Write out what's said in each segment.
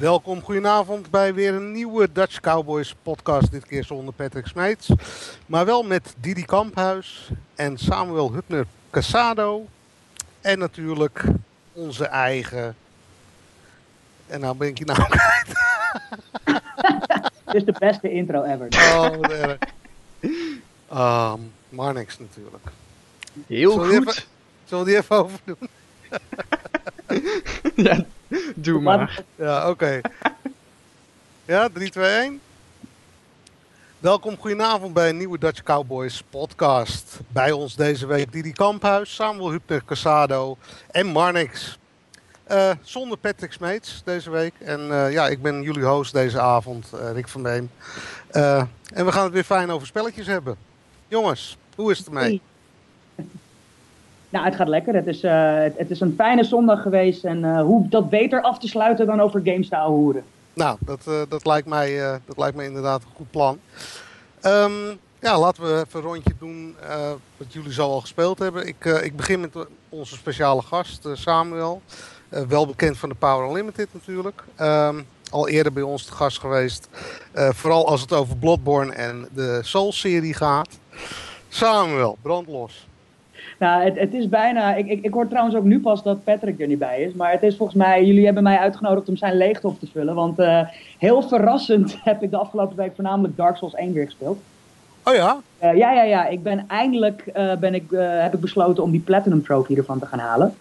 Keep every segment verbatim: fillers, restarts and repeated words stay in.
Welkom, goedenavond bij weer een nieuwe Dutch Cowboys podcast. Dit keer zonder Patrick Smeets, maar wel met Didi Kamphuis en Samuel Hübner Casado. En natuurlijk onze eigen... En nou ben ik je naam kwijt. Dit is de beste intro ever. Oh, wat erg. Um, Marnix natuurlijk. Heel Zullen goed. Even, zullen we die even overdoen? Ja, doe maar. Ja, oké. Okay. Ja, drie, twee, één. Welkom, goedenavond bij een nieuwe Dutch Cowboys podcast. Bij ons deze week Didi Kamphuis, Samuel Hübner Casado en Marnix. Uh, zonder Patrick Smeets deze week. En uh, ja, ik ben jullie host deze avond, uh, Rick van Beem. Uh, en we gaan het weer fijn over spelletjes hebben. Jongens, hoe is het ermee? Nou, het gaat lekker. Het is, uh, het, het is een fijne zondag geweest. En uh, hoe dat beter af te sluiten dan over games te ouwehoeren. Nou, dat, uh, dat, lijkt mij, uh, dat lijkt mij inderdaad een goed plan. Um, ja, laten we even een rondje doen uh, wat jullie zo al gespeeld hebben. Ik, uh, ik begin met onze speciale gast, uh, Samuel. Uh, wel bekend van de Power Unlimited natuurlijk. Um, al eerder bij ons te gast geweest. Uh, vooral als het over Bloodborne en de Souls-serie gaat. Samuel, brand los. Nou, het, het is bijna... Ik, ik, ik hoor trouwens ook nu pas dat Patrick er niet bij is. Maar het is volgens mij... Jullie hebben mij uitgenodigd om zijn leegte op te vullen. Want uh, heel verrassend heb ik de afgelopen week voornamelijk Dark Souls één weer gespeeld. Oh ja? Uh, ja, ja, ja. Ik ben eindelijk... Uh, ben ik, uh, heb ik besloten om die Platinum Trophy ervan te gaan halen.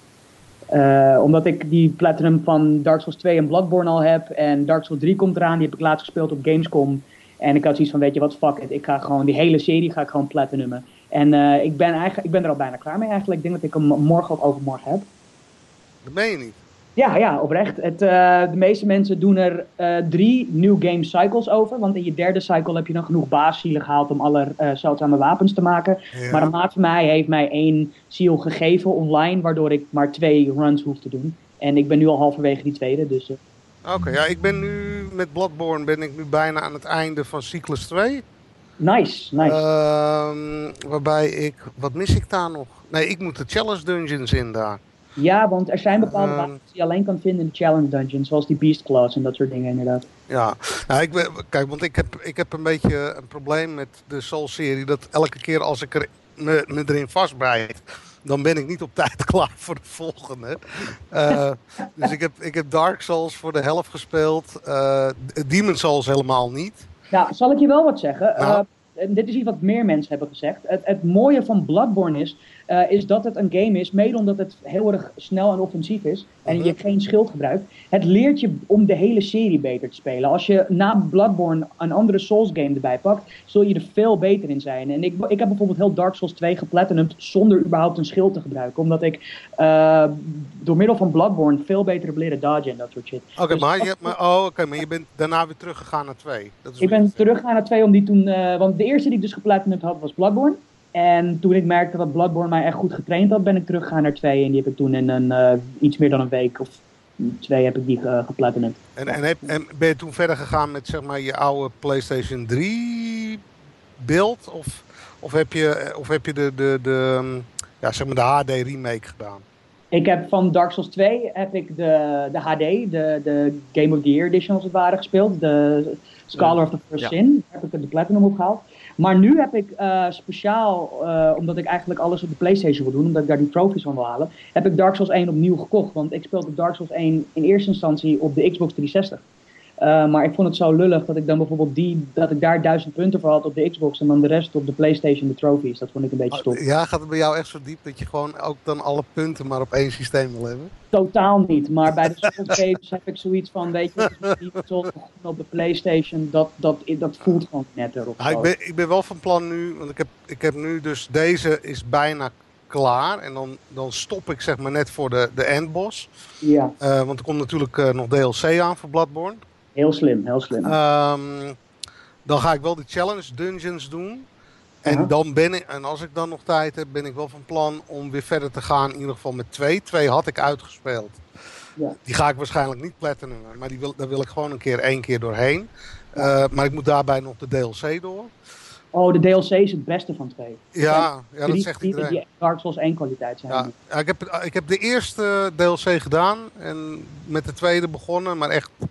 Uh, omdat ik die Platinum van Dark Souls twee en Bloodborne al heb. En Dark Souls drie komt eraan. Die heb ik laatst gespeeld op Gamescom. En ik had zoiets van, weet je wat, fuck it. Ik ga gewoon die hele serie ga ik gewoon platinumen. En uh, ik, ben eigenlijk, ik ben er al bijna klaar mee eigenlijk. Ik denk dat ik hem morgen of overmorgen heb. Dat meen je niet? Ja, ja, oprecht. Het, uh, de meeste mensen doen er uh, drie new game cycles over. Want in je derde cycle heb je dan genoeg basiszielen gehaald om alle uh, zeldzame wapens te maken. Ja. Maar een maat van mij heeft mij één ziel gegeven online, waardoor ik maar twee runs hoef te doen. En ik ben nu al halverwege die tweede, dus... Uh... Oké, okay, ja, ik ben nu met Bloodborne ben ik nu bijna aan het einde van Cyclus twee. Nice, nice. Uh, waarbij ik... Wat mis ik daar nog? Nee, ik moet de challenge dungeons in daar. Ja, want er zijn bepaalde uh, wapens die je alleen kan vinden in de challenge dungeons. Zoals die beast claws en dat soort dingen inderdaad. Ja, nou, ik, kijk, want ik heb, ik heb een beetje een probleem met de Souls-serie. Dat elke keer als ik er, me, me erin vastbijt, dan ben ik niet op tijd klaar voor de volgende. Uh, dus ik heb, ik heb Dark Souls voor de helft gespeeld. Uh, Demon Souls helemaal niet. Nou, zal ik je wel wat zeggen? Nou. Uh, dit is iets wat meer mensen hebben gezegd. Het, het mooie van Bloodborne is, uh, is dat het een game is, mede omdat het heel erg snel en offensief is en uh-huh. je geen schild gebruikt. Het leert je om de hele serie beter te spelen. Als je na Bloodborne een andere Souls game erbij pakt, zul je er veel beter in zijn. En ik, ik heb bijvoorbeeld heel Dark Souls twee geplatinumd zonder überhaupt een schild te gebruiken. Omdat ik uh, door middel van Bloodborne veel beter heb leren dodgen en dat soort shit. Oké, okay, dus maar, je, maar, oh, okay, maar je bent daarna weer teruggegaan naar twee. Dat is ik ben teruggegaan naar twee om die toen... Uh, want de eerste die ik dus geplatinumd had was Bloodborne. En toen ik merkte dat Bloodborne mij echt goed getraind had, ben ik teruggegaan naar twee. En die heb ik toen in een, uh, iets meer dan een week of twee heb ik die uh, geplatinumd. En, en, heb, en ben je toen verder gegaan met zeg maar je oude PlayStation drie beeld? Of, of heb je, of heb je de, de, de, ja, zeg maar de H D remake gedaan? Ik heb van Dark Souls twee heb ik de, de H D, de, de Game of the Year edition als het ware gespeeld. De Scholar of the First ja. Sin, daar heb ik de Platinum opgehaald. Maar nu heb ik uh, speciaal, uh, omdat ik eigenlijk alles op de PlayStation wil doen, omdat ik daar die trophies van wil halen, heb ik Dark Souls één opnieuw gekocht. Want ik speelde Dark Souls één in eerste instantie op de Xbox driehonderdzestig. Uh, maar ik vond het zo lullig dat ik dan bijvoorbeeld die, dat ik daar duizend punten voor had op de Xbox en dan de rest op de PlayStation, de trophies. Dat vond ik een beetje stom. Ja, gaat het bij jou echt zo diep dat je gewoon ook dan alle punten maar op één systeem wil hebben? Totaal niet, maar bij de Souls games heb ik zoiets van, weet je, die Souls op de PlayStation, dat, dat, dat voelt gewoon netter. Of ja, ik, ben, ik ben wel van plan nu, want ik heb, ik heb nu dus, deze is bijna klaar en dan, dan stop ik zeg maar net voor de, de endboss. Ja. Uh, want er komt natuurlijk uh, nog D L C aan voor Bloodborne. Heel slim, heel slim. Um, dan ga ik wel de challenge dungeons doen. En, uh-huh. dan ben ik, en als ik dan nog tijd heb, ben ik wel van plan om weer verder te gaan. In ieder geval met twee. Twee had ik uitgespeeld. Ja. Die ga ik waarschijnlijk niet platinumen. Maar die wil, daar wil ik gewoon een keer één keer doorheen. Uh, maar ik moet daarbij nog de D L C door. Oh, de D L C is het beste van twee. Ja, ja dat zegt iedereen. Die Dark Souls één kwaliteit zijn. Ja, ja, ik, heb, ik heb de eerste D L C gedaan. En met de tweede begonnen. Maar echt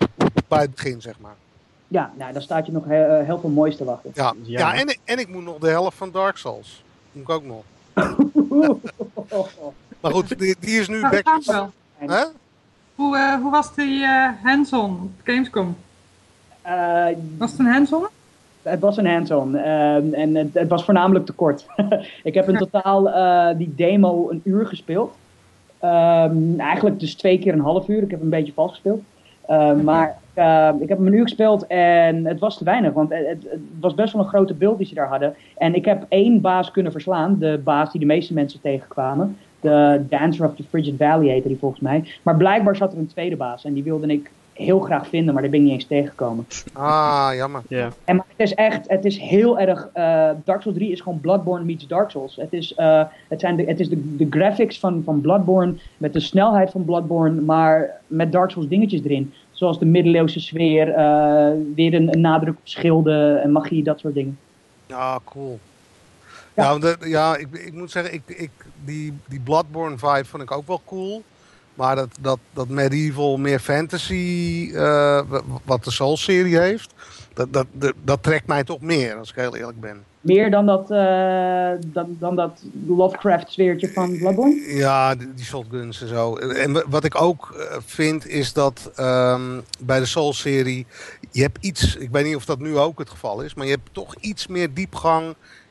bij het begin, zeg maar. Ja, nou, dan staat je nog heel, heel veel moois te wachten. Ja, Ja. ja en, en ik moet nog de helft van Dark Souls. Moet ik ook nog. Maar goed, die, die is nu Nou, back. dat wel. Hè? Hoe, uh, hoe was die uh, hands-on op Gamescom? Uh, Was het een hands-on? Het was een hands-on uh, en het, het was voornamelijk te kort. Ik heb in totaal uh, die demo een uur gespeeld. Um, eigenlijk dus twee keer een half uur. Ik heb een beetje vals gespeeld. Uh, maar uh, ik heb hem een uur gespeeld en het was te weinig. Want het, het, het was best wel een grote build die ze daar hadden. En ik heb één baas kunnen verslaan. De baas die de meeste mensen tegenkwamen. De Dancer of the Frigid Valley heette die volgens mij. Maar blijkbaar zat er een tweede baas. En die wilde ik heel graag vinden, maar daar ben ik niet eens tegengekomen. Ah, jammer. Ja. En maar het is echt, het is heel erg, uh, Dark Souls drie is gewoon Bloodborne meets Dark Souls. Het is, uh, het zijn de, het is de, de graphics van, van Bloodborne, met de snelheid van Bloodborne, maar met Dark Souls dingetjes erin. Zoals de middeleeuwse sfeer, uh, weer een, een nadruk op schilden en magie, dat soort dingen. Ja, cool. Ja. Ja, de, ja ik, ik moet zeggen, ik, ik, die, die Bloodborne vibe vond ik ook wel cool. Maar dat, dat, dat medieval, meer fantasy, uh, wat de Souls-serie heeft, dat, dat, dat, dat trekt mij toch meer, als ik heel eerlijk ben. Meer dan dat, uh, dan, dan dat Lovecraft-sfeertje van Bloodborne? Ja, die, die shotguns en zo. En wat ik ook uh, vind, is dat um, bij de Souls-serie, je hebt iets, ik weet niet of dat nu ook het geval is, maar je hebt toch iets meer diepgang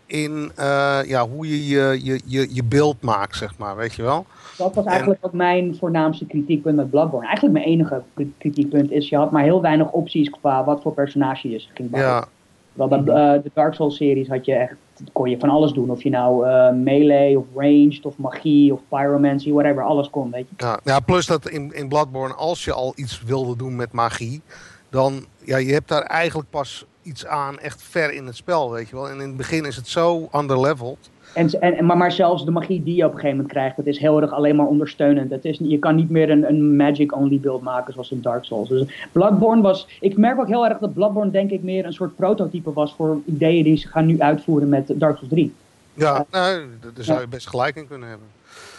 in uh, ja, hoe je je, je, je je beeld maakt, zeg maar, weet je wel. Dat was eigenlijk en... ook mijn voornaamste kritiekpunt met Bloodborne. Eigenlijk mijn enige kritiekpunt is, je had maar heel weinig opties qua wat voor personage je ging bouwen. Ja. Wel, dat, uh, de Dark Souls series had je echt, kon je van alles doen. Of je nou uh, melee of ranged of magie of pyromancy, whatever, alles kon, weet je. Ja, ja, plus dat in, in Bloodborne, als je al iets wilde doen met magie, dan, ja, je hebt daar eigenlijk pas iets aan echt ver in het spel, weet je wel. En in het begin is het zo underleveled. En, en, maar, maar zelfs de magie die je op een gegeven moment krijgt, dat is heel erg alleen maar ondersteunend. Het is, je kan niet meer een, een magic-only build maken zoals in Dark Souls. Dus Bloodborne was, ik merk ook heel erg dat Bloodborne denk ik meer een soort prototype was voor ideeën die ze gaan nu uitvoeren met Dark Souls drie. Ja, uh, nou, daar zou je ja. best gelijk in kunnen hebben.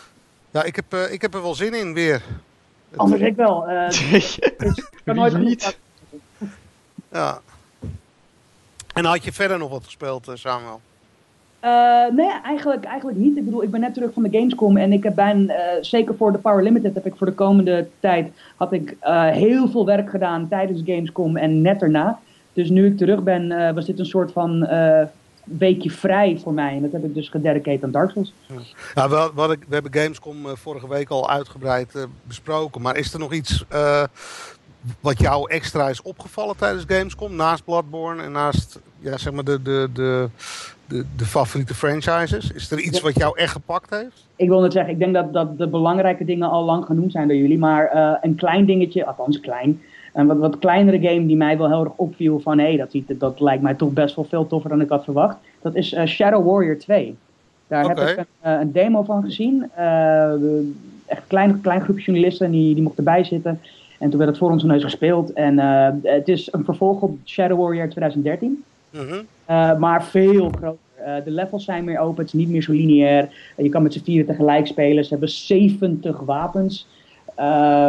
Ja, ik heb, uh, ik heb er wel zin in weer. Anders ik wel. Uh, dus, ik kan nooit niet. Ja. En had je verder nog wat gespeeld, uh, Samuel? Uh, nee, eigenlijk, eigenlijk niet. Ik bedoel, ik ben net terug van de Gamescom en ik heb bijna, uh, zeker voor de Power Limited heb ik voor de komende tijd, had ik uh, heel veel werk gedaan tijdens Gamescom en net erna. Dus nu ik terug ben, uh, was dit een soort van uh, weekje vrij voor mij. En dat heb ik dus gededicated aan Dark Souls. Ja, we, we, we hebben Gamescom uh, vorige week al uitgebreid uh, besproken, maar is er nog iets uh, wat jou extra is opgevallen tijdens Gamescom, naast Bloodborne en naast ja, zeg maar de, de, de, de, de favoriete franchises? Is er iets wat jou echt gepakt heeft? Ik wil net zeggen, ik denk dat, dat de belangrijke dingen al lang genoemd zijn door jullie, maar uh, een klein dingetje, althans klein, een wat, wat kleinere game die mij wel heel erg opviel van hé, hey, dat, ziet, dat lijkt mij toch best wel veel toffer dan ik had verwacht. Dat is uh, Shadow Warrior twee. Daar okay. heb ik een, uh, een demo van gezien. Uh, echt een klein, klein groepje journalisten die, die mochten erbij zitten. En toen werd het voor onze neus gespeeld. En uh, het is een vervolg op Shadow Warrior twintig dertien. Mm-hmm. Uh, maar veel groter. Uh, de levels zijn meer open, het is niet meer zo lineair. Uh, je kan met z'n vieren tegelijk spelen. Ze hebben zeventig wapens. Uh,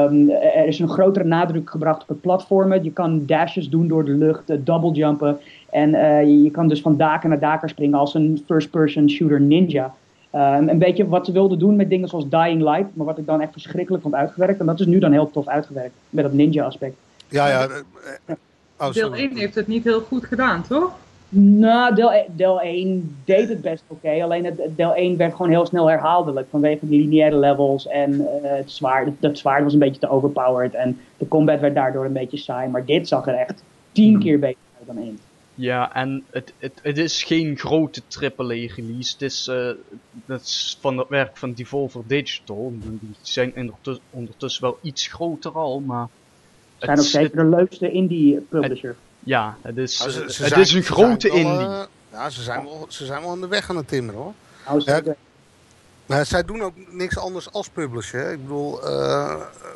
er is een grotere nadruk gebracht op het platformen. Je kan dashes doen door de lucht, uh, double jumpen. En uh, je, je kan dus van daken naar daken springen als een first-person shooter ninja. Uh, een beetje wat ze wilden doen met dingen zoals Dying Light, maar wat ik dan echt verschrikkelijk vond uitgewerkt. En dat is nu dan heel tof uitgewerkt, met dat ninja aspect. Ja, ja. ja. Oh, deel één heeft het niet heel goed gedaan, toch? Nou, deel, deel één deed het best oké. Okay. Alleen het, deel één werd gewoon heel snel herhaaldelijk vanwege die lineaire levels. En uh, het zwaard, het, het zwaard was een beetje te overpowered. En de combat werd daardoor een beetje saai. Maar dit zag er echt tien keer beter uit dan één. Ja, en het, het, het is geen grote triple A release. Het is, uh, dat is van het werk van Devolver Digital. Die zijn ondertussen, ondertussen wel iets groter al, maar... Ze zijn ook zeker de leukste indie publisher. Het, ja, het is, nou, ze, ze het zijn, is een grote wel, indie. Uh, ja, ze zijn, wel, ze zijn wel aan de weg aan het timmeren, hoor. Nou, ja, maar zij doen ook niks anders als publisher. Ik bedoel... Uh,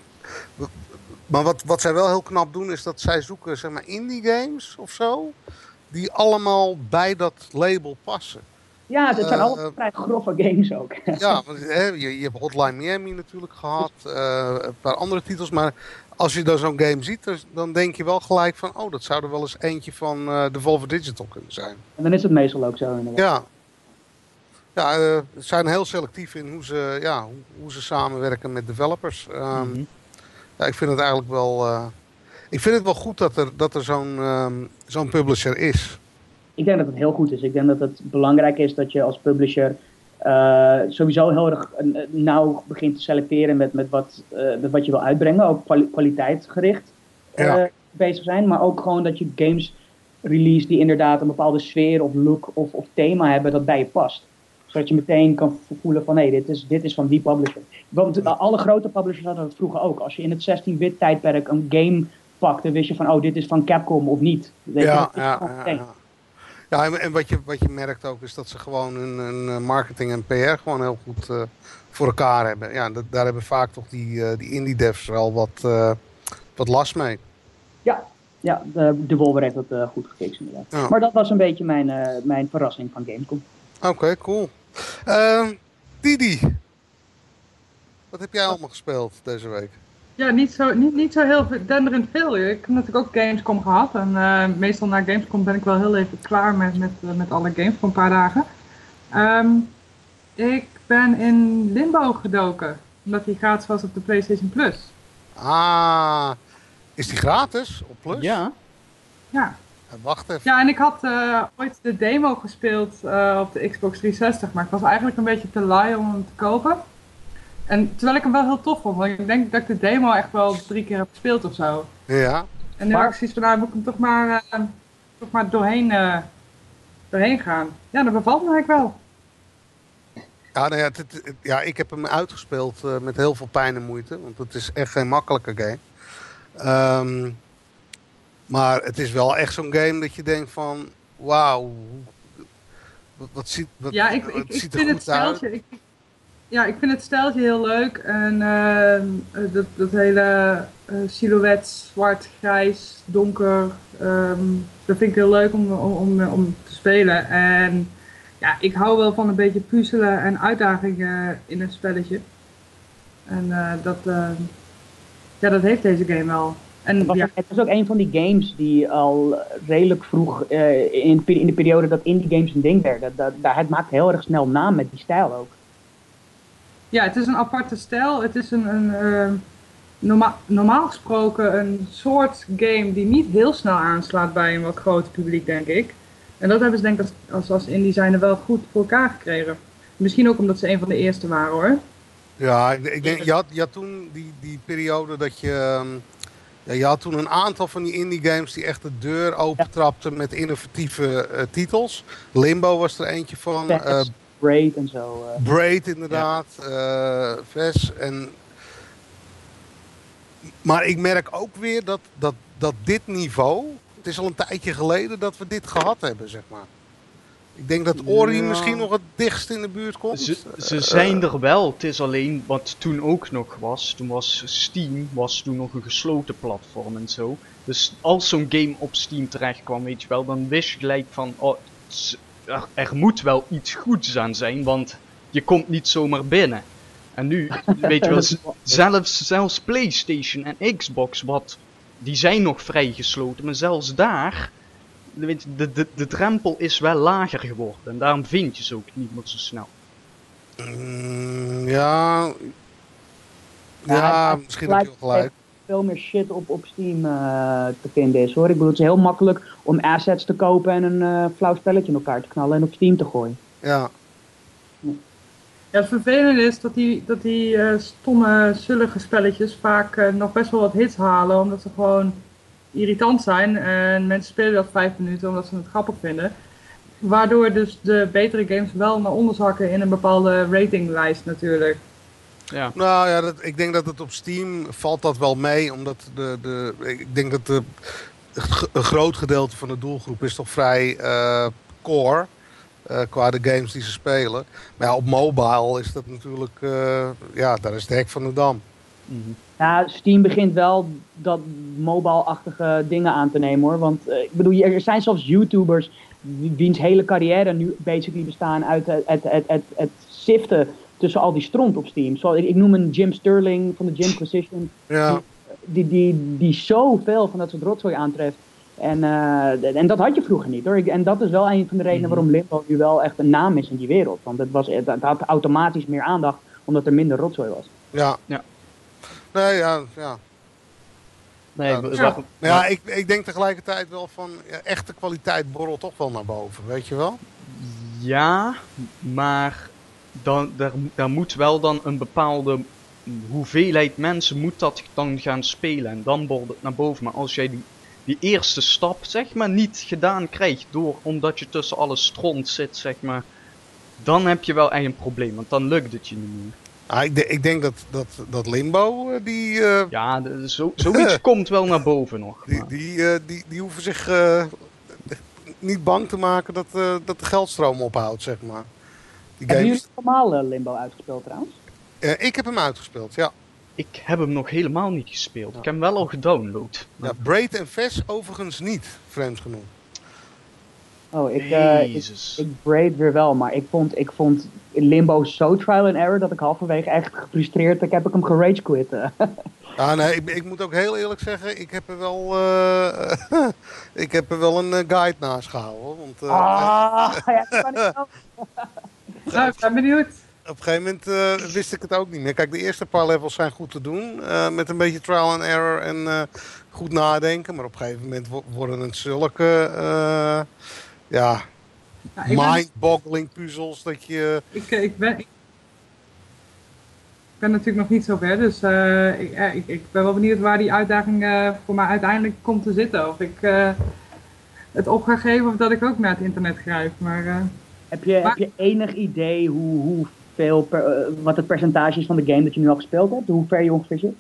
maar wat, wat zij wel heel knap doen, is dat zij zoeken, zeg maar, indie games of zo... die allemaal bij dat label passen. Ja, het zijn Uh, allemaal vrij grove games ook. Ja, want, hè, je, je hebt Hotline Miami natuurlijk gehad, uh, een paar andere titels, maar als je dan zo'n game ziet, dus, dan denk je wel gelijk van, oh, dat zou er wel eens eentje van uh, Devolver Digital kunnen zijn. En dan is het meestal ook zo inderdaad. Ja. Ja, uh, ze zijn heel selectief in hoe ze, ja, hoe, hoe ze samenwerken met developers. Um, mm-hmm. Ja, ik vind het eigenlijk wel, uh, ik vind het wel goed dat er, dat er zo'n, um, zo'n publisher is. Ik denk dat het heel goed is. Ik denk dat het belangrijk is dat je als publisher uh, sowieso heel erg uh, nauw begint te selecteren met, met, wat, uh, met wat je wil uitbrengen. Ook kwali- kwaliteitsgericht uh, ja. bezig zijn. Maar ook gewoon dat je games release die inderdaad een bepaalde sfeer of look of, of thema hebben dat bij je past. Zodat je meteen kan voelen van hé, hey, dit, is, dit is van die publisher. Want uh, alle grote publishers hadden dat vroeger ook. Als je in het zestien-bit tijdperk een game pakte, wist je van oh, dit is van Capcom of niet. Ja, ja, ja, ja. Ja, en, en wat, je, wat je merkt ook is dat ze gewoon hun, hun marketing en P R gewoon heel goed uh, voor elkaar hebben. Ja, dat, daar hebben vaak toch die, uh, die indie devs wel wat, uh, wat last mee. Ja, ja de, de Wolver heeft dat uh, goed gefixt inderdaad. Ja. Maar dat was een beetje mijn, uh, mijn verrassing van Gamescom. Oké, okay, cool. Uh, Didi, wat heb jij allemaal gespeeld deze week? Ja, niet zo, niet, niet zo heel denderend veel. Ik heb natuurlijk ook Gamescom gehad. En uh, meestal na Gamescom ben ik wel heel even klaar met, met, uh, met alle games voor een paar dagen. Um, ik ben in Limbo gedoken. Omdat die gratis was op de PlayStation Plus. Ah, is die gratis op Plus? Ja. Ja. En wacht even. Ja, en ik had uh, ooit de demo gespeeld uh, op de Xbox driehonderdzestig. Maar ik was eigenlijk een beetje te lui om hem te kopen. En terwijl ik hem wel heel tof vond, want ik denk dat ik de demo echt wel drie keer heb gespeeld of zo. Ja. En nu maar... had ik zoiets van, nou moet ik hem toch maar, uh, toch maar doorheen, uh, doorheen gaan. Ja, dat bevalt me eigenlijk wel. Ja, nou ja, het, het, ja, ik heb hem uitgespeeld uh, met heel veel pijn en moeite, want het is echt geen makkelijke game. Um, maar het is wel echt zo'n game dat je denkt van, wauw, wat, wat ziet, wat, ja, ik, wat ik, ziet ik er vind goed het stijltje, ik, Ja, ik vind het stijltje heel leuk en uh, dat, dat hele uh, silhouet, zwart, grijs, donker, um, dat vind ik heel leuk om, om, om, om te spelen. En ja, ik hou wel van een beetje puzzelen en uitdagingen in een spelletje. En uh, dat, uh, ja, dat heeft deze game wel. En, het, was ja. ook, het was ook een van die games die al redelijk vroeg uh, in, in de periode dat indie games een ding werden. Dat, dat, het maakt heel erg snel naam met die stijl ook. Ja, het is een aparte stijl. Het is een, een uh, norma- normaal gesproken een soort game die niet heel snel aanslaat bij een wat groter publiek, denk ik. En dat hebben ze denk ik als, als, als indie zijnde wel goed voor elkaar gekregen. Misschien ook omdat ze een van de eerste waren, hoor. Ja, ik, ik denk, je had, je had toen die, die periode dat je... Um, ja, je had toen een aantal van die indie games die echt de deur opentrapten met innovatieve uh, titels. Limbo was er eentje van. Uh, Braid en zo. Uh. Braid inderdaad. Ja. Uh, Ves. En... Maar ik merk ook weer dat, dat, dat dit niveau... Het is al een tijdje geleden dat we dit gehad hebben, zeg maar. Ik denk dat Ori ja. misschien nog het dichtst in de buurt komt. Ze, ze zijn er wel. Het is alleen wat toen ook nog was. Toen was Steam was toen nog een gesloten platform en zo. Dus als zo'n game op Steam terecht kwam, weet je wel, dan wist je gelijk van... Oh, er, er moet wel iets goeds aan zijn, want je komt niet zomaar binnen. En nu, weet je wel, zelfs, zelfs PlayStation en Xbox, wat, die zijn nog vrij gesloten. Maar zelfs daar... De, de, de drempel is wel lager geworden en daarom vind je ze ook niet meer zo snel. Mm, ja, ja, ja misschien heb je wel gelijk. Veel meer shit op, op Steam uh, te vinden is, hoor. Ik bedoel, het is heel makkelijk om assets te kopen en een uh, flauw spelletje in elkaar te knallen en op Steam te gooien. Ja. Ja, het vervelende is dat die, dat die uh, stomme, zullige spelletjes vaak uh, nog best wel wat hits halen, omdat ze gewoon irritant zijn en mensen spelen dat vijf minuten omdat ze het grappig vinden. Waardoor dus de betere games wel naar onder zakken in een bepaalde ratinglijst natuurlijk. Ja. Nou ja, dat, ik denk dat het op Steam valt dat wel mee, omdat de, de, ik denk dat de, een groot gedeelte van de doelgroep is toch vrij uh, core uh, qua de games die ze spelen. Maar ja, op mobile is dat natuurlijk, uh, ja, daar is het hek van de dam. Mm-hmm. Ja, Steam begint wel dat mobile-achtige dingen aan te nemen, hoor. Want uh, ik bedoel, er zijn zelfs YouTubers wiens hele carrière nu basically bestaan uit het, het, het, het, het siften tussen al die stront op Steam. Zo, ik, ik noem een Jim Sterling van de Jimquisition, Ja. die, die, die zoveel van dat soort rotzooi aantreft. En, uh, en dat had je vroeger niet hoor. Ik, en dat is wel een van de redenen waarom Limbo nu wel echt een naam is in die wereld. Want het, was, het had automatisch meer aandacht omdat er minder rotzooi was. Ja. Ja. Nee, ja, ja. Nee, Ja, we- dus- we- Maar ja, ik, ik denk tegelijkertijd wel van, ja, echte kwaliteit borrelt toch wel naar boven, weet je wel? ja, maar dan, daar, daar moet wel dan een bepaalde hoeveelheid mensen moet dat dan gaan spelen en dan borrelt het naar boven. Maar als jij die, die eerste stap zeg maar niet gedaan krijgt door omdat je tussen alle stront zit zeg maar, dan heb je wel echt een probleem, want dan lukt het je niet meer. Ah, ik, de- ik denk dat, dat, dat Limbo, eh, die, eh, Ja, de- zo, zoiets komt wel naar boven nog. die, maar- die, eh, die, die hoeven zich eh, niet bang te maken dat, eh, dat de geldstroom ophoudt, zeg maar. Die Hebben games, jullie allemaal uh, Limbo uitgespeeld trouwens? Eh, ik heb hem uitgespeeld, ja. Ik heb hem nog helemaal niet gespeeld. Ja. Ik heb hem wel al gedownload. ja Braid en Ves overigens niet, vreemd genoeg. Oh, ik, uh, ik, Jezus. ik braid weer wel, maar ik vond, ik vond Limbo zo trial and error dat ik halverwege echt gefrustreerd, ik heb ik hem gerage quit. uh. Ja, nee, ik, ik moet ook heel eerlijk zeggen, ik heb er wel, eh, ik heb er wel een eh, guide naast gehouden. Hoor, want eh, Ah, ja, dat kan ik wel. Nou, ik ben benieuwd. op een gegeven moment eh, wist ik het ook niet meer. Kijk, de eerste paar levels zijn goed te doen, eh, met een beetje trial and error en eh, goed nadenken. Maar op een gegeven moment wo- worden het zulke, eh, ja, Ja, ik, ben, mind-boggling puzzels dat je... ik, eh, ik, ben, ik ben natuurlijk nog niet zo ver, dus eh, ik, eh, ik, ik ben wel benieuwd waar die uitdaging eh, voor mij uiteindelijk komt te zitten. Of ik eh, het op ga geven of dat ik ook naar het internet grijp. Maar eh, Heb je, heb je enig idee hoe, hoeveel per, eh, wat het percentage is van de game dat je nu al gespeeld hebt? Hoe ver je ongeveer zit?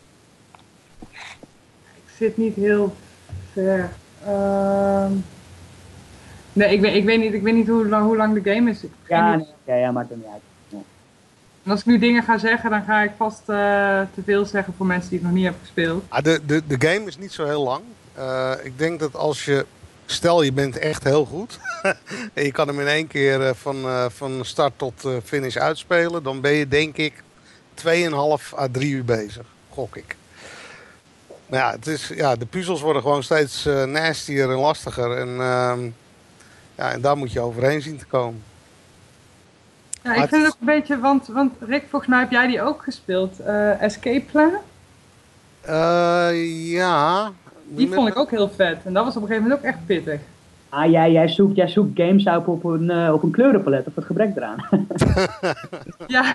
ik zit niet heel ver. Ehm, nee, ik weet, ik, weet niet, ik weet niet hoe, lang- hoe lang de game is. Ik heb geen Ja, idee. nee, ja, ja, maakt het niet uit. En als ik nu dingen ga zeggen, dan ga ik vast eh, te veel zeggen voor mensen die het nog niet hebben gespeeld. Ah, de, de, de game is niet zo heel lang. Eh, ik denk dat als je, stel je bent echt heel goed en je kan hem in één keer eh, van, eh, van start tot eh, finish uitspelen, dan ben je denk ik twee komma vijf à drie uur bezig, gok ik. Maar ja, het is, ja, de puzzels worden gewoon steeds eh, nastier en lastiger en, ehm, ja, en daar moet je overheen zien te komen. Ja, Maar ik het vind is- het ook een beetje, want, want Rick, volgens mij heb jij die ook gespeeld. eh, Escape Plan. Eh, ja. Die vond ik ook heel vet. En dat was op een gegeven moment ook echt pittig. Ah, jij, jij, zoekt, jij zoekt games uit op een, uh, op een kleurenpalet of het gebrek eraan. Ja,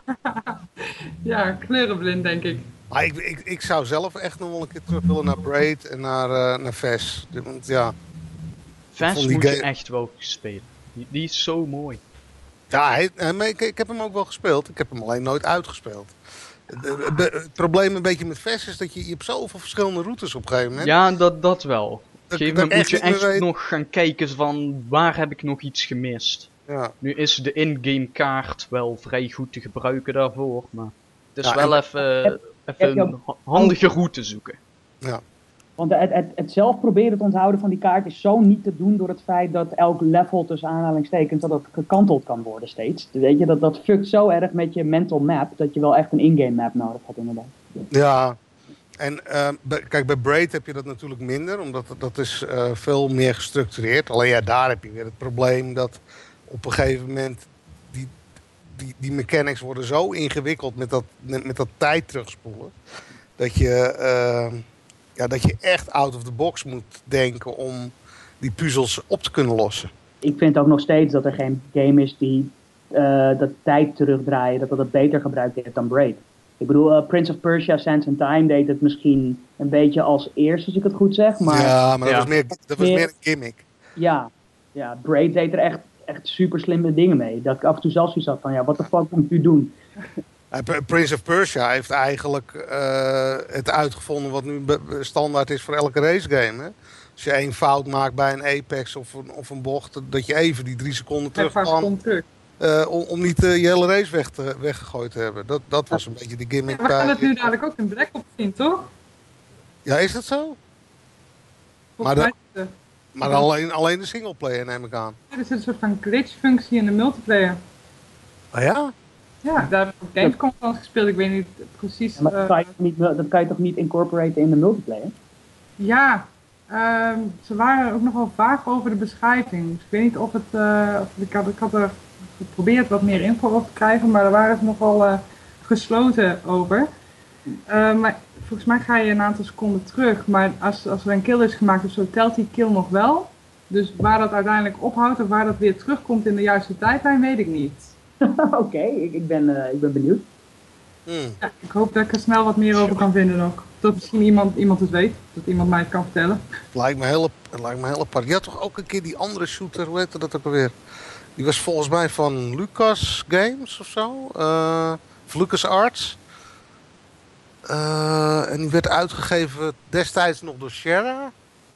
ja kleurenblind denk ik. Maar ik, ik, ik zou zelf echt nog wel een keer terug willen naar Braid en naar, uh, naar Ves. Want ja, Vast vond die moet je game- echt wel spelen. Die, die is zo mooi. ja hij, hij- maar ik, ik heb hem ook wel gespeeld. Ik heb hem alleen nooit uitgespeeld. De- de- Het probleem een beetje met Ves is dat je, je hebt zoveel verschillende routes op een gegeven moment. Ja, dat, dat wel. Op een Dat- gegeven dat moment moet je echt niet meer echt weet. nog gaan kijken van waar heb ik nog iets gemist. Ja. Nu is de in-game kaart wel vrij goed te gebruiken daarvoor, maar het is Ja, wel en- even, heb even je een ha- handige route zoeken. Want het, het, het zelf proberen te onthouden van die kaart is zo niet te doen door het feit dat elk level tussen aanhalingstekens dat het gekanteld kan worden steeds. Dus weet je, dat, dat fuckt zo erg met je mental map dat je wel echt een in-game map nodig hebt inderdaad. Ja. En eh, bij- kijk, bij Braid heb je dat natuurlijk minder, omdat dat, dat is eh, veel meer gestructureerd. Alleen ja, daar heb je weer het probleem dat op een gegeven moment die, die, die mechanics worden zo ingewikkeld met dat, met, met dat tijd terugspoelen. Dat je, eh, ja, dat je echt out of the box moet denken om die puzzels op te kunnen lossen. Ik vind ook nog steeds dat er geen game is die uh, dat tijd terugdraaien, dat dat het beter gebruikt heeft dan Braid. Ik bedoel, uh, Prince of Persia Sands in Time deed het misschien een beetje als eerst, als ik het goed zeg. Maar ja, maar dat, Ja. Was, meer, dat was Meer- meer een gimmick. ja, ja Braid deed er echt, echt super slimme dingen mee. Dat ik af en toe zelfs zoiets had van, ja, wat de fuck moet ik nu doen? Uh, P- Prince of Persia heeft eigenlijk eh, het uitgevonden wat nu be- be- standaard is voor elke racegame. Hè? Als je één fout maakt bij een apex of een, of een bocht, dat je even die drie seconden Een terug paar kan seconden terug. eh, om, om niet eh, je hele race weg te, weggegooid te hebben. Dat, dat was een beetje de gimmick. We gaan bij- het nu dadelijk ook in Black Ops zien, toch? Ja, is dat zo? Volgens Maar mij is het- Maar alleen, alleen de singleplayer neem ik aan. Er zit een soort van glitch-functie in de multiplayer. Oh ja? Ja, daar heb ik op Gamescom van gespeeld. Ik weet niet precies. Ja, maar dat uh, kan, je niet, dat kan je toch niet incorporaten in de multiplayer? Ja, uh, ze waren ook nogal vaag over de beschrijving. Dus ik weet niet of het. Uh, of ik, had, ik had er geprobeerd wat meer info over te krijgen, maar daar waren ze nogal uh, gesloten over. Uh, maar volgens mij ga je een aantal seconden terug, maar als, als er een kill is gemaakt of zo, telt die kill nog wel. Dus waar dat uiteindelijk ophoudt of waar dat weer terugkomt in de juiste tijdlijn, weet ik niet. Oké, okay, ik, ik, ben, uh, ik ben benieuwd. Hmm. Ja, ik hoop dat ik er snel wat meer over kan vinden nog. Dat misschien iemand, iemand het weet, dat iemand mij het kan vertellen. Het lijkt me heel, het lijkt me heel apart. Je had toch ook een keer die andere shooter, hoe heette dat ook alweer? Die was volgens mij van Lucas Games of zo. Uh, of Lucas Arts. Uh, en die werd uitgegeven destijds nog door Sierra.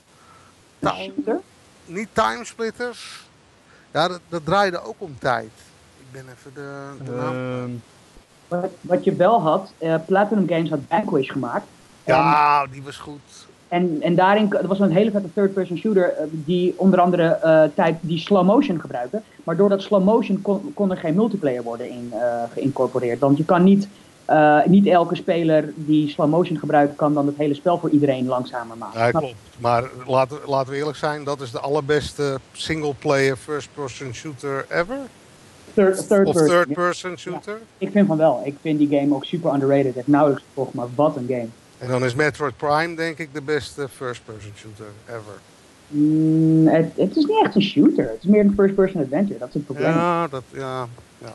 Time, niet Timesplitters. Ja, dat, dat draaide ook om tijd. Ik ben even de, de naam. Uh, wat, wat je wel had, uh, Platinum Games had Vanquish gemaakt. Ja, en, die was goed. En, en daarin, dat was een hele vette third-person shooter uh, die onder andere uh, tijd die slow motion gebruikte. Maar door dat slow motion kon, kon er geen multiplayer worden in, uh, geïncorporeerd. Want je kan niet, uh, niet elke speler die slow motion gebruikt kan dan het hele spel voor iedereen langzamer maken. Ja, klopt. Maar laten, laten we eerlijk zijn, dat is de allerbeste single-player first-person shooter ever. Third, third of person, third-person ja. shooter. Ja, ik vind van wel. Ik vind die game ook super underrated. Ik heb nauwelijks gevolgd, maar wat een game. En dan is Metroid Prime denk ik de beste first-person shooter ever. Mm, het, het is niet echt een shooter. Het is meer een first-person adventure. Dat is het probleem. Ja, dat, ja, ja.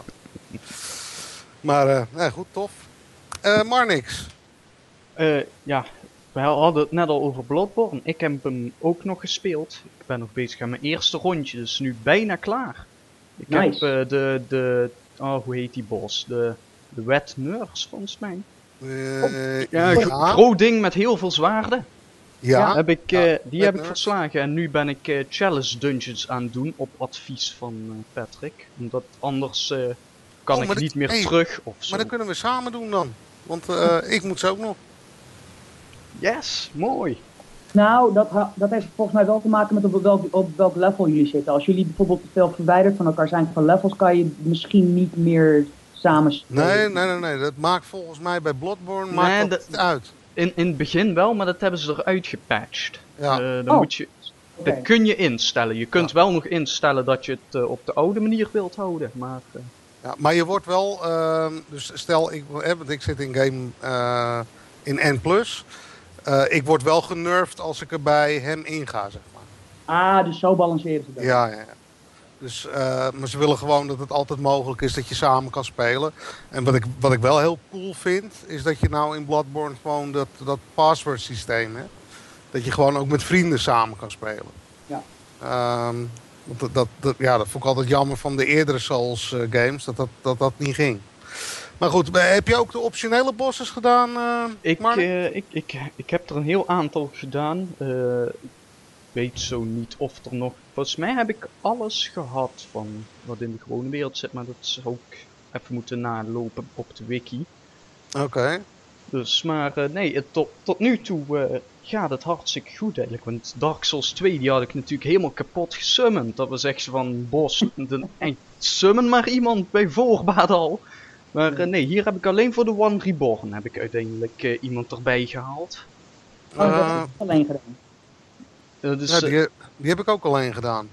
Maar, uh, nee, goed, tof. Uh, Marnix. Uh, ja, we hadden het net al over Bloodborne. Ik heb hem ook nog gespeeld. Ik ben nog bezig aan mijn eerste rondje, dus nu bijna klaar. Ik nice. heb uh, de, de, oh, hoe heet die boss? De, de Wet Nurse, volgens mij. Uh, ja, een ja. groot ding met heel veel zwaarden. Ja. Heb ik, uh, ja. die heb ik verslagen en nu ben ik uh, challenge dungeons aan het doen op advies van uh, Patrick. Omdat anders uh, kan oh, ik niet meer hey, terug of zo. Maar dat kunnen we samen doen dan. Want uh, ik moet ze ook nog. Yes, mooi. Nou, dat, dat heeft volgens mij wel te maken met op welk, op welk level jullie zitten. Als jullie bijvoorbeeld te veel verwijderd van elkaar zijn van levels, kan je misschien niet meer samen spelen. Nee, nee, nee, nee. Dat maakt volgens mij bij Bloodborne nee, maakt dat niet uit. In, in het begin wel, maar dat hebben ze eruit gepatcht. Ja. Uh, dan oh. moet je, okay. Dat kun je instellen. Je kunt ja. wel nog instellen dat je het uh, op de oude manier wilt houden. Maar, uh... ja, maar je wordt wel, uh, dus stel, ik, eh, want ik zit in game uh, in N plus. Uh, ik word wel genervd als ik er bij hem inga, zeg maar. Ah, dus zo balanceren ze dat. Ja, ja, ja. Dus, uh, maar ze willen gewoon dat het altijd mogelijk is dat je samen kan spelen. En wat ik, wat ik wel heel cool vind, is dat je nou in Bloodborne gewoon dat, dat password systeem hebt. Dat je gewoon ook met vrienden samen kan spelen. Ja. Um, dat, dat, dat, ja, dat vond ik altijd jammer van de eerdere Souls uh, games, dat dat, dat dat niet ging. Maar goed, heb je ook de optionele bosses gedaan, uh, ik, uh, ik, ik, ik heb er een heel aantal gedaan. Uh, ik weet zo niet of er nog... Volgens mij heb ik alles gehad van wat in de gewone wereld zit, maar dat zou ik even moeten nalopen op de wiki. Oké. Okay. Dus, maar uh, nee, het, tot, tot nu toe uh, gaat het hartstikke goed eigenlijk. Want Dark Souls twee, die had ik natuurlijk helemaal kapot gesummand. Dat was echt van, bos, de, en, summon maar iemand bij voorbaat al. Maar uh, nee, hier heb ik alleen voor de One Reborn heb ik uiteindelijk uh, iemand erbij gehaald. Oh, dat uh, heb ik alleen gedaan. Uh, dus, ja, die, die heb ik ook alleen gedaan.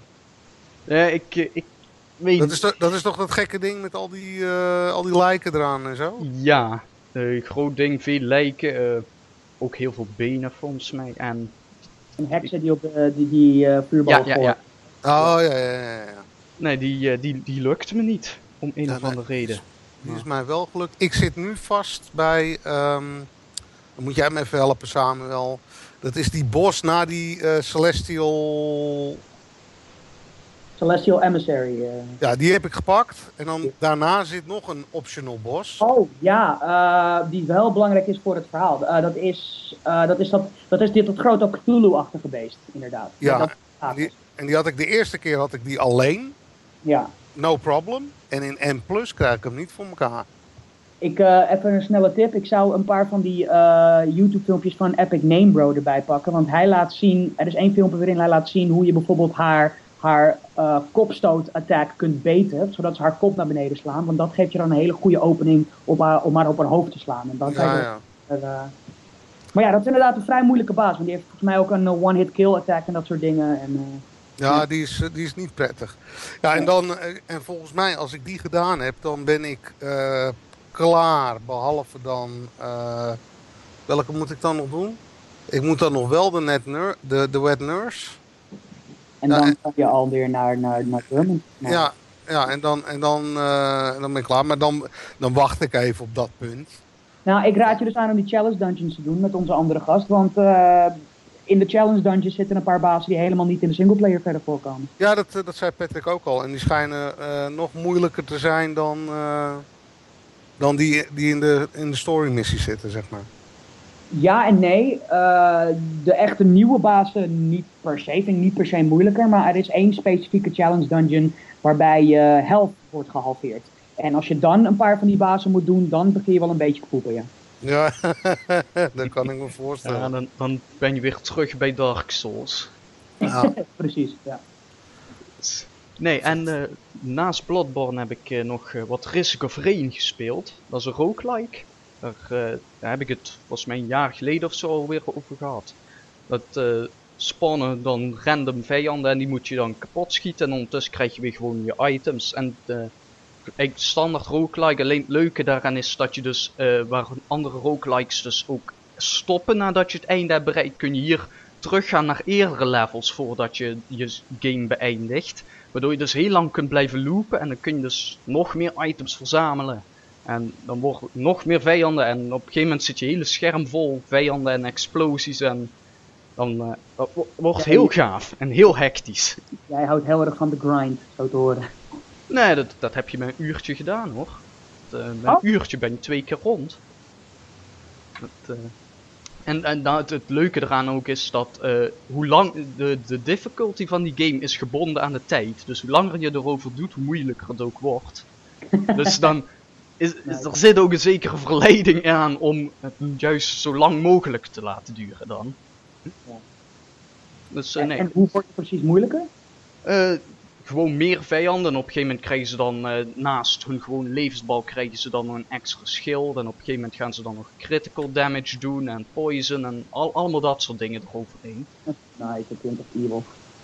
Ja, uh, ik, uh, ik weet dat is, to, dat is toch dat gekke ding met al die, uh, al die lijken eraan en zo? Ja, uh, groot ding, veel lijken, uh, ook heel veel benen volgens mij. En een heksen die op de, die, die uh, vuurbal ja, ja, ja. Oh ja, ja, ja, ja. Nee, die, uh, die, die lukte me niet, om een ja, of andere nee, reden. Die is mij wel gelukt. Ik zit nu vast bij, um, dan moet jij me even helpen Samuel. Dat is die bos na die uh, Celestial... Celestial Emissary. Uh. Ja, die heb ik gepakt. En dan daarna zit nog een optional bos. Oh, ja. Uh, die wel belangrijk is voor het verhaal. Uh, dat, is, uh, dat is dat, dat is dit dat grote Cthulhu-achtige beest, inderdaad. Ja, dat, en die, en die had ik de eerste keer had ik die alleen. Ja. No problem. En in N plus krijg ik hem niet voor elkaar. Ik, uh, even een snelle tip. Ik zou een paar van die uh, YouTube filmpjes van Epic Namebro erbij pakken. Want hij laat zien, er is één filmpje waarin hij laat zien hoe je bijvoorbeeld haar, haar uh, kopstoot-attack kunt beten. Zodat ze haar kop naar beneden slaan. Want dat geeft je dan een hele goede opening op haar, om haar op haar hoofd te slaan. En dan Ja, ja. er, uh... Maar ja, dat is inderdaad een vrij moeilijke baas. Want die heeft volgens mij ook een uh, one-hit kill attack en dat soort dingen. En, uh... Ja, die is, die is niet prettig. Ja, en, dan, en volgens mij, als ik die gedaan heb, dan ben ik uh, klaar. Behalve dan... Uh, welke moet ik dan nog doen? Ik moet dan nog wel de, net nur, de, de Wet Nurse. En dan ja, kan je alweer naar, naar, naar Drummond. Nou. Ja, ja, en dan, en dan, uh, dan ben ik klaar. Maar dan, dan wacht ik even op dat punt. Nou, ik raad je dus aan om die challenge dungeons te doen met onze andere gast. Want... Uh, in de challenge dungeons zitten een paar bazen die helemaal niet in de singleplayer verder voorkomen. Ja, dat, dat zei Patrick ook al. En die schijnen uh, nog moeilijker te zijn dan, uh, dan die, die in de, in de story missies zitten, zeg maar. Ja en nee. Uh, de echte nieuwe bazen niet per se, vind ik niet per se moeilijker. Maar er is één specifieke challenge dungeon waarbij je health wordt gehalveerd. En als je dan een paar van die bazen moet doen, dan begin je wel een beetje te poepen, ja. Ja, dat kan ik me voorstellen. Ja, dan, dan ben je weer terug bij Dark Souls. Ja. Precies, ja. Nee, en uh, naast Bloodborne heb ik uh, nog uh, wat Risk of Rain gespeeld. Dat is een roguelike. Daar, uh, daar heb ik het volgens mij een jaar geleden of zo alweer over gehad. Dat uh, spawnen dan random vijanden en die moet je dan kapot schieten. En ondertussen krijg je weer gewoon je items. En uh, standaard roguelike, alleen het leuke daaraan is dat je dus, uh, waar andere roguelikes dus ook stoppen nadat je het einde hebt bereikt, kun je hier teruggaan naar eerdere levels voordat je je game beëindigt. Waardoor je dus heel lang kunt blijven loopen en dan kun je dus nog meer items verzamelen. En dan worden nog meer vijanden en op een gegeven moment zit je hele scherm vol vijanden en explosies en dan uh, dat wordt heel gaaf en heel hectisch. Jij houdt heel erg van de grind, zo te horen. Nee, dat, dat heb je met een uurtje gedaan hoor. Dat, uh, met oh? een uurtje ben je twee keer rond. Dat, uh... En, en nou, het, het leuke eraan ook is dat uh, hoe lang de, de difficulty van die game is gebonden aan de tijd. Dus hoe langer je erover doet, hoe moeilijker het ook wordt. Dus dan is, is er zit ook een zekere verleiding aan om het juist zo lang mogelijk te laten duren dan. Ja. Dus, uh, en, nee. en hoe wordt het precies moeilijker? Uh, gewoon meer vijanden en op een gegeven moment krijgen ze dan uh, naast hun gewoon levensbal krijgen ze dan nog een extra schild en op een gegeven moment gaan ze dan nog critical damage doen en poison en al, allemaal dat soort dingen eroverheen. Nice, dat klinkt echt evil.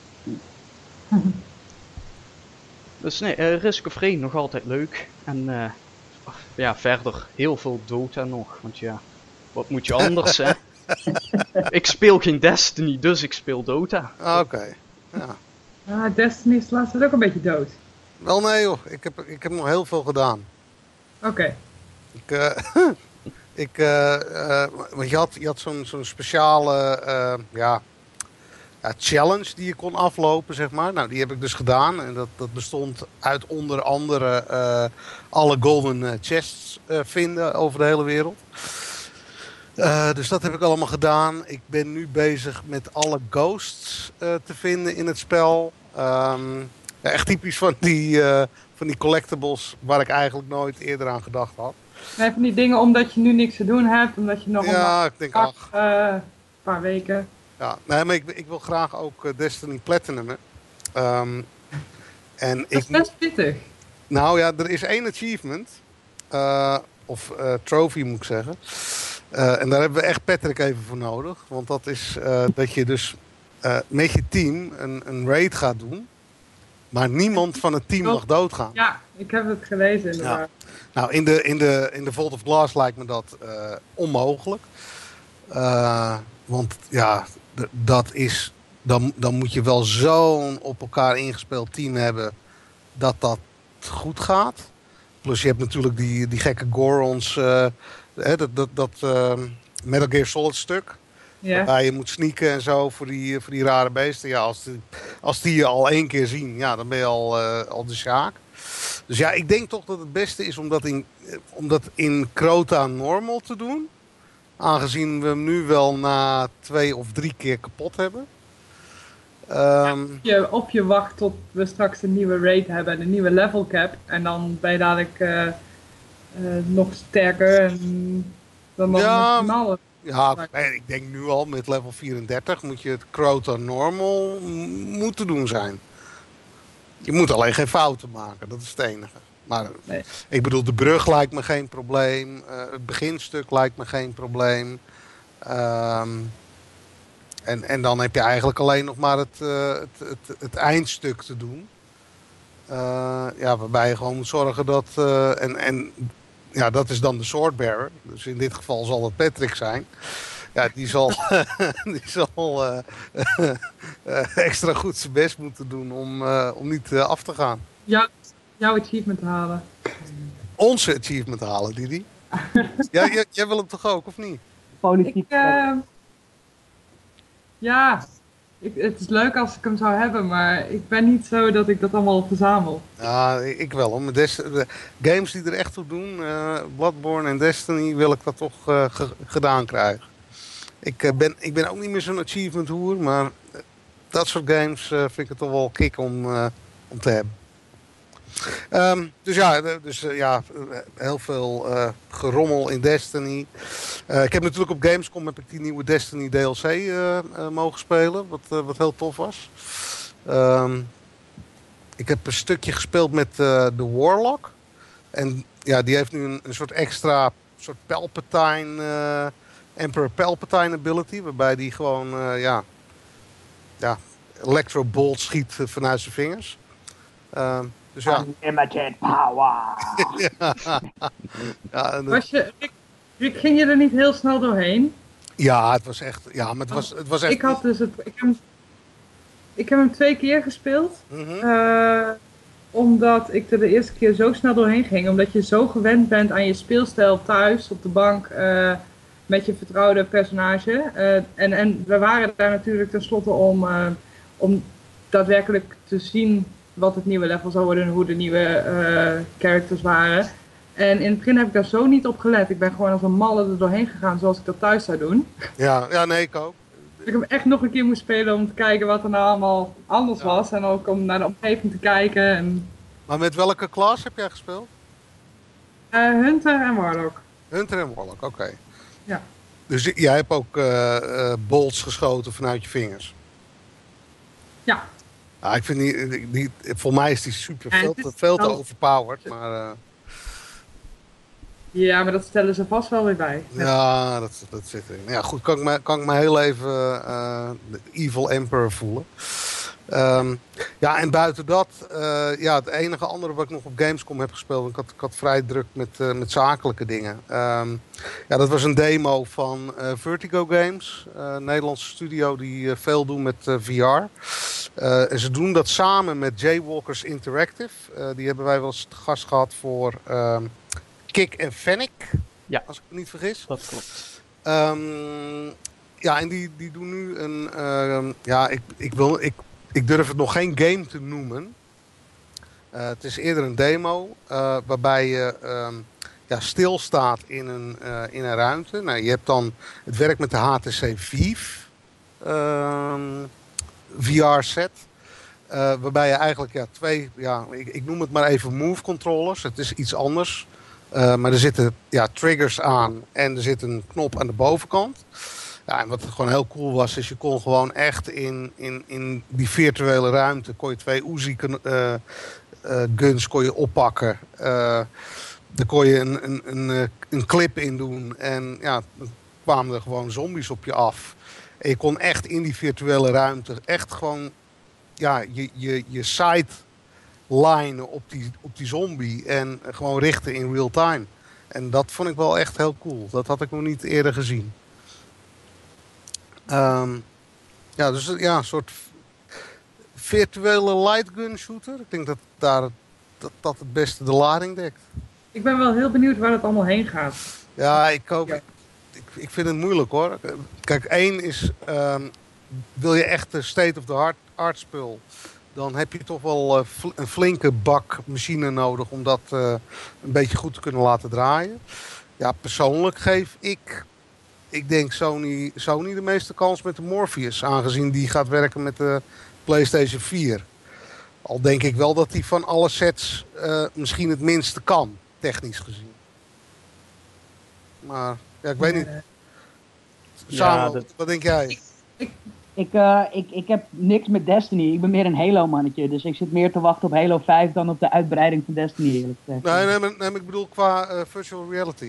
Dus nee, uh, Risk of Rain nog altijd leuk en uh, ja, verder heel veel Dota nog, want ja, wat moet je anders hè? Ik speel geen Destiny, dus ik speel Dota. Oké, okay. Ja. Ah, Destiny is laatst ook een beetje dood. Wel nee joh, ik heb, ik heb nog heel veel gedaan. Oké. Okay. Ik, uh, ik, uh, uh, want je had, je had zo'n zo'n speciale uh, ja, ja, challenge die je kon aflopen, zeg maar. Nou, die heb ik dus gedaan. En dat, dat bestond uit onder andere uh, alle golden chests uh, vinden over de hele wereld. Uh, dus dat heb ik allemaal gedaan. Ik ben nu bezig met alle ghosts uh, te vinden in het spel. Um, ja, echt typisch van die, uh, van die collectibles waar ik eigenlijk nooit eerder aan gedacht had. Nee, van die dingen omdat je nu niks te doen hebt, omdat je nog ja, een ik denk, paar, ach. Uh, paar weken... Ja, nee, maar ik, ik wil graag ook uh, Destiny Platinumen. Um, en dat ik is best pittig. Nou ja, er is één achievement. Uh, of uh, trophy moet ik zeggen. Uh, en daar hebben we echt Patrick even voor nodig. Want dat is uh, dat je dus uh, met je team een, een raid gaat doen. Maar niemand van het team mag doodgaan. Ja, ik heb het gelezen inderdaad. Ja. Nou, in de, in, de, in de Vault of Glass lijkt me dat uh, onmogelijk. Uh, want ja, d- dat is... Dan, dan moet je wel zo'n op elkaar ingespeeld team hebben dat dat goed gaat. Plus je hebt natuurlijk die, die gekke Gorons... Uh, He, dat dat, dat uh, Metal Gear Solid stuk. Ja. Waarbij je moet sneaken en zo voor die, voor die rare beesten. Ja, als, die, als die je al één keer zien, ja, dan ben je al, uh, al de sjaak. Dus ja, ik denk toch dat het beste is om dat in, om dat in Crota normal te doen. Aangezien we hem nu wel na twee of drie keer kapot hebben. Um, ja, of, je, of je wacht tot we straks een nieuwe raid hebben en een nieuwe level cap. En dan ben je dadelijk... Uh... uh, nog sterker en dan dan Ja, normale. Ja, nee, ik denk nu al met level vierendertig moet je het Crota normal m- moeten doen zijn. Je moet alleen geen fouten maken, dat is het enige. Maar Nee. ik bedoel, de brug lijkt me geen probleem. Uh, het beginstuk lijkt me geen probleem. Um, en, en dan heb je eigenlijk alleen nog maar het, uh, het, het, het eindstuk te doen. Uh, ja, waarbij je gewoon moet zorgen dat... Uh, en, en ja, dat is dan de Swordbearer. Dus in dit geval zal het Patrick zijn. Ja, die zal, die zal uh, uh, extra goed zijn best moeten doen om, uh, om niet uh, af te gaan. Ja, jouw achievement halen. Onze achievement halen, Didi. Ja, jij, jij wil hem toch ook, of niet? Politiek. Ik, uh, ja, ik, het is leuk als ik hem zou hebben, maar ik ben niet zo dat ik dat allemaal verzamel. Ja, ik wel. Hoor. Des, de games die er echt toe doen, uh, Bloodborne en Destiny, wil ik dat toch uh, ge- gedaan krijgen. Ik, uh, ben, ik ben ook niet meer zo'n achievement hoer, maar uh, dat soort games uh, vind ik het toch wel kick om, uh, om te hebben. Um, dus ja, dus, uh, ja, heel veel uh, gerommel in Destiny. Uh, ik heb natuurlijk op Gamescom heb ik die nieuwe Destiny D L C uh, uh, mogen spelen, wat, uh, wat heel tof was. Um, ik heb een stukje gespeeld met uh, de Warlock. En ja, die heeft nu een, een soort extra soort Palpatine, uh, Emperor Palpatine ability, waarbij die gewoon uh, ja, ja, electrobolt schiet uh, vanuit zijn vingers. Uh, Dus ja. Unlimited power. ja. Ja, en, Was je, ik, ik ging je er niet heel snel doorheen? ja, het was echt. Ja, maar het was, het was echt. Ik had dus het. Ik heb, ik heb hem twee keer gespeeld. Mm-hmm. Uh, omdat ik er de eerste keer zo snel doorheen ging. Omdat je zo gewend bent aan je speelstijl thuis op de bank. Uh, met je vertrouwde personage. Uh, en, en we waren daar natuurlijk tenslotte om, uh, om daadwerkelijk te zien wat het nieuwe level zou worden en hoe de nieuwe uh, characters waren. En in het begin heb ik daar zo niet op gelet. Ik ben gewoon als een malle er doorheen gegaan zoals ik dat thuis zou doen. Ja, ja nee, ik ook. Ik heb echt nog een keer moest spelen om te kijken wat er nou allemaal anders ja. was. En ook om naar de omgeving te kijken. En... Maar met welke klas heb jij gespeeld? Uh, Hunter en Warlock. Hunter en Warlock, oké. Okay. Ja. Dus jij hebt ook uh, uh, bolts geschoten vanuit je vingers? Ja. Ja, ik vind die, die, die, voor mij is die super ja, veel, te, veel te overpowered, maar... Uh... Ja, maar dat stellen ze vast wel weer bij. Ja, dat, dat zit erin. Ja, goed, kan ik me, kan ik me heel even uh, de Evil Emperor voelen. Um, ja, en buiten dat, uh, ja, het enige andere wat ik nog op Gamescom heb gespeeld, ik had, ik had vrij druk met, uh, met zakelijke dingen. Um, ja, dat was een demo van uh, Vertigo Games, uh, een Nederlandse studio die uh, veel doen met uh, V R. Uh, en ze doen dat samen met Jaywalkers Interactive. Uh, die hebben wij wel eens te gast gehad voor um, Kik en Fennec, ja. Als ik me niet vergis. Dat klopt. Um, ja, en die, die doen nu een, uh, ja, ik, ik wil, ik Ik durf het nog geen game te noemen. Uh, het is eerder een demo. Uh, waarbij je um, ja, stilstaat in een, uh, in een ruimte. Nou, je hebt dan het werk met de H T C Vive um, V R set. Uh, waarbij je eigenlijk ja, twee, ja, ik, ik noem het maar even move controllers. Het is iets anders. Uh, maar er zitten ja, triggers aan en er zit een knop aan de bovenkant. Ja, en wat gewoon heel cool was, is je kon gewoon echt in, in, in die virtuele ruimte, kon je twee Uzi uh, uh, guns kon je oppakken. Uh, daar kon je een, een, een, een clip in doen en ja, dan kwamen er gewoon zombies op je af. En je kon echt in die virtuele ruimte echt gewoon ja, je, je, je sight linen op die, op die zombie en gewoon richten in real time. En dat vond ik wel echt heel cool. Dat had ik nog niet eerder gezien. Um, ja, dus ja, een soort virtuele lightgun shooter. Ik denk dat daar dat, dat het beste de lading dekt. Ik ben wel heel benieuwd waar het allemaal heen gaat. Ja, ik ook. Ja. Ik, ik vind het moeilijk hoor. Kijk, één is, um, wil je echt de state of the art, art spul, dan heb je toch wel uh, fl- een flinke bak machine nodig om dat uh, een beetje goed te kunnen laten draaien. Ja, persoonlijk geef ik... Ik denk Sony, Sony de meeste kans met de Morpheus, aangezien die gaat werken met de PlayStation vier. Al denk ik wel dat die van alle sets uh, misschien het minste kan, technisch gezien. Maar ja, ik weet niet. Nee. Samen, Ja, dat- wat denk jij? Ik, uh, ik, ik heb niks met Destiny. Ik ben meer een Halo-mannetje. Dus ik zit meer te wachten op Halo vijf dan op de uitbreiding van Destiny, eerlijk gezegd. Nee, nee, maar, nee, maar ik bedoel qua uh, virtual reality.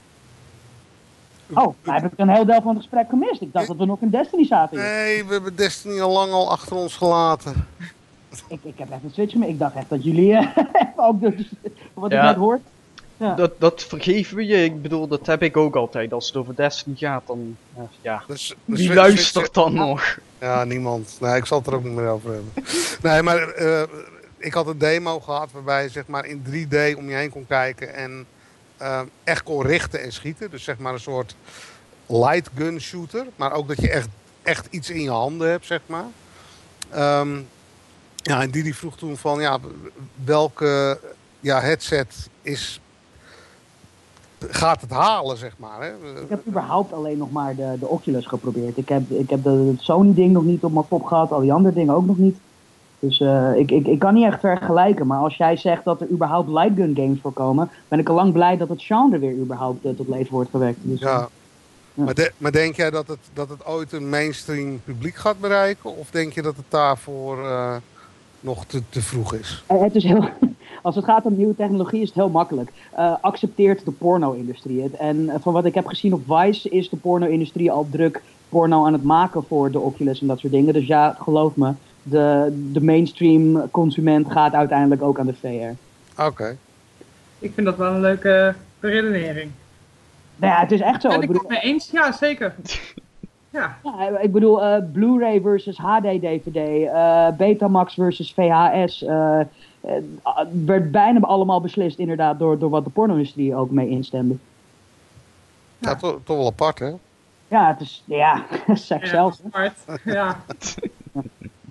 Oh, daar heb ik een heel deel van het gesprek gemist. Ik dacht dat we nog in Destiny zaten. hier. Nee, we hebben Destiny al lang al achter ons gelaten. Ik, ik heb echt een switch mee. Ik dacht echt dat jullie uh, ook dus, wat ik Ja. net hoor. Ja. Dat, dat vergeven we je. Ik bedoel, dat heb ik ook altijd. Als het over Destiny gaat, dan... Uh, ja, Dus, dus wie we- luistert dan nog? Ja, niemand. Nee, ik zal het er ook niet meer over hebben. Nee, maar uh, ik had een demo gehad waarbij je zeg maar in drie D om je heen kon kijken en uh, echt kon richten en schieten. Dus zeg maar een soort light gun shooter. Maar ook dat je echt, echt iets in je handen hebt, zeg maar. Um, ja, en Didi vroeg toen van, ja, welke ja, headset is... gaat het halen, zeg maar. Hè? Ik heb überhaupt alleen nog maar de, de Oculus geprobeerd. Ik heb, ik heb de Sony-ding nog niet op mijn pop gehad, al die andere dingen ook nog niet. Dus uh, ik, ik, ik kan niet echt vergelijken. Maar als jij zegt dat er überhaupt lightgun games voorkomen, ben ik al lang blij dat het genre weer überhaupt uh, tot leven wordt gewekt. Dus, ja. Uh, ja. Maar, de, maar denk jij dat het, dat het ooit een mainstream publiek gaat bereiken? Of denk je dat het daarvoor uh, nog te, te vroeg is? Uh, het is heel... Als het gaat om nieuwe technologie is het heel makkelijk. Uh, accepteert de porno-industrie het. En uh, van wat ik heb gezien op Vice is de porno-industrie al druk porno aan het maken voor de Oculus en dat soort dingen. Dus ja, geloof me, de, de mainstream consument gaat uiteindelijk ook aan de V R. Oké. Okay. Ik vind dat wel een leuke redenering. Nou ja, het is echt zo. En ik ik bedoel, ben het mee eens, ja zeker. Ja. Ja, ik bedoel, uh, Blu-ray versus H D D V D, uh, Betamax versus V H S. Uh, Het uh, werd bijna allemaal beslist inderdaad door, door wat de porno-industrie ook mee instemde. Ja, ja toch, toch wel apart, hè? Ja, het is, ja, seks ja, zelf. Apart, ja. Oké,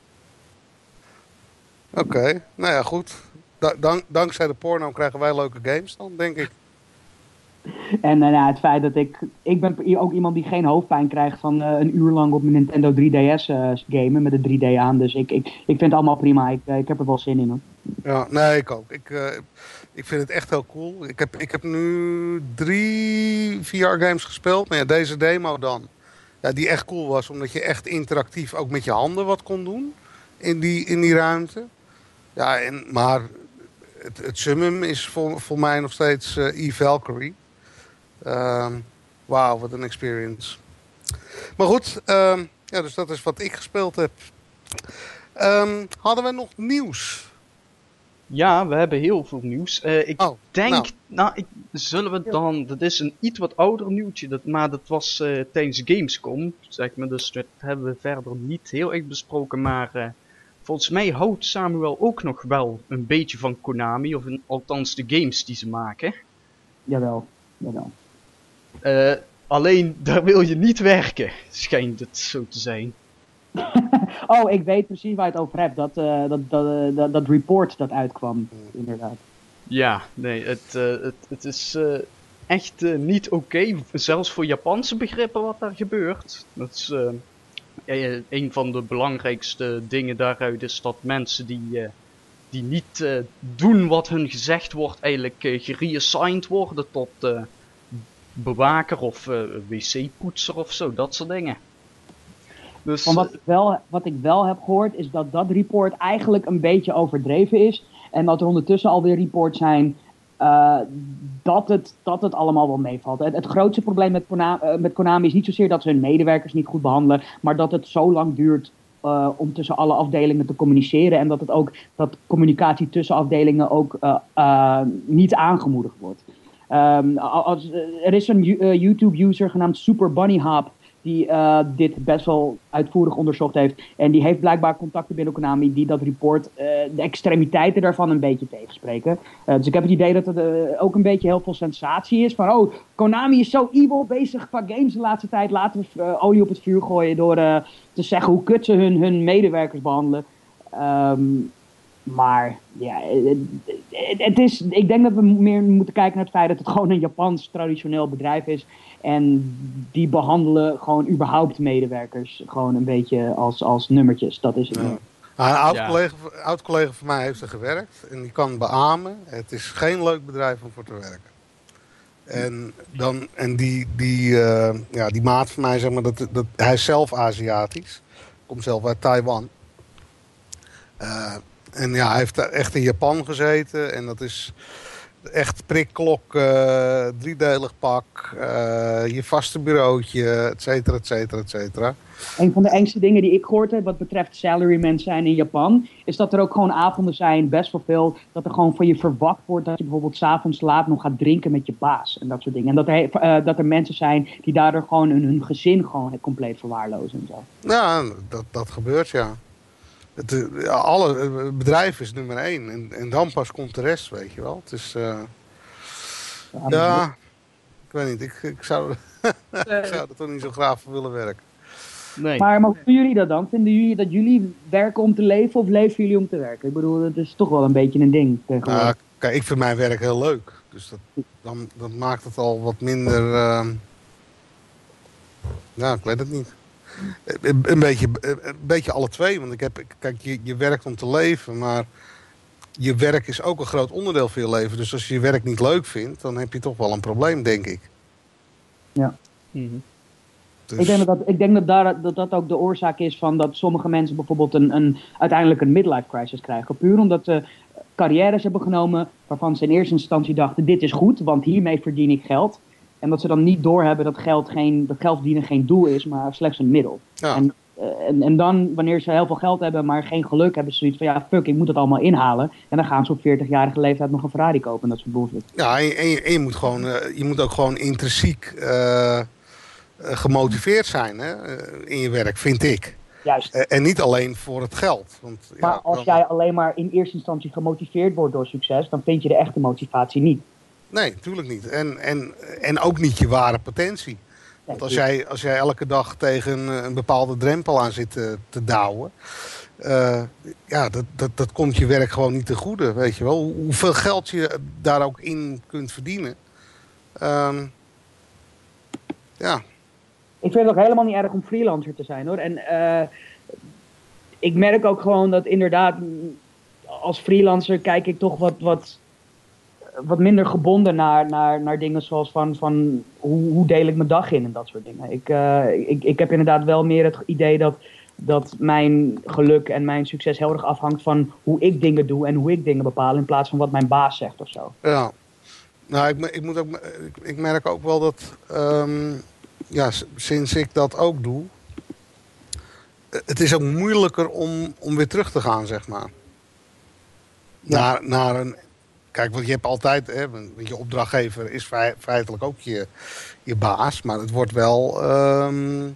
okay. Nou ja, goed. Da- dank, dankzij de porno krijgen wij leuke games dan, denk ik. En uh, nou, het feit dat ik, ik ben ook iemand die geen hoofdpijn krijgt van uh, een uur lang op mijn Nintendo drie D S uh, gamen met de drie D aan. Dus ik, ik, ik vind het allemaal prima. Ik, uh, ik heb er wel zin in, hoor. Ja, nee, ik ook. Ik, uh, ik vind het echt heel cool. Ik heb, ik heb nu drie V R-games gespeeld. Maar ja, deze demo dan. Ja, die echt cool was, omdat je echt interactief ook met je handen wat kon doen in die, in die ruimte. Ja, en, maar het, het summum is voor, voor mij nog steeds uh, E-Valkyrie. Um, Wauw, wat een experience. Maar goed, um, ja, dus dat is wat ik gespeeld heb. Um, hadden we nog nieuws? Ja, we hebben heel veel nieuws. Uh, ik oh, denk, nou, nou ik, zullen we dan, dat is een iets wat ouder nieuwtje, dat, maar dat was uh, tijdens Gamescom, zeg maar, dus dat hebben we verder niet heel erg besproken, maar uh, volgens mij houdt Samuel ook nog wel een beetje van Konami, of een, althans de games die ze maken. Jawel, jawel. Uh, alleen, daar wil je niet werken, schijnt het zo te zijn. Oh, ik weet precies waar je het over hebt. Dat, uh, dat, dat, uh, dat, dat report dat uitkwam, inderdaad. Ja, nee, het, uh, het, het is uh, echt uh, niet oké. Okay. Zelfs voor Japanse begrippen wat daar gebeurt. Dat is uh, een van de belangrijkste dingen daaruit is dat mensen die, uh, die niet uh, doen wat hun gezegd wordt, eigenlijk uh, gereassigned worden tot uh, bewaker of uh, wc-poetser of zo, dat soort dingen. Dus, Van wat, ik wel, wat ik wel heb gehoord is dat dat report eigenlijk een beetje overdreven is. En dat er ondertussen alweer reports zijn uh, dat, het, dat het allemaal wel meevalt. Het, het grootste probleem met Konami, uh, met Konami is niet zozeer dat ze hun medewerkers niet goed behandelen. Maar dat het zo lang duurt uh, om tussen alle afdelingen te communiceren. En dat het ook dat communicatie tussen afdelingen ook uh, uh, niet aangemoedigd wordt. Um, als, uh, er is een uh, YouTube-user genaamd Super Bunny Hop. Die uh, dit best wel uitvoerig onderzocht heeft. En die heeft blijkbaar contacten binnen Konami die dat report, uh, de extremiteiten daarvan een beetje tegenspreken. Uh, dus ik heb het idee dat het uh, ook een beetje heel veel sensatie is. Van oh, Konami is zo evil bezig qua games de laatste tijd. Laten we uh, olie op het vuur gooien door uh, te zeggen hoe kut ze hun, hun medewerkers behandelen. Um, maar ja, het, het, het is, ik denk dat we meer moeten kijken naar het feit dat het gewoon een Japans traditioneel bedrijf is. En die behandelen gewoon überhaupt medewerkers gewoon een beetje als, als nummertjes. Dat is het. Ja. Ah, een oud, Ja. collega, oud collega van mij heeft er gewerkt en die kan beamen. Het is geen leuk bedrijf om voor te werken. En, dan, en die, die, uh, ja, die maat van mij, zeg maar, dat, dat, hij is zelf Aziatisch. Komt zelf uit Taiwan. Uh, en ja, hij heeft daar echt in Japan gezeten. En dat is echt prikklok, uh, driedelig pak, uh, je vaste bureautje, et cetera, et cetera, et cetera. Een van de engste dingen die ik gehoord heb wat betreft salarymen zijn in Japan, is dat er ook gewoon avonden zijn, best wel veel, dat er gewoon van je verwacht wordt dat je bijvoorbeeld 's avonds laat nog gaat drinken met je baas en dat soort dingen. En dat er, uh, dat er mensen zijn die daardoor gewoon hun, hun gezin gewoon compleet verwaarlozen en zo. Ja, dat, dat gebeurt, ja. Het, alle, het bedrijf is nummer één en, en dan pas komt de rest, weet je wel. Het is, uh, ja, ja ik weet niet, ik, ik, zou, ik zou er toch niet zo graag voor willen werken. Nee. Maar, maar hoe doen jullie dat dan? Vinden jullie dat jullie werken om te leven of leven jullie om te werken? Ik bedoel, dat is toch wel een beetje een ding tegenwoordig. Nou, kijk, ik vind mijn werk heel leuk. Dus dat, dan, dat maakt het al wat minder... Uh, ja, ik weet het niet. Een beetje, een beetje alle twee. Want ik heb, kijk, je, je werkt om te leven, maar je werk is ook een groot onderdeel van je leven. Dus als je je werk niet leuk vindt, dan heb je toch wel een probleem, denk ik. Ja. Mm-hmm. Dus... Ik denk, dat dat, ik denk dat, daar, dat dat ook de oorzaak is van dat sommige mensen bijvoorbeeld een, een, uiteindelijk een midlife crisis krijgen. Puur omdat ze carrières hebben genomen waarvan ze in eerste instantie dachten, dit is goed, want hiermee verdien ik geld. En dat ze dan niet doorhebben dat geld, geen, dat geld verdienen geen doel is, maar slechts een middel. Ja. En, uh, en, en dan, wanneer ze heel veel geld hebben, maar geen geluk hebben, ze zoiets van, ja, fuck, ik moet het allemaal inhalen. En dan gaan ze op veertigjarige leeftijd nog een Ferrari kopen en dat soort bullshit. Ja, en je, en je, en je moet gewoon, uh, je moet ook gewoon intrinsiek uh, gemotiveerd zijn, hè, in je werk, vind ik. Juist. Uh, en niet alleen voor het geld. Want, maar ja, als dan... jij alleen maar in eerste instantie gemotiveerd wordt door succes, dan vind je de echte motivatie niet. Nee, natuurlijk niet. En, en, en ook niet je ware potentie. Want als jij, als jij elke dag tegen een bepaalde drempel aan zit te, te douwen, uh, ja, dat, dat, dat komt je werk gewoon niet ten goede, weet je wel. Hoeveel geld je daar ook in kunt verdienen. Um, ja. Ik vind het ook helemaal niet erg om freelancer te zijn, hoor. En uh, ik merk ook gewoon dat inderdaad, als freelancer kijk ik toch wat... wat wat minder gebonden naar, naar, naar dingen zoals van, van hoe, hoe deel ik mijn dag in en dat soort dingen. Ik, uh, ik, ik heb inderdaad wel meer het idee dat, dat mijn geluk en mijn succes heel erg afhangt van hoe ik dingen doe en hoe ik dingen bepaal in plaats van wat mijn baas zegt of zo. Ja, nou ik, ik, moet ook, ik, ik merk ook wel dat um, ja, sinds ik dat ook doe, het is ook moeilijker om, om weer terug te gaan, zeg maar. Ja. Naar, naar een... Kijk, want je hebt altijd, hè, je opdrachtgever is feitelijk ook je, je baas, maar het wordt wel, um,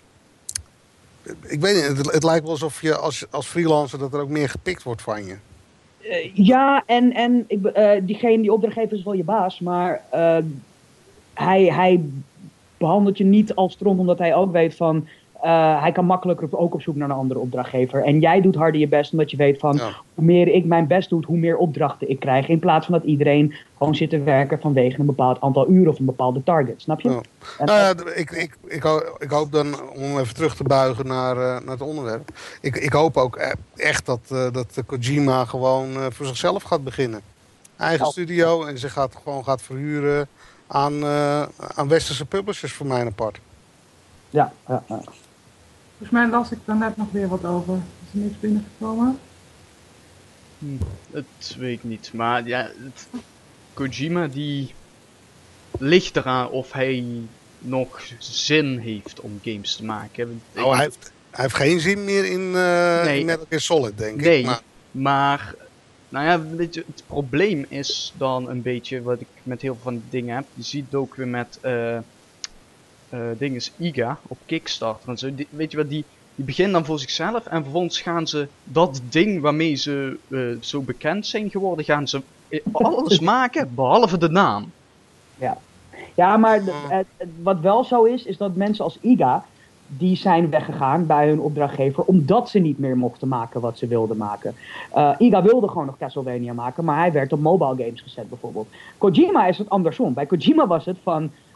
ik weet niet, het, het lijkt wel alsof je als, als freelancer dat er ook meer gepikt wordt van je. Uh, ja, en, en ik, uh, diegene, die opdrachtgever is wel je baas, maar uh, hij, hij behandelt je niet als stront omdat hij ook weet van, Uh, hij kan makkelijker ook op zoek naar een andere opdrachtgever. En jij doet harder je best omdat je weet van, ja. hoe meer ik mijn best doe, hoe meer opdrachten ik krijg. In plaats van dat iedereen gewoon zit te werken vanwege een bepaald aantal uren of een bepaalde target. Snap je? Ja. En, nou ja, ik, ik, ik, hoop, ik hoop dan, om even terug te buigen naar, uh, naar het onderwerp. Ik, ik hoop ook echt dat, uh, dat Kojima gewoon uh, voor zichzelf gaat beginnen. Eigen ja. studio en zich gaat, gewoon gaat verhuren aan, uh, aan westerse publishers voor mijn part. Ja, ja, ja. Volgens mij las ik daar net nog weer wat over. Is er niks binnengekomen? Hm, dat weet ik niet. Maar ja, het, Kojima die ligt eraan of hij nog zin heeft om games te maken. Oh, hij, heeft, hij heeft geen zin meer in, uh, nee, in Metal Gear Solid, denk nee, ik. Maar... maar, nou ja, weet je, het probleem is dan een beetje wat ik met heel veel van die dingen heb. Je ziet het ook weer met... Uh, Uh, ding is Iga op Kickstarter en zo. Die, weet je wat, die, die beginnen dan voor zichzelf en vervolgens gaan ze dat ding waarmee ze uh, zo bekend zijn geworden, gaan ze alles maken behalve de naam. Ja, ja maar de, het, het, wat wel zo is, is dat mensen als Iga, die zijn weggegaan bij hun opdrachtgever omdat ze niet meer mochten maken wat ze wilden maken. Uh, Iga wilde gewoon nog Castlevania maken, maar hij werd op mobile games gezet bijvoorbeeld. Kojima is het andersom. Bij Kojima was het van,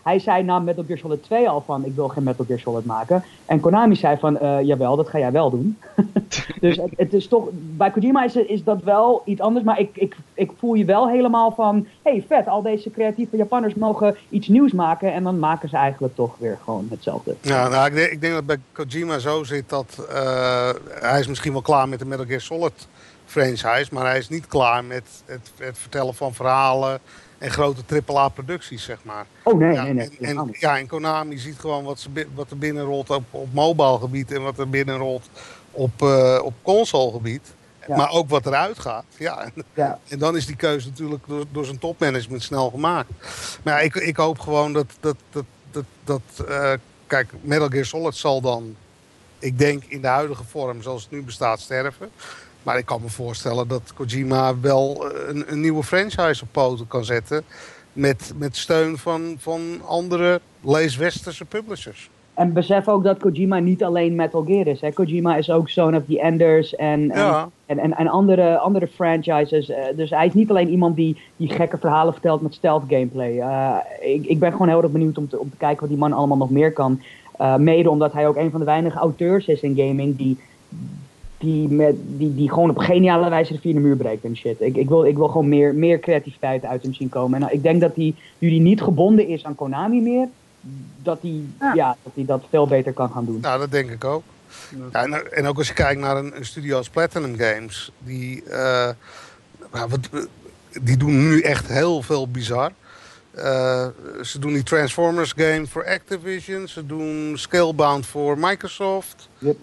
hij zei na Metal Gear Solid twee al van, ik wil geen Metal Gear Solid maken. En Konami zei van, uh, jawel, dat ga jij wel doen. Dus het, het is toch, bij Kojima is, is dat wel iets anders, maar ik, ik, ik voel je wel helemaal van, hey vet, al deze creatieve Japanners mogen iets nieuws maken en dan maken ze eigenlijk toch weer gewoon hetzelfde. Ja, nou, ik, denk, ik denk dat bij Kojima zo zit dat uh, hij is misschien wel klaar met de Metal Gear Solid franchise, maar hij is niet klaar met het, het vertellen van verhalen en grote triple A producties, zeg maar. Oh nee, ja, nee, nee. En, en, ja, en Konami ziet gewoon wat, ze, wat er binnenrolt op, op mobile gebied en wat er binnenrolt op, uh, op console gebied. Ja. Maar ook wat eruit gaat. Ja, en, ja. en dan is die keuze natuurlijk door, door zijn topmanagement snel gemaakt. Maar ja, ik, ik hoop gewoon dat, dat, dat, dat, dat uh, kijk, Metal Gear Solid zal dan, ik denk in de huidige vorm zoals het nu bestaat, sterven. Maar ik kan me voorstellen dat Kojima wel een, een nieuwe franchise op poten kan zetten. Met, met steun van, van andere lees-westerse publishers. En besef ook dat Kojima niet alleen Metal Gear is. Hè? Kojima is ook Zone of the Enders en, ja. en, en, en andere, andere franchises. Dus hij is niet alleen iemand die, die gekke verhalen vertelt met stealth gameplay. Uh, ik, ik ben gewoon heel erg benieuwd om te, om te kijken wat die man allemaal nog meer kan. Uh, mede omdat hij ook een van de weinige auteurs is in gaming die... Die, met, die, die gewoon op geniale wijze de vierde muur breekt en shit. Ik, ik, wil, ik wil gewoon meer, meer creativiteit uit hem zien komen. En nou, ik denk dat hij, nu hij niet gebonden is aan Konami meer, dat hij ja. Ja, dat, hij dat veel beter kan gaan doen. Nou, dat denk ik ook. Ja, en, en ook als je kijkt naar een, een studio als Platinum Games, die, uh, nou, wat, die doen nu echt heel veel bizar. Uh, ze doen die Transformers game voor Activision, ze doen Scalebound voor Microsoft. Yep.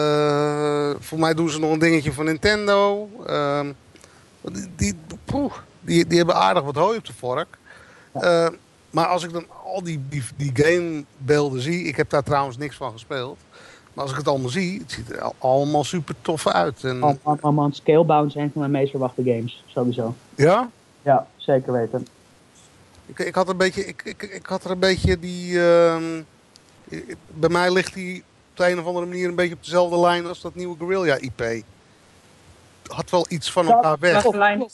Uh, voor mij doen ze nog een dingetje van Nintendo. Uh, die, die, poeh, die, die hebben aardig wat hooi op de vork. Uh, maar als ik dan al die, die, die gamebeelden zie... Ik heb daar trouwens niks van gespeeld. Maar als ik het allemaal zie... Het ziet er allemaal super tof uit. En... Man, man, man, man, Scalebound is een van mijn meest verwachte games. Sowieso. Ja? Ja, zeker weten. Ik, ik, had, een beetje, ik, ik, ik had er een beetje die... Uh, bij mij ligt die... op de een of andere manier een beetje op dezelfde lijn als dat nieuwe Guerrilla I P. Had wel iets van elkaar weg.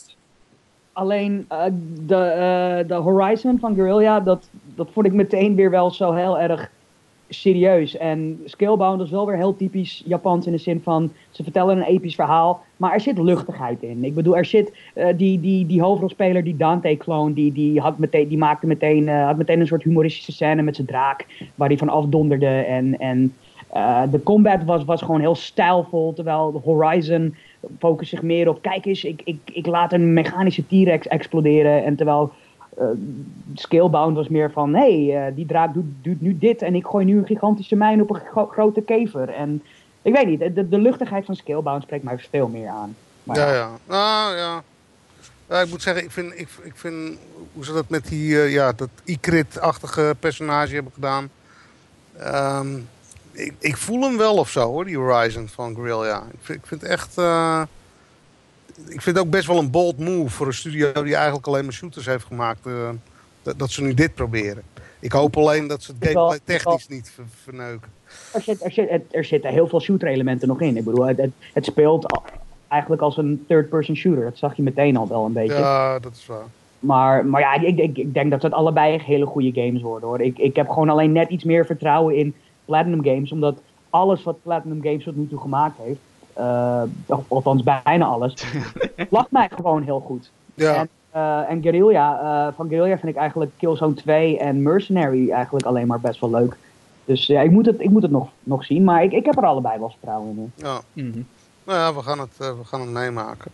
Alleen uh, de, uh, de Horizon van Guerrilla, dat, dat vond ik meteen weer wel zo heel erg serieus. En Scalebound is wel weer heel typisch Japans in de zin van, ze vertellen een episch verhaal, maar er zit luchtigheid in. Ik bedoel, er zit uh, die, die, die hoofdrolspeler, die Dante-clone, die, die, had meteen, die maakte meteen, uh, had meteen een soort humoristische scène met zijn draak, waar hij van afdonderde en... en Uh, de combat was, was gewoon heel stijlvol, terwijl de Horizon focust zich meer op, kijk eens, ik, ik, ik laat een mechanische T-Rex exploderen. En terwijl uh, Scalebound was meer van, hé, hey, uh, die draak doet, doet nu dit en ik gooi nu een gigantische mijn op een gro- grote kever. En ik weet niet, de, de luchtigheid van Scalebound spreekt mij veel meer aan. Maar ja, ja. Nou, ja. Ja, ik moet zeggen, ik vind, ik, ik vind hoe ze dat met die, uh, ja, dat Ygritte-achtige personage hebben gedaan. Um, Ik, ik voel hem wel of zo hoor, die Horizon van Guerrilla. Ik vind, ik vind echt... Uh, ik vind het ook best wel een bold move voor een studio die eigenlijk alleen maar shooters heeft gemaakt. Uh, dat, dat ze nu dit proberen. Ik hoop alleen dat ze het gameplay technisch niet ver, verneuken. Er, zit, er, zit, er zitten heel veel shooter elementen nog in. Ik bedoel, het, het, het speelt eigenlijk als een third-person shooter. Dat zag je meteen al wel een beetje. Ja, dat is waar. Maar, maar ja, ik, ik, ik denk dat het allebei hele goede games worden hoor. Ik, ik heb gewoon alleen net iets meer vertrouwen in Platinum Games, omdat alles wat Platinum Games tot nu toe gemaakt heeft, uh, althans bijna alles, lag mij gewoon heel goed. Ja. En, uh, en Guerrilla, uh, van Guerrilla vind ik eigenlijk Killzone twee en Mercenary eigenlijk alleen maar best wel leuk. Dus ja, ik moet het, ik moet het nog, nog zien, maar ik, ik heb er allebei wel vertrouwen in. Ja. Mm-hmm. Nou ja, we gaan het, uh, we gaan het meemaken.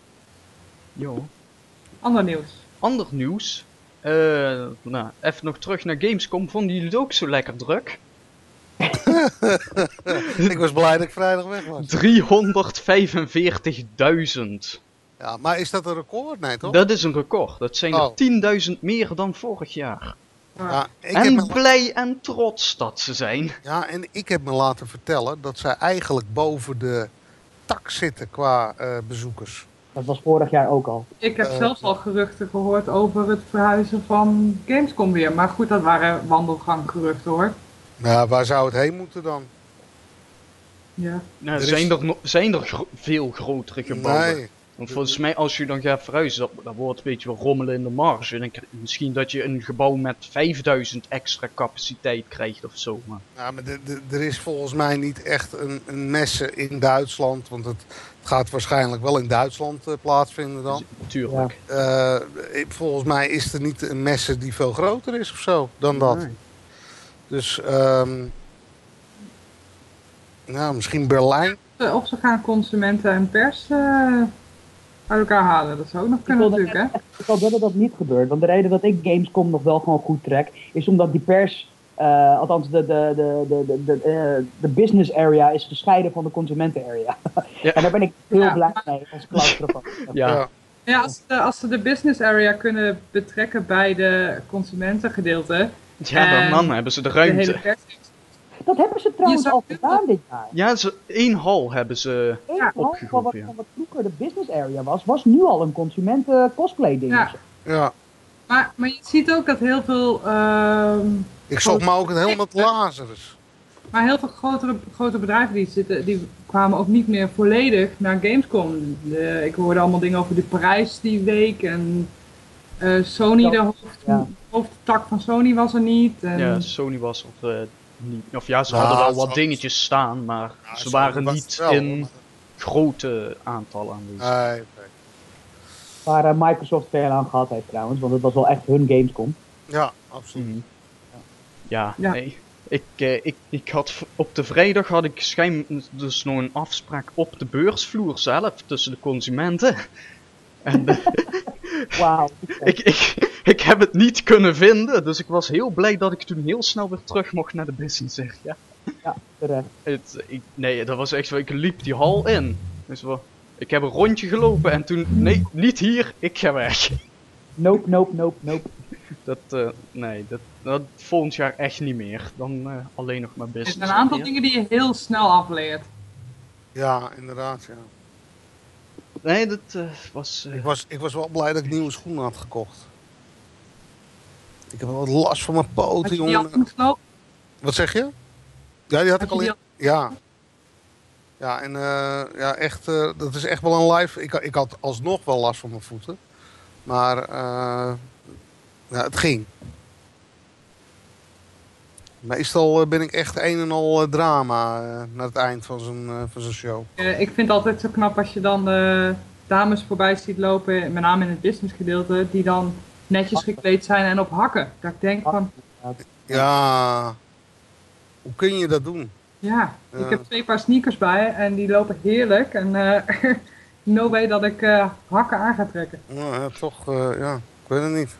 Jo. Ander nieuws. Ander nieuws. Uh, nou, even nog terug naar Gamescom. Vonden jullie het ook zo lekker druk? Ik was blij dat ik vrijdag weg was. driehonderdvijfenveertigduizend. Ja, maar is dat een record? Nee, toch? Dat is een record. Dat zijn oh. er tienduizend meer dan vorig jaar. Ja, ik en heb blij la- en trots dat ze zijn. Ja, en ik heb me laten vertellen dat zij eigenlijk boven de tak zitten qua uh, bezoekers. Dat was vorig jaar ook al. Ik heb uh, zelfs al geruchten gehoord over het verhuizen van Gamescom weer. Maar goed, dat waren wandelganggeruchten hoor. Nou, waar zou het heen moeten dan? Ja. Nou, er zijn, is... er no- zijn er gro- veel grotere gebouwen? Nee, Want volgens mij als je dan gaat verhuizen, dat, dat wordt een beetje wel rommelen in de marge. Dan krijg- misschien dat je een gebouw met vijfduizend extra capaciteit krijgt of zo. Maar Ja, maar de, de, er is volgens mij niet echt een, een messen in Duitsland. Want het, het gaat waarschijnlijk wel in Duitsland uh, plaatsvinden dan. tuurlijk. Uh, volgens mij is er niet een messen die veel groter is of zo dan dat. Nee. Dus, um, nou, misschien Berlijn. Of ze gaan consumenten en pers uh, uit elkaar halen. Dat zou ook nog kunnen natuurlijk, hè? Ik hoop dat dat niet gebeurt. Want de reden dat ik Gamescom nog wel gewoon goed trek, is omdat die pers, uh, althans de, de, de, de, de, de, uh, de business area is gescheiden van de consumenten area. Ja. En daar ben ik heel ja. blij mee als claustrofoob. Ja. Ja. Ja, als ze, als ze de business area kunnen betrekken bij de consumentengedeelte. Ja, dan, dan hebben ze de De hele ruimte. pers. Dat hebben ze trouwens zou al kunnen- gedaan dit jaar. Ja, ze, één hal hebben ze. Eén Ja, half van wat, opgegroepen, ja. van wat vroeger de business area was, was nu al een consumenten cosplay ding. Ja. Ja. Maar, maar je ziet ook dat heel veel, ehm, Ik zocht me ook helemaal met Lazarus. maar heel veel grotere, grote bedrijven die zitten, die kwamen ook niet meer volledig naar Gamescom. De, ik hoorde allemaal dingen over de prijs die week en uh, Sony, de hoofd, Ja. hoofdtak van Sony was er niet. En, Ja, Sony was of uh, niet. Of ja, ze Nou, hadden wel ze wat hadden- dingetjes staan, maar Ja, ze Sony waren was niet het wel, in hoor. grote aantallen aanwezig. Nee, nee. Waar uh, Microsoft veel aan gehad heeft trouwens, want het was wel echt hun Gamescom. Ja, absoluut. Mhm. Ja, Ja. nee. Ik, eh, ik, ik had v- op de vrijdag had ik schijn dus nog een afspraak op de beursvloer zelf tussen de consumenten. En eh, Wauw. ik, ik, ik heb het niet kunnen vinden, dus ik was heel blij dat ik toen heel snel weer terug mocht naar de business area. Ja, terecht. Het, ik, nee, dat was echt zo, ik liep die hal in. Dus wel, ik heb een rondje gelopen en toen, nee, niet hier, ik ga weg. Nope, nope, nope, nope. Dat, eh, nee, dat, dat volgend jaar echt niet meer. Dan eh, alleen nog maar er business. zijn een aantal Ja. dingen die je heel snel afleert. Ja, inderdaad. Ja. Nee, dat eh, was... eh, Ik, was, ik was wel blij dat ik nieuwe schoenen had gekocht. Ik heb wel wat last van mijn Had poten, je die al jongen. moeten lopen? Wat zeg je? Ja, die had ik Had al je in. die Ja. Ja, en uh, ja, echt, uh, dat is echt wel een live. Ik, ik had alsnog wel last van mijn voeten. Maar uh, ja, het ging. Meestal uh, ben ik echt een en al uh, drama uh, naar het eind van zo'n uh, van zo'n show. Uh, ik vind het altijd zo knap als je dan uh, dames voorbij ziet lopen, met name in het businessgedeelte, die dan netjes gekleed zijn en op hakken. Dat ik denk van, Ja, hoe kun je dat doen? ja, Ja. ik heb twee paar sneakers bij en die lopen heerlijk. En uh, no way dat ik uh, hakken aan ga trekken. Nou, ja, toch, uh, ja, ik weet het niet.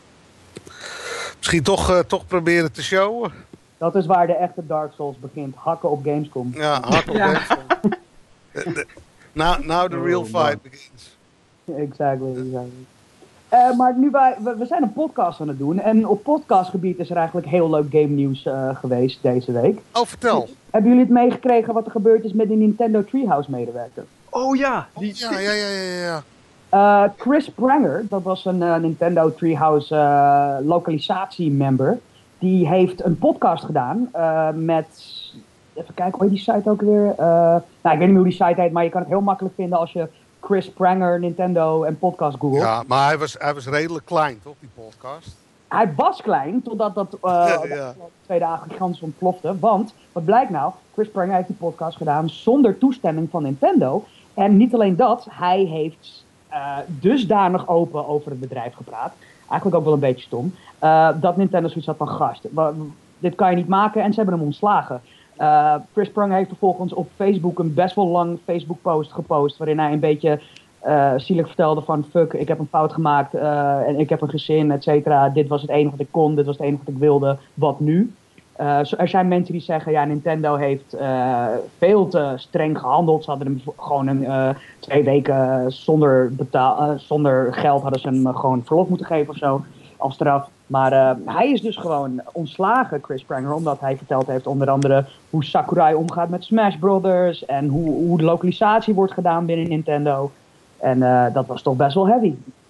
Misschien toch, uh, toch proberen te showen. Dat is waar de echte Dark Souls begint. Hakken op Gamescom. Ja, hak op Ja. Gamescom. Now, now the real Oh, fight man. begins. Exactly, exactly. Uh, maar nu wij, we, we zijn een podcast aan het doen. En op podcastgebied is er eigenlijk heel leuk game nieuws uh, geweest deze week. Oh, vertel. Hebben jullie het meegekregen wat er gebeurd is met die Nintendo Treehouse medewerker? Oh ja, Oh, die... ja, ja, ja, ja, ja. Uh, Chris Pranger, dat was een uh, Nintendo Treehouse uh, localisatie-member. Die heeft een podcast gedaan uh, met... Even kijken, hoe heet die site ook weer? Uh, nou, ik weet niet meer hoe die site heet, maar je kan het heel makkelijk vinden als je Chris Pranger, Nintendo en podcast googelt. Ja, maar hij was, hij was redelijk klein, toch, die podcast? Hij was klein, totdat dat uh, Ja, de ja. afgelopen twee dagen gigantisch ontplofte. Want, wat blijkt nou? Chris Pranger heeft die podcast gedaan zonder toestemming van Nintendo. En niet alleen dat, hij heeft uh, dusdanig open over het bedrijf gepraat. Eigenlijk ook wel een beetje stom. Uh, dat Nintendo zoiets had van gast. wa- Dit kan je niet maken en ze hebben hem ontslagen. Uh, Chris Pranger heeft vervolgens op Facebook een best wel lang Facebook post gepost. Waarin hij een beetje uh, zielig vertelde van fuck, ik heb een fout gemaakt. Uh, en ik heb een gezin, et cetera. Dit was het enige wat ik kon, dit was het enige wat ik wilde. Wat nu? Uh, zo- er zijn mensen die zeggen, ja, Nintendo heeft uh, veel te streng gehandeld. Ze hadden hem vo- gewoon een, uh, twee weken zonder, betaal, uh, zonder geld hadden ze hem uh, gewoon verlof moeten geven of zo, als straf. Maar uh, hij is dus gewoon ontslagen, Chris Pranger, omdat hij verteld heeft onder andere hoe Sakurai omgaat met Smash Brothers en hoe, hoe de lokalisatie wordt gedaan binnen Nintendo. En uh, dat was toch best wel heavy.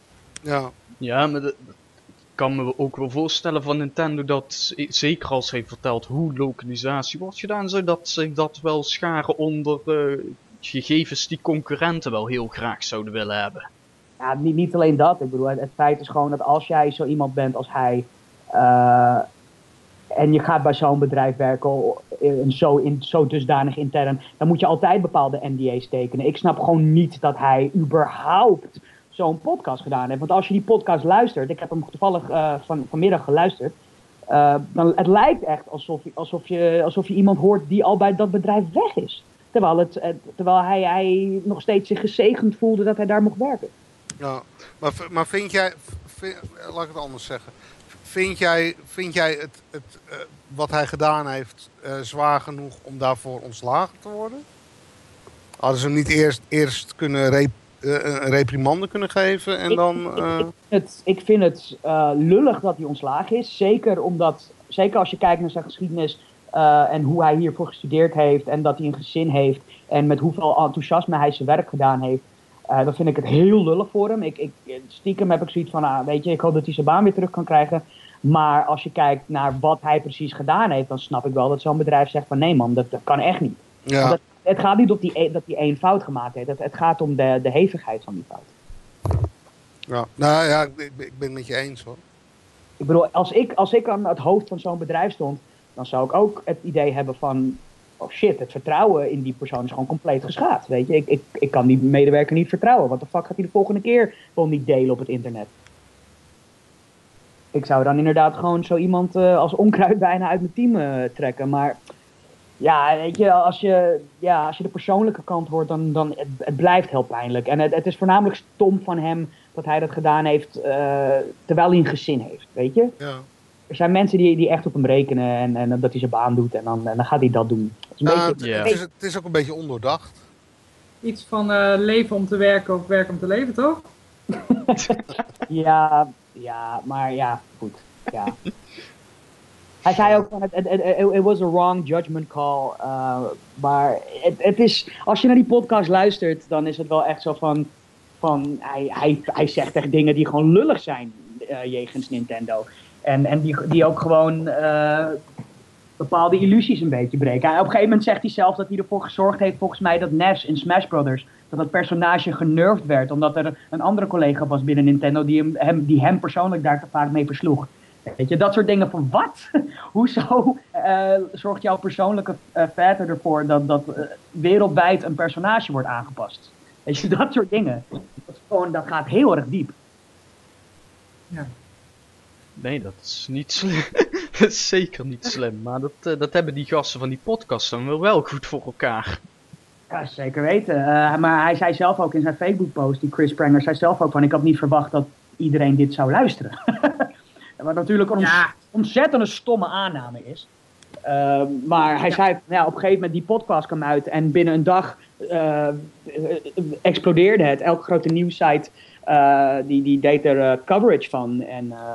Ja. Ja, maar de- ik kan me ook wel voorstellen van Nintendo dat, z- zeker als hij vertelt hoe lokalisatie wordt gedaan, zodat ze dat wel scharen onder eh, gegevens die concurrenten wel heel graag zouden willen hebben. Ja, niet, niet alleen dat. Ik bedoel, het, het feit is gewoon dat als jij zo iemand bent als hij... Uh, en je gaat bij zo'n bedrijf werken in zo, in, zo dusdanig intern... dan moet je altijd bepaalde N D A's tekenen. Ik snap gewoon niet dat hij überhaupt zo'n podcast gedaan heeft. Want als je die podcast luistert... Ik heb hem toevallig uh, van, vanmiddag geluisterd... Uh, dan, het lijkt echt alsof, alsof, je, alsof je iemand hoort die al bij dat bedrijf weg is. Terwijl, het, terwijl hij, hij nog steeds zich gezegend voelde dat hij daar mocht werken. Ja, maar, maar vind jij, vind, laat ik het anders zeggen. Vind jij, vind jij het, het, uh, wat hij gedaan heeft uh, zwaar genoeg om daarvoor ontslagen te worden? Hadden ze hem niet eerst, eerst kunnen rep, uh, een reprimande kunnen geven en ik, dan... Uh... Ik, ik vind het, ik vind het uh, lullig dat hij ontslagen is. Zeker omdat, zeker als je kijkt naar zijn geschiedenis uh, en hoe hij hiervoor gestudeerd heeft en dat hij een gezin heeft en met hoeveel enthousiasme hij zijn werk gedaan heeft. Uh, dan vind ik het heel lullig voor hem. Ik, ik, stiekem heb ik zoiets van, ah, weet je, ik hoop dat hij zijn baan weer terug kan krijgen. Maar als je kijkt naar wat hij precies gedaan heeft, dan snap ik wel dat zo'n bedrijf zegt van nee man, dat, dat kan echt niet. Ja. Dat, het gaat niet om die, dat hij één fout gemaakt heeft. Het, het gaat om de, de hevigheid van die fout. Ja, nou ja, ik, ik ben het met je eens hoor. Ik bedoel, als ik, als ik aan het hoofd van zo'n bedrijf stond, dan zou ik ook het idee hebben van, oh shit, het vertrouwen in die persoon is gewoon compleet geschaad. Weet je, ik, ik, ik kan die medewerker niet vertrouwen. Wat de fuck gaat hij de volgende keer wel niet delen op het internet? Ik zou dan inderdaad gewoon zo iemand uh, als onkruid bijna uit mijn team uh, trekken. Maar ja, weet je, als je, ja, als je de persoonlijke kant hoort, dan, dan het, het blijft heel pijnlijk. En het, het is voornamelijk stom van hem dat hij dat gedaan heeft uh, terwijl hij een gezin heeft, weet je. Ja. Er zijn mensen die, die echt op hem rekenen en, en dat hij zijn baan doet en dan, en dan gaat hij dat doen. Dat is een Uh, beetje, het, het, is, het is ook een beetje ondoordacht. Iets van uh, leven om te werken of werken om te leven, toch? ja, ja, maar ja, goed. Ja. Hij zei ook van, it, it, it, it was a wrong judgment call. Uh, maar het, het is, als je naar die podcast luistert, dan is het wel echt zo van, van hij, hij, hij zegt echt dingen die gewoon lullig zijn uh, jegens Nintendo. En, en die, die ook gewoon uh, bepaalde illusies een beetje breken. En op een gegeven moment zegt hij zelf dat hij ervoor gezorgd heeft, volgens mij, dat Ness in Smash Brothers, dat het personage genervd werd, omdat er een andere collega was binnen Nintendo die hem, hem, die hem persoonlijk daar te vaak mee versloeg. Weet je, dat soort dingen van wat? Hoezo uh, zorgt jouw persoonlijke uh, vader ervoor dat, dat uh, wereldwijd een personage wordt aangepast? Weet je, dat soort dingen. Dat, is gewoon, dat gaat heel erg diep. Ja. Nee, dat is niet slim. Dat is zeker niet slim. Maar dat, uh, dat hebben die gasten van die podcast dan wel wel goed voor elkaar. Ja, zeker weten. Uh, maar hij zei zelf ook in zijn Facebook-post, die Chris Pranger, zei zelf ook van, ik had niet verwacht dat iedereen dit zou luisteren. Wat natuurlijk een ja. ontzettende stomme aanname is. Uh, maar hij ja. zei, ja, op een gegeven moment die podcast kwam uit en binnen een dag uh, explodeerde het. Elke grote nieuwssite uh, die, die deed er uh, coverage van. En uh,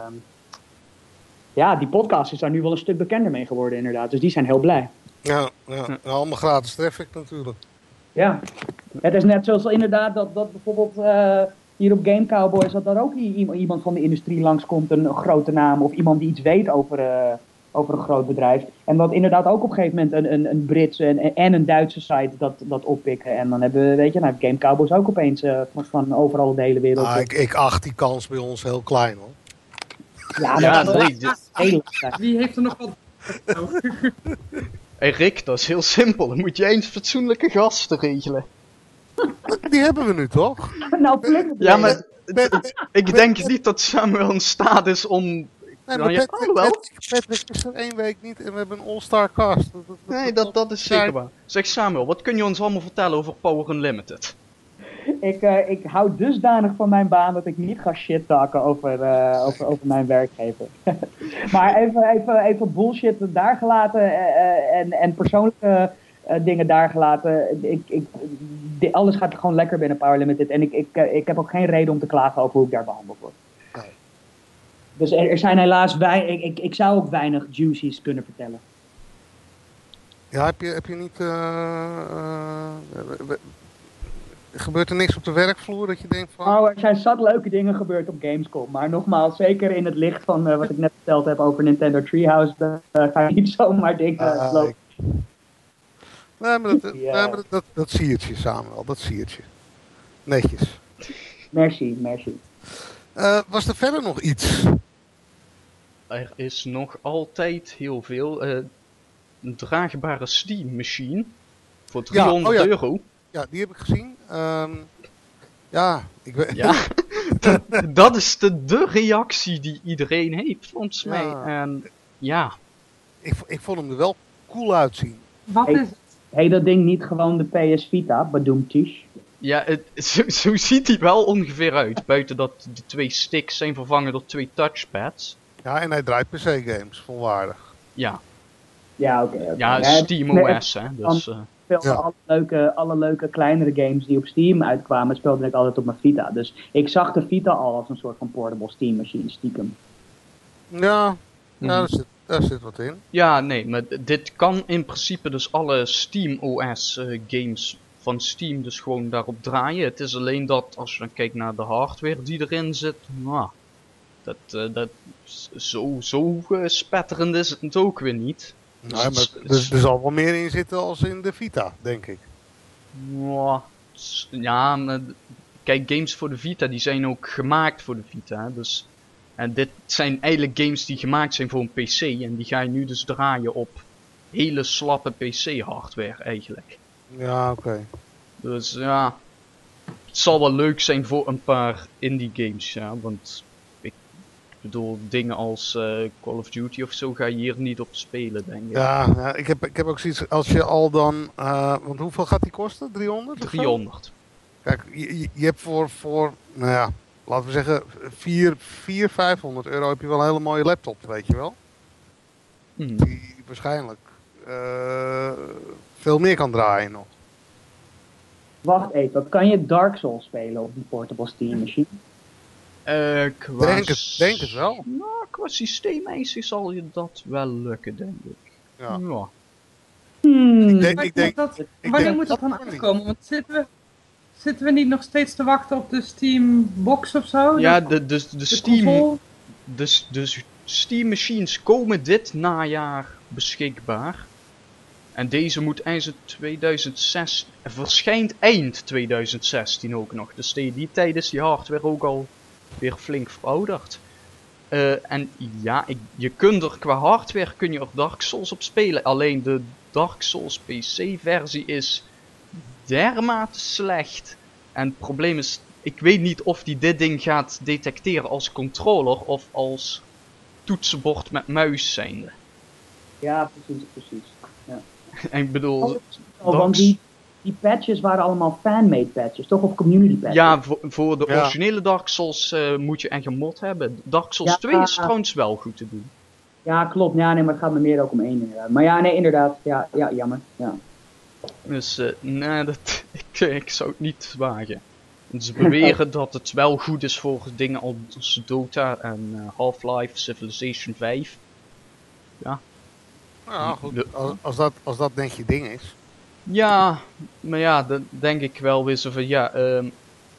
ja, die podcast is daar nu wel een stuk bekender mee geworden inderdaad. Dus die zijn heel blij. Ja, ja. Allemaal gratis traffic natuurlijk. Ja, het is net zoals inderdaad dat, dat bijvoorbeeld uh, hier op Game Cowboys, dat daar ook iemand van de industrie langskomt, een grote naam, of iemand die iets weet over, uh, over een groot bedrijf. En dat inderdaad ook op een gegeven moment een, een, een Britse en, en een Duitse site dat, dat oppikken. En dan hebben we, weet je, nou, Game Cowboys ook opeens uh, van, van overal de hele wereld. Ah, ik, ik acht die kans bij ons heel klein hoor. Ja, ja dat nee. is heel Wie heeft er nog wat... Hé hey Rick, dat is heel simpel. Dan moet je eens fatsoenlijke gasten regelen. Die hebben we nu toch? Nou, flikker. Ja, maar ik denk niet dat Samuel in staat is om... Nee, maar nou, ja, Patrick, wel. Patrick is er één week niet en we hebben een all-star cast. Dat, dat, nee, dat, dat is zeker waar. Zeg Samuel, wat kun je ons allemaal vertellen over Power Unlimited? Ik, uh, ik hou dusdanig van mijn baan dat ik niet ga shit-talken over, uh, over, over mijn werkgever. Maar even, even, even bullshit daar gelaten uh, en, en persoonlijke uh, dingen daar gelaten. Ik, ik, de, alles gaat gewoon lekker binnen Power Limited en ik, ik, uh, ik heb ook geen reden om te klagen over hoe ik daar behandeld word. Nee. Dus er, er zijn helaas wij, ik, ik, ik zou ook weinig juicies kunnen vertellen. Ja, heb je, heb je niet... Uh, uh, Gebeurt er niks op de werkvloer dat je denkt van... Oh, er zijn zat leuke dingen gebeurd op Gamescom. Maar nogmaals, zeker in het licht van uh, wat ik net verteld heb over Nintendo Treehouse, uh, ga je niet zomaar dingen uh, lopen. Ik... Nee, maar dat, ja. nee, maar dat, dat, dat zie je samen wel. Dat zie je. Netjes. Merci, merci. Uh, was er verder nog iets? Er is nog altijd heel veel. Uh, een draagbare Steam Machine. Voor driehonderd ja, oh ja. euro. Ja, die heb ik gezien. Um, ja, ik weet... Ja, dat, dat is de, de reactie die iedereen heeft, volgens ja. mij. En ja. Ik, ik vond hem er wel cool uitzien. Wat Hey. is het? Heet dat ding niet gewoon de P S Vita, Badoomtisch? Ja, het, zo, zo ziet hij wel ongeveer uit. Buiten dat de twee sticks zijn vervangen door twee touchpads. Ja, en hij draait P C-games, volwaardig. Ja. Ja, oké. Okay, okay. Ja, ja, SteamOS, hè. Dus, uh, speelde ja. alle, leuke, alle leuke kleinere games die op Steam uitkwamen, speelde ik altijd op mijn Vita. Dus ik zag de Vita al als een soort van portable Steam machine, stiekem. Ja, ja mm-hmm. daar, zit, daar zit wat in. Ja, nee, maar dit kan in principe dus alle SteamOS uh, games van Steam dus gewoon daarop draaien. Het is alleen dat, als je dan kijkt naar de hardware die erin zit, nou, dat, uh, dat zo, zo uh, spetterend is het ook weer niet. Nee, maar dus, er zal wel meer in zitten als in de Vita, denk ik. Ja, maar, kijk, games voor de Vita die zijn ook gemaakt voor de Vita. Dus, en dit zijn eigenlijk games die gemaakt zijn voor een P C. En die ga je nu dus draaien op hele slappe P C hardware eigenlijk. Ja, oké. Okay. Dus ja, het zal wel leuk zijn voor een paar indie games, ja. Want ik bedoel, dingen als uh, Call of Duty of zo ga je hier niet op spelen, denk ik. Ja, ja ik, heb, ik heb ook zoiets, als je al dan, uh, want hoeveel gaat die kosten? driehonderd? driehonderd. Kijk, je, je hebt voor, voor, nou ja, laten we zeggen, vier, vijfhonderd euro heb je wel een hele mooie laptop, weet je wel. Hmm. Die waarschijnlijk uh, veel meer kan draaien nog. Wacht even, wat kan je Dark Souls spelen op die portable Steam machine? Uh, qua denk, het, denk het wel. Nou, qua systeemeisen zal je dat wel lukken, denk ik. Ja. ja. Hmm. Ik denk, ik denk, dat, ik wanneer denk moet dat dan dat uitkomen? Want zitten we, zitten we niet nog steeds te wachten op de Steam box of zo? Ja, de, de, de, de, de Steam... De, de Steam machines komen dit najaar beschikbaar. En deze moet eind tweeduizend zes... verschijnt eind tweeduizend zestien ook nog. Dus tegen die tijd is die hardware ook al weer flink verouderd. Uh, en ja, ik, je kunt er qua hardware kun je er Dark Souls op spelen. Alleen de Dark Souls P C versie is dermate slecht. En het probleem is, ik weet niet of die dit ding gaat detecteren als controller of als toetsenbord met muis zijnde. Ja, precies, precies. Ja. En ik bedoel... Oh, oh, want die, die patches waren allemaal fan-made patches, toch? Of community patches? Ja, voor, voor de ja. originele Dark Souls uh, moet je echt een mod hebben. Dark Souls ja, twee is trouwens wel goed te doen. Ja, klopt. Ja, nee, maar het gaat me meer ook om één inderdaad. Maar ja, nee, inderdaad. Ja, ja jammer. Ja. Dus, uh, nee, dat, ik, ik zou het niet wagen. En ze beweren dat het wel goed is voor dingen als Dota en uh, Half-Life, Civilization vijf. Ja. Ja, goed. Als, als, dat, als dat denk je ding is. Ja, maar ja, dan denk ik wel weer zo van, ja, um,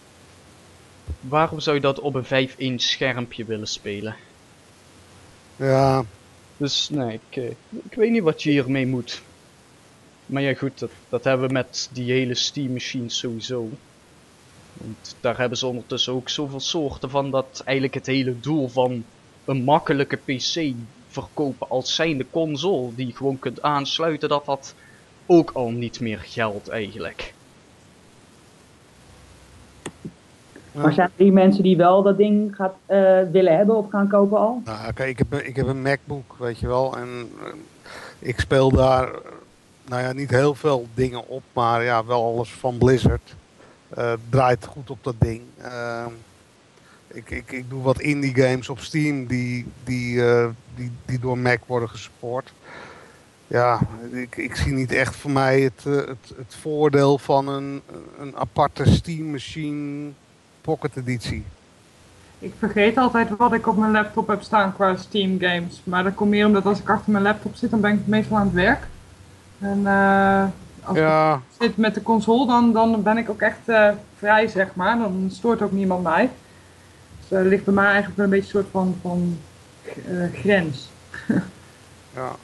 waarom zou je dat op een vijf inch schermpje willen spelen? Ja. Dus nee, ik, uh, ik weet niet wat je hiermee moet. Maar ja goed, dat, dat hebben we met die hele Steam machines sowieso. Want daar hebben ze ondertussen ook zoveel soorten van dat eigenlijk het hele doel van een makkelijke P C verkopen als zijnde console die je gewoon kunt aansluiten, dat dat ook al niet meer geldt eigenlijk. Maar zijn er die mensen die wel dat ding gaat, uh, willen hebben of gaan kopen al? Nou, oké, okay, ik, heb, ik heb een MacBook, weet je wel, en uh, ik speel daar, nou ja, niet heel veel dingen op, maar ja, wel alles van Blizzard. Uh, draait goed op dat ding. Uh, ik, ik, ik doe wat indie games op Steam die, die, uh, die, die door Mac worden gesupport. Ja, ik, ik zie niet echt voor mij het, uh, het, het voordeel van een, een aparte Steam machine Pocket editie. Ik vergeet altijd wat ik op mijn laptop heb staan qua Steam games. Maar dat komt meer omdat als ik achter mijn laptop zit, dan ben ik meestal aan het werk. En uh, als ja. ik zit met de console, dan, dan ben ik ook echt uh, vrij, zeg maar. Dan stoort ook niemand mij. Dus er uh, ligt bij mij eigenlijk wel een beetje een soort van, van uh, grens. ja.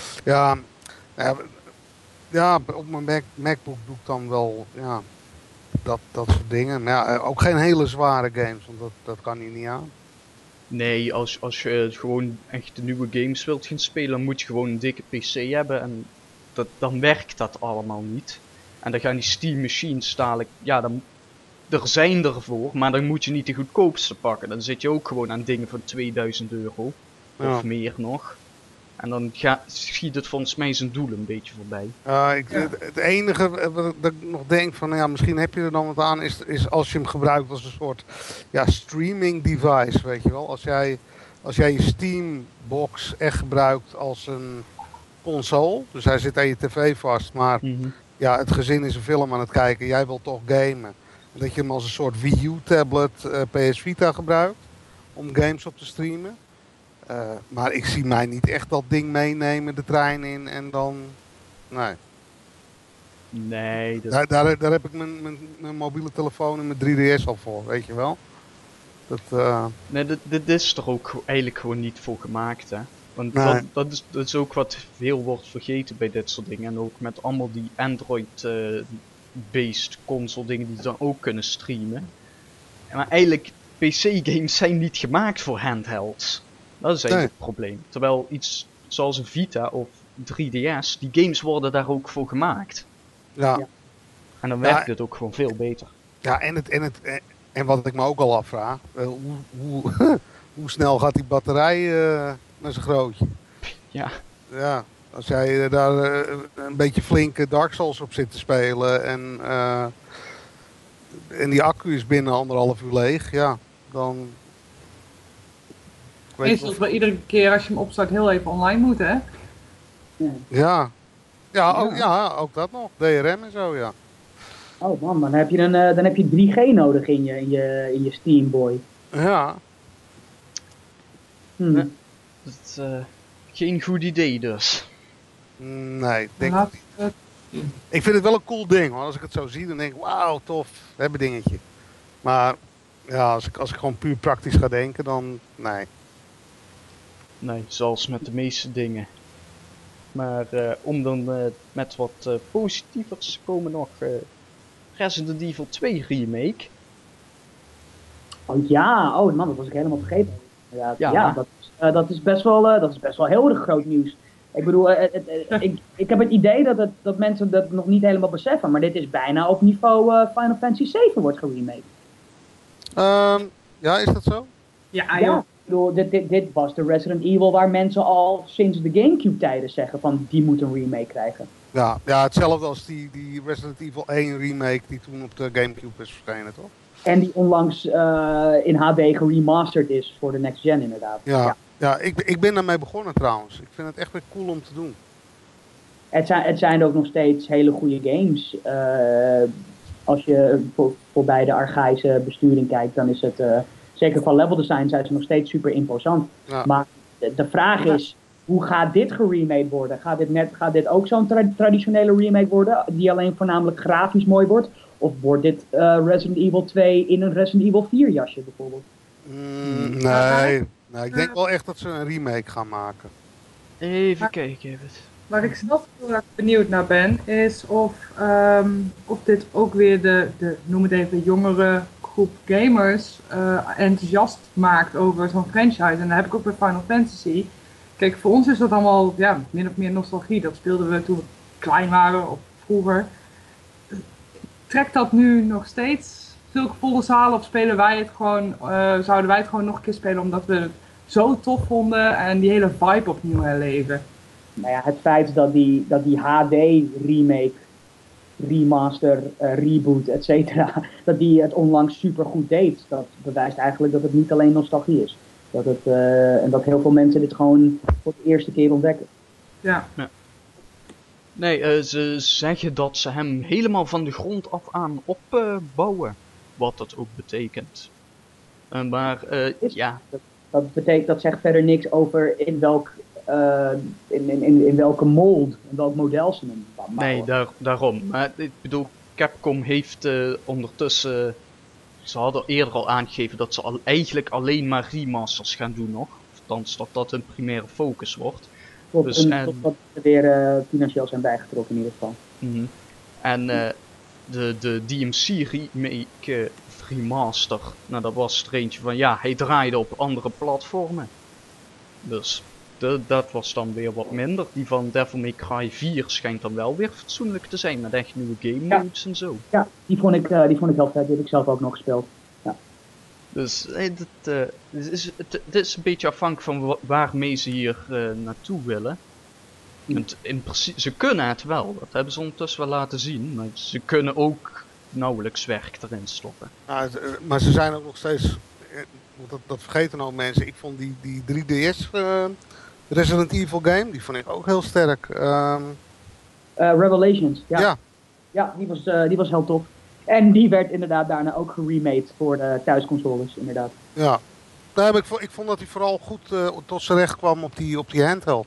Ja, ja, ja, op mijn Mac, MacBook doe ik dan wel, ja, dat, dat soort dingen. Maar ja, ook geen hele zware games, want dat, dat kan hij niet aan. Nee, als, als je gewoon echt de nieuwe games wilt gaan spelen, dan moet je gewoon een dikke P C hebben en dat, dan werkt dat allemaal niet. En dan gaan die Steam machines dadelijk, ja, dan, er zijn ervoor, maar dan moet je niet de goedkoopste pakken. Dan zit je ook gewoon aan dingen van tweeduizend euro, Ja. of meer nog. En dan ga, schiet het volgens mij zijn doel een beetje voorbij. Uh, ik, Ja. het, het enige wat ik nog denk van, nou ja, misschien heb je er dan wat aan, is, is als je hem gebruikt als een soort ja, streaming device, weet je wel. Als jij, als jij je Steam box echt gebruikt als een console, dus hij zit aan je tv vast, maar ja, het gezin is een film aan het kijken, jij wilt toch gamen. En dat je hem als een soort Wii U tablet, uh, P S Vita gebruikt om games op te streamen. Uh, maar ik zie mij niet echt dat ding meenemen, de trein in en dan... Nee. Nee, dat... Daar, daar, daar heb ik mijn, mijn, mijn mobiele telefoon en mijn drie D S al voor, weet je wel. Dat, uh... Nee, dit, dit is er ook eigenlijk gewoon niet voor gemaakt, hè. Want Nee. dat, dat, is, dat is ook wat veel wordt vergeten bij dit soort dingen. En ook met allemaal die Android-based console dingen die dan ook kunnen streamen. Maar eigenlijk, P C-games zijn niet gemaakt voor handhelds. Dat is eigenlijk nee. het probleem. Terwijl iets zoals een Vita of drie D S, die games worden daar ook voor gemaakt. Ja. Ja. En dan werkt ja. het ook gewoon veel beter. Ja, en, het, en, het, en wat ik me ook al afvraag, uh, hoe, hoe, hoe snel gaat die batterij uh, naar zijn grootje? Ja. Ja, als jij uh, daar uh, een beetje flinke Dark Souls op zit te spelen en, uh, en die accu is binnen anderhalf uur leeg, ja, dan... Is dat wel iedere keer als je hem opstart heel even online moet, hè? Ja, ja, ja. Ook, ja ook dat nog. D R M en zo, ja. Oh man, dan heb je, een, uh, dan heb je drie G nodig in je, in je, in je Steam Boy. Ja. Hmm. Nee, dat is uh, geen goed idee dus. Nee, denk ik niet. Ik vind het wel een cool ding, hoor. Als ik het zo zie, dan denk ik, wauw, tof, we hebben dingetje. Maar ja, als ik, als ik gewoon puur praktisch ga denken, dan nee. Nee, zoals met de meeste dingen. Maar uh, om dan uh, met wat uh, positievers te komen nog uh, Resident Evil twee remake. Oh ja, oh man, dat was ik helemaal vergeten. Ja, ja. ja dat, uh, dat, is best wel, uh, dat is best wel heel erg groot nieuws. Ik bedoel, uh, uh, uh, ik, ik heb het idee dat, het, dat mensen dat nog niet helemaal beseffen, maar dit is bijna op niveau uh, Final Fantasy zeven wordt geremaked. Um, ja, is dat zo? Ja, ja. Ik bedoel, dit, dit, dit was de Resident Evil waar mensen al sinds de Gamecube tijden zeggen van die moet een remake krijgen. Ja, ja hetzelfde als die, die Resident Evil één remake die toen op de Gamecube is verschenen, toch? En die onlangs uh, in H D geremasterd is voor de next gen inderdaad. Ja, ja. ja ik, ik ben daarmee begonnen trouwens. Ik vind het echt weer cool om te doen. Het zijn, het zijn ook nog steeds hele goede games. Uh, als je voor, voor bij de archaïsche besturing kijkt, dan is het... Uh, zeker van level design zijn ze nog steeds super imposant. Ja. Maar de, de vraag is, hoe gaat dit geremade worden? Gaat dit, net, gaat dit ook zo'n tra traditionele remake worden, die alleen voornamelijk grafisch mooi wordt? Of wordt dit uh, Resident Evil twee in een Resident Evil vier jasje bijvoorbeeld? Mm, nee, nee, ik denk wel echt dat ze een remake gaan maken. Even kijken, even. Waar ik zelf heel erg benieuwd naar ben, is of, um, of dit ook weer de, de, noem het even, jongere groep gamers uh, enthousiast maakt over zo'n franchise. En dan heb ik ook bij Final Fantasy. Kijk, voor ons is dat allemaal ja, min of meer nostalgie. Dat speelden we toen we klein waren of vroeger. Trekt dat nu nog steeds zulke volle zalen of spelen wij het gewoon, uh, zouden wij het gewoon nog een keer spelen omdat we het zo tof vonden en die hele vibe opnieuw herleven? Nou ja, het feit dat die, dat die H D remake, remaster, uh, reboot, et cetera, dat die het onlangs super goed deed, dat bewijst eigenlijk dat het niet alleen nostalgie is. Dat het, uh, en dat heel veel mensen dit gewoon voor de eerste keer ontdekken. Ja. ja. Nee, uh, ze zeggen dat ze hem helemaal van de grond af aan opbouwen. Uh, wat dat ook betekent. Uh, maar uh, ja. Dat, dat, betekent, dat zegt verder niks over in welk Uh, in, in, in welke mold, in welk model ze hem bouwen. Nee, daar, daarom. Maar ik bedoel, Capcom heeft uh, ondertussen... Uh, ze hadden eerder al aangegeven dat ze al, eigenlijk alleen maar remasters gaan doen nog. Althans, dat dat hun primaire focus wordt. Tot, dus, en, tot dat ze weer uh, financieel zijn bijgetrokken in ieder geval. Mm-hmm. En uh, de, de D M C remake uh, remaster. Nou, dat was er eentje van, ja, hij draaide op andere platformen. Dus de, dat was dan weer wat minder. Die van Devil May Cry vier schijnt dan wel weer fatsoenlijk te zijn, met echt nieuwe game modes ja. en zo. Ja, die vond ik, uh, die vond ik heel vet, die heb ik zelf ook nog gespeeld. Ja. Dus hey, dit, uh, dit, is, het, dit is een beetje afhankelijk van wa waarmee ze hier uh, naartoe willen. En in principe, ze kunnen het wel, dat hebben ze ondertussen wel laten zien, maar ze kunnen ook nauwelijks werk erin stoppen. Nou, maar ze zijn ook nog steeds, dat, dat vergeten al mensen, ik vond die, die drie D S uh, Resident Evil game, die vond ik ook heel sterk. Um... Uh, Revelations, ja. Ja, ja die, was, uh, die was heel tof. En die werd inderdaad daarna ook geremade voor de thuisconsoles, inderdaad. Ja, daar heb ik, ik vond dat hij vooral goed uh, tot zijn recht kwam op die, op die handheld.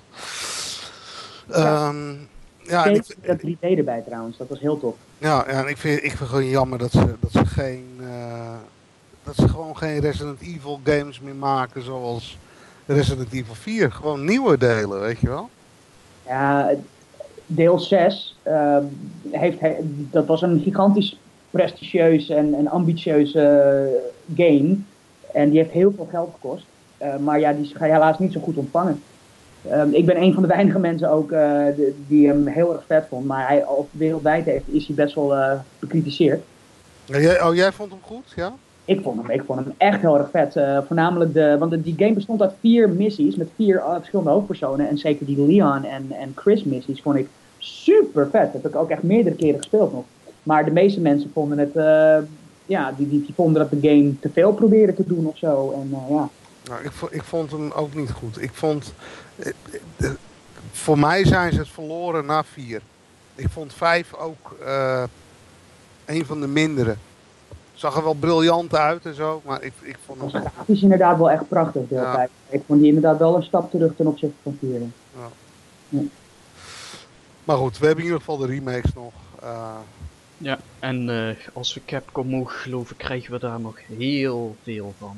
Ja, um, ja en ik, dat drie D erbij trouwens, dat was heel tof. Ja, ja en ik vind, ik vind het gewoon jammer dat ze, dat ze geen, uh, dat ze gewoon geen Resident Evil games meer maken zoals Resident Evil vier. Gewoon nieuwe delen, weet je wel? Ja, deel zes, uh, heeft he, dat was een gigantisch prestigieus en, en ambitieus uh, game. En die heeft heel veel geld gekost. Uh, maar ja, die ga je helaas niet zo goed ontvangen. Um, ik ben een van de weinige mensen ook uh, de, die hem heel erg vet vond. Maar hij, of wereldwijd heeft, is hij best wel uh, bekritiseerd. Ja, jij, oh, jij vond hem goed, ja? Ik vond hem, ik vond hem echt heel erg vet. Uh, voornamelijk de, want de, die game bestond uit vier missies met vier uh, verschillende hoofdpersonen. En zeker die Leon en, en Chris missies vond ik super vet. Dat heb ik ook echt meerdere keren gespeeld nog. Maar de meeste mensen vonden het, uh, ja, die, die, die vonden dat de game te veel probeerde te doen of zo. En uh, ja. Nou, ik, ik vond hem ook niet goed. Ik vond, eh, eh, voor mij zijn ze het verloren na vier. Ik vond vijf ook uh, een van de mindere. Zag er wel briljant uit en zo, maar ik, ik vond hem... Het is inderdaad wel echt prachtig, deel ja. vijf. Ik vond die inderdaad wel een stap terug ten opzichte van vier. Ja. Ja. Maar goed, we hebben in ieder geval de remakes nog. Uh... Ja, en uh, als we Capcom mogen geloven, krijgen we daar nog heel veel van.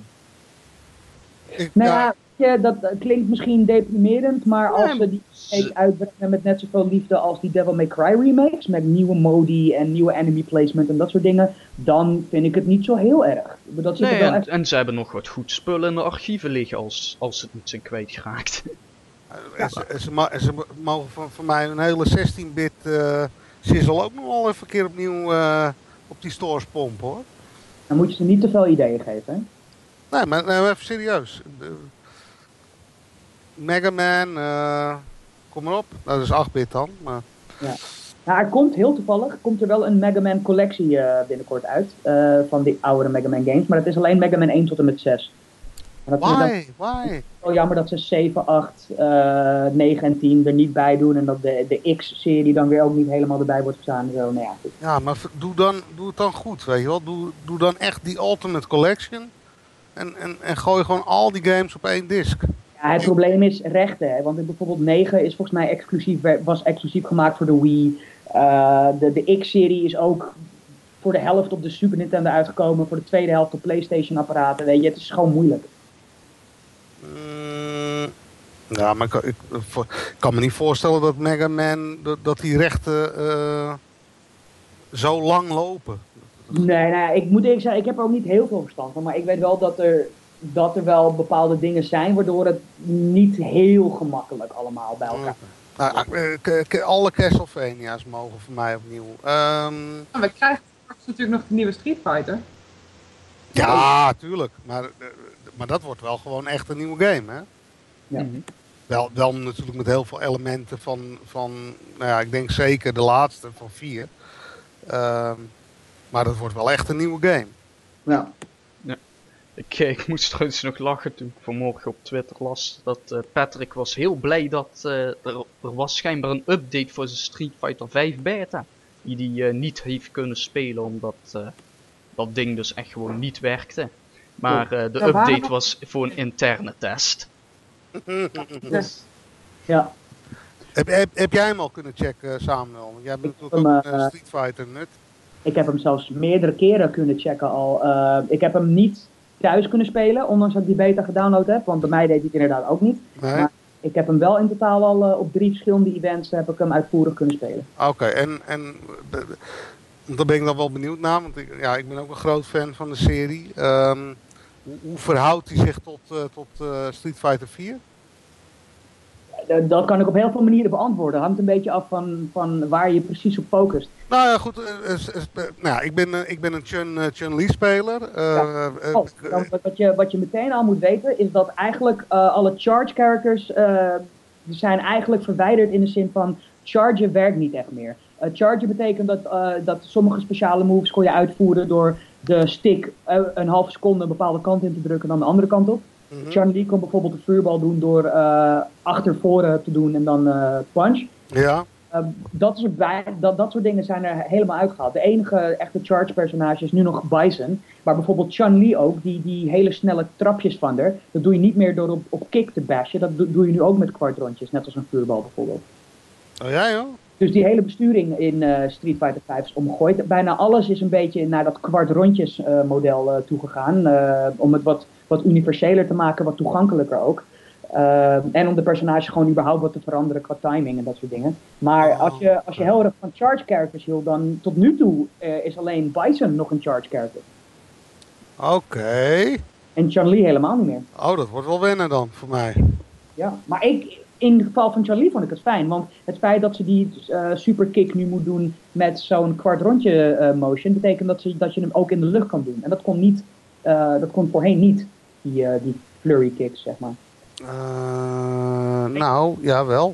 Ik, nou ja, ja, dat klinkt misschien deprimerend, maar als nee, ze die remake uitbrengen met net zoveel liefde als die Devil May Cry remakes, met nieuwe modi en nieuwe enemy placement en dat soort dingen, dan vind ik het niet zo heel erg. Dat nee, wel en, echt... en ze hebben nog wat goed spullen in de archieven liggen als, als ze het niet zijn kwijtgeraakt. Ja. Ze, ze, ze mogen van, van mij een hele zestien bit uh, shizzle ook nog wel even een keer opnieuw uh, op die stores pompen, hoor. Dan moet je ze niet te veel ideeën geven, hè? Nee, maar nee, even serieus. Uh, Mega Man, uh, kom maar op. Nou, dat is acht bit dan, maar... Ja. Nou, er komt heel toevallig, komt er wel een Mega Man collectie uh, binnenkort uit, uh, van die oude Mega Man games, maar dat is alleen Mega Man één tot en met zes. En dat Why? Dat, Why? Het is wel jammer dat ze zeven, acht, negen en tien er niet bij doen en dat de, de X-serie dan weer ook niet helemaal erbij wordt gestaan. Zo, nou ja, goed. Ja, maar doe, dan, doe het dan goed, weet je wel. Doe, doe dan echt die Ultimate Collection en, en, en gooi gewoon al die games op één disc. Ja, het probleem is rechten, hè? Want bijvoorbeeld negen is volgens mij exclusief, was exclusief gemaakt voor de Wii. Uh, de, de X-serie is ook voor de helft op de Super Nintendo uitgekomen, voor de tweede helft op PlayStation apparaten. Weet je, het is gewoon moeilijk. Mm, ja, maar ik, ik, ik kan me niet voorstellen dat Mega Man, dat, dat die rechten uh, zo lang lopen. Nee, nou ja, ik moet eerlijk zeggen, ik heb er ook niet heel veel verstand van, maar ik weet wel dat er, dat er wel bepaalde dingen zijn waardoor het niet heel gemakkelijk allemaal bij elkaar komt. Nou, alle Castlevania's mogen voor mij opnieuw. Um... We krijgen straks natuurlijk nog de nieuwe Street Fighter. Ja, tuurlijk. Maar, maar dat wordt wel gewoon echt een nieuwe game, hè? Ja. Wel, wel natuurlijk met heel veel elementen van, van, nou ja, ik denk zeker de laatste van vier. Um, maar dat wordt wel echt een nieuwe game. Ja. Ja. Ik, ik moest trouwens nog lachen toen ik vanmorgen op Twitter las dat uh, Patrick was heel blij dat uh, er, er was schijnbaar een update voor zijn Street Fighter vijf beta. Die hij uh, niet heeft kunnen spelen omdat uh, dat ding dus echt gewoon niet werkte. Maar uh, de ja, update waarom? was voor een interne test. Dus, ja. Heb, heb, heb jij hem al kunnen checken, Samuel? Want jij bent natuurlijk ook een uh, Street Fighter nut. Ik heb hem zelfs meerdere keren kunnen checken al. Uh, ik heb hem niet thuis kunnen spelen, ondanks dat ik die beta gedownload heb. Want bij mij deed hij het inderdaad ook niet. Nee. Maar ik heb hem wel in totaal al uh, op drie verschillende events heb ik hem uitvoerig kunnen spelen. Oké, okay, en, en Daar ben ik dan wel benieuwd naar, want ik, ja, ik ben ook een groot fan van de serie. Um, hoe, hoe verhoudt hij zich tot, uh, tot uh, Street Fighter vier? Dat kan ik op heel veel manieren beantwoorden. Hangt een beetje af van, van waar je precies op focust. Nou ja, goed. Uh, uh, uh, nou ja, ik, ben, uh, ik ben een Chun, uh, Chun-Li speler. Uh, ja. oh, uh, dan, wat, je, wat je meteen al moet weten is dat eigenlijk uh, alle charge characters uh, die zijn eigenlijk verwijderd in de zin van chargen werkt niet echt meer. Uh, chargen betekent dat, uh, dat sommige speciale moves kon je uitvoeren door de stick uh, een halve seconde een bepaalde kant in te drukken en dan de andere kant op. Mm-hmm. Chun-Li kon bijvoorbeeld de vuurbal doen door uh, achter voren te doen en dan uh, punch. Ja. Uh, dat, soort, dat, dat soort dingen zijn er helemaal uitgehaald. De enige echte charge personage is nu nog Bison. Maar bijvoorbeeld Chun-Li ook, die, die hele snelle trapjes van haar, dat doe je niet meer door op, op kick te bashen. Dat do, doe je nu ook met kwartrondjes, net als een vuurbal bijvoorbeeld. Oh ja joh? Dus die hele besturing in uh, Street Fighter vijf is omgegooid. Bijna alles is een beetje naar dat kwartrondjes uh, model uh, toegegaan. Uh, om het wat, wat universeler te maken, wat toegankelijker ook. Uh, en om de personage gewoon überhaupt wat te veranderen qua timing en dat soort dingen. Maar als je, als je heel erg van charge characters hield, dan tot nu toe uh, is alleen Bison nog een charge character. Oké. Okay. En Chun-Li helemaal niet meer. Oh, dat wordt wel wennen dan voor mij. Ja, maar ik, in het geval van Chun-Li vond ik het fijn. Want het feit dat ze die uh, superkick nu moet doen met zo'n kwartrondje uh, motion, betekent dat, ze, dat je hem ook in de lucht kan doen. En dat kon, niet, uh, dat kon voorheen niet, die, uh, die flurry kicks, zeg maar. Uh, nou, ja wel.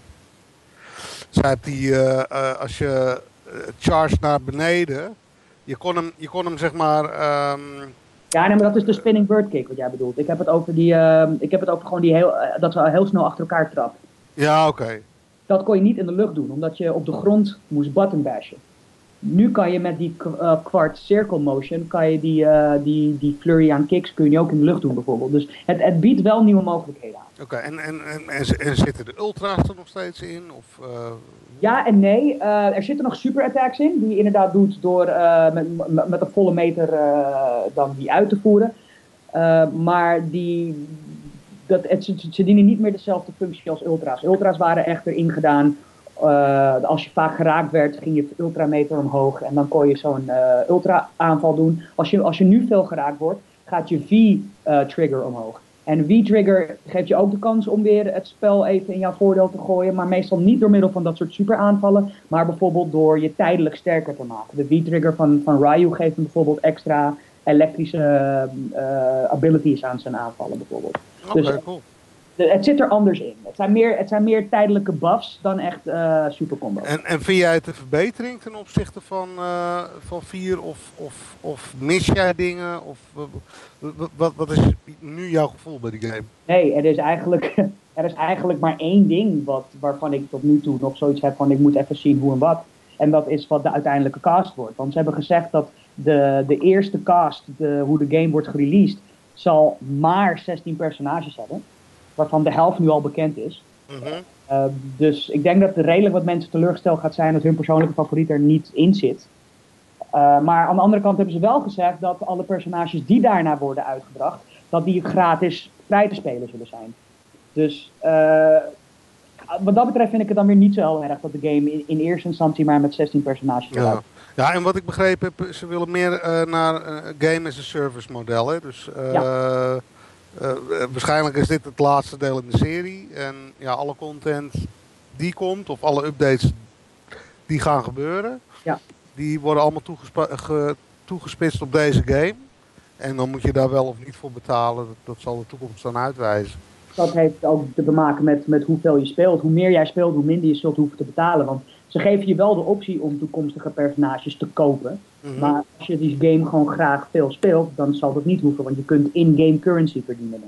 Zij heeft die, uh, uh, als je uh, charge naar beneden, je kon hem, je kon hem zeg maar... Um... Ja, nee, maar dat is de spinning bird kick wat jij bedoelt. Ik heb het over die, uh, ik heb het over gewoon die heel, uh, dat ze heel snel achter elkaar trapt. Ja, oké. Okay. Dat kon je niet in de lucht doen, omdat je op de grond moest button bashen. Nu kan je met die uh, kwart circle motion, kan je die, uh, die, die flurry aan kicks kun je ook in de lucht doen bijvoorbeeld. Dus het, het biedt wel nieuwe mogelijkheden aan. Oké, okay, en, en, en, en, en zitten de ultra's er nog steeds in? Of, uh... Ja en nee. Uh, er zitten nog super attacks in, die je inderdaad doet door uh, met, met, met een volle meter uh, dan die uit te voeren. Uh, maar die, dat, het, ze, ze dienen niet meer dezelfde functie als ultra's. Ultra's waren echt erin gedaan. Uh, als je vaak geraakt werd, ging je ultrameter omhoog en dan kon je zo'n uh, ultra aanval doen. Als je, als je nu veel geraakt wordt, gaat je V-trigger uh, omhoog. En V-trigger geeft je ook de kans om weer het spel even in jouw voordeel te gooien, maar meestal niet door middel van dat soort super aanvallen, maar bijvoorbeeld door je tijdelijk sterker te maken. De V-trigger van, van Ryu geeft hem bijvoorbeeld extra elektrische uh, abilities aan zijn aanvallen bijvoorbeeld. Oké, okay, dus, cool. De, het zit er anders in. Het zijn meer, het zijn meer tijdelijke buffs dan echt uh, supercombo's. En, en vind jij het een verbetering ten opzichte van, uh, van vier of, of, of mis jij dingen? Of, wat, wat, wat is nu jouw gevoel bij die game? Nee, er is eigenlijk, er is eigenlijk maar één ding wat, waarvan ik tot nu toe nog zoiets heb van ik moet even zien hoe en wat. En dat is wat de uiteindelijke cast wordt. Want ze hebben gezegd dat de, de eerste cast, de, hoe de game wordt gereleased, zal maar zestien personages hebben. Waarvan de helft nu al bekend is. Mm-hmm. Uh, dus ik denk dat er redelijk wat mensen teleurgesteld gaat zijn dat hun persoonlijke favoriet er niet in zit. Uh, maar aan de andere kant hebben ze wel gezegd dat alle personages die daarna worden uitgebracht, dat die gratis vrij te spelen zullen zijn. Dus uh, wat dat betreft vind ik het dan weer niet zo heel erg dat de game in, in eerste instantie maar met zestien personages ja. eruit. Ja, en wat ik begrepen heb, ze willen meer uh, naar uh, game as a service model. Hè? Dus uh, ja. Uh, waarschijnlijk is dit het laatste deel in de serie. En ja, alle content die komt, of alle updates die gaan gebeuren, ja. die worden allemaal toegespa- ge- toegespitst op deze game. En dan moet je daar wel of niet voor betalen. Dat, dat zal de toekomst dan uitwijzen. Dat heeft ook te maken met, met hoeveel je speelt. Hoe meer jij speelt, hoe minder je zult hoeven te betalen. Want ze geven je wel de optie om toekomstige personages te kopen. Mm-hmm. Maar als je die game gewoon graag veel speelt, dan zal dat niet hoeven. Want je kunt in-game currency verdienen.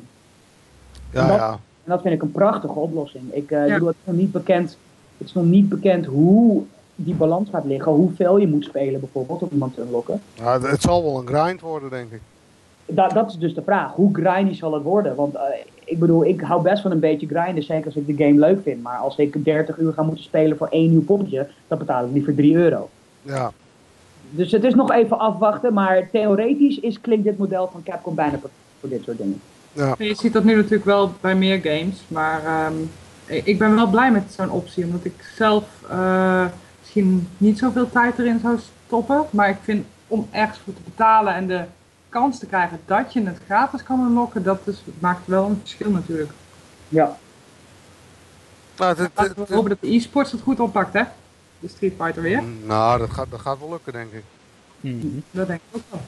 Ja, en, dat, ja. en dat vind ik een prachtige oplossing. Ik uh, ja. bedoel, het is nog niet bekend, het is nog niet bekend hoe die balans gaat liggen. Hoeveel je moet spelen bijvoorbeeld om iemand te unlocken. Ja, het zal wel een grind worden, denk ik. Da- dat is dus de vraag. Hoe grindy zal het worden? Want uh, ik bedoel, ik hou best van een beetje grinden, zeker als ik de game leuk vind. Maar als ik dertig uur ga moeten spelen voor één nieuw poppetje, dan betaal ik liever drie euro. Ja. Dus het is nog even afwachten, maar theoretisch is, klinkt dit model van Capcom bijna voor, voor dit soort dingen. Ja. Je ziet dat nu natuurlijk wel bij meer games, maar um, ik ben wel blij met zo'n optie, omdat ik zelf uh, misschien niet zoveel tijd erin zou stoppen. Maar ik vind om ergens voor te betalen en de kans te krijgen dat je het gratis kan unlocken, dat is, maakt wel een verschil natuurlijk. Ja. Nou, het, Laten we het- hopen dat de e-sports het goed oppakt, hè? De Street Fighter weer. nou, dat gaat, dat gaat wel lukken, denk ik. Mhm. Dat denk ik ook wel.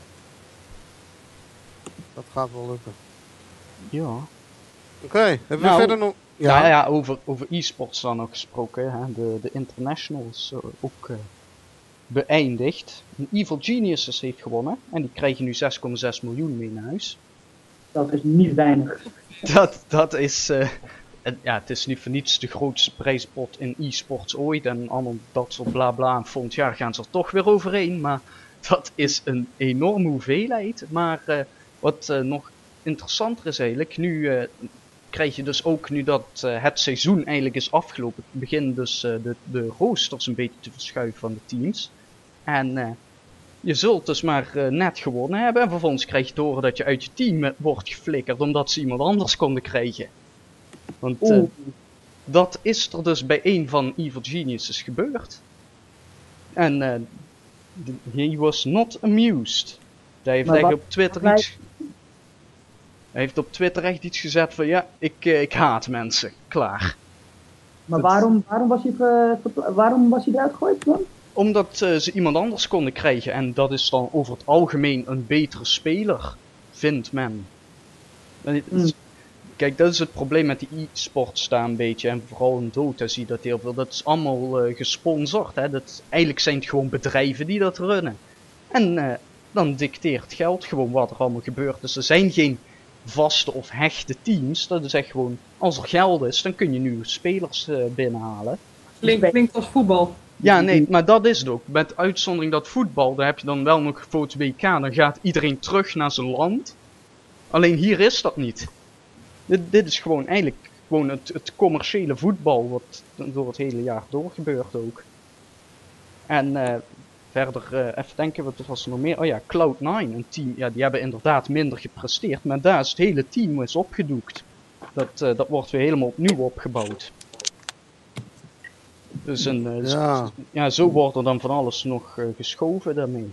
Dat gaat wel lukken. Ja. Oké, hebben we Nou, verder nog... Ja, ja, ja over, over e-sports dan nog gesproken. Hè. De, de International is uh, ook uh, beëindigd. Een Evil Geniuses heeft gewonnen. En die krijgen nu zes komma zes miljoen mee naar huis. Dat is niet weinig. Dat, dat is... Uh, en, ja, het is niet voor niets de grootste prijspot in e-sports ooit. En allemaal dat soort bla bla. En volgend jaar gaan ze er toch weer overheen. Maar dat is een enorme hoeveelheid. Maar uh, wat uh, nog interessanter is eigenlijk. Nu uh, krijg je dus ook, nu dat uh, het seizoen eigenlijk is afgelopen. Beginnen dus uh, de, de roosters een beetje te verschuiven van de teams. En uh, je zult dus maar uh, net gewonnen hebben. En vervolgens krijg je te horen dat je uit je team uh, wordt geflikkerd. Omdat ze iemand anders konden krijgen. Want uh, Oeh. dat is er dus bij een van Evil Geniuses gebeurd. En uh, he was not amused. Hij heeft Maar eigenlijk wat- op Twitter wat iets... Hij heeft op Twitter echt iets gezet van ja, ik, uh, ik haat mensen. Klaar. Maar Dat- waarom, waarom, was hij ver- verpla- waarom was hij eruit gegooid dan? Omdat uh, ze iemand anders konden krijgen. En dat is dan over het algemeen een betere speler, vindt men. En het is- Hmm. Kijk, dat is het probleem met die e-sports daar een beetje. En vooral in Dota zie je dat heel veel. Dat is allemaal uh, gesponsord. Hè? Dat, eigenlijk zijn het gewoon bedrijven die dat runnen. En uh, dan dicteert geld gewoon wat er allemaal gebeurt. Dus er zijn geen vaste of hechte teams. Dat is echt gewoon, als er geld is, dan kun je nieuwe spelers uh, binnenhalen. Klinkt, klinkt als voetbal. Ja, nee, maar dat is het ook. Met uitzondering dat voetbal, daar heb je dan wel nog voor het W K. Dan gaat iedereen terug naar zijn land. Alleen hier is dat niet. Dit, dit is gewoon eigenlijk gewoon het, het commerciële voetbal wat door het hele jaar door gebeurt ook. En uh, verder, uh, even denken, wat was er nog meer? Oh ja, Cloud nine, een team, ja, die hebben inderdaad minder gepresteerd. Maar daar is het hele team is opgedoekt. Dat, uh, dat wordt weer helemaal opnieuw opgebouwd. Dus een, uh, Ja. z- ja, zo wordt er dan van alles nog uh, geschoven daarmee.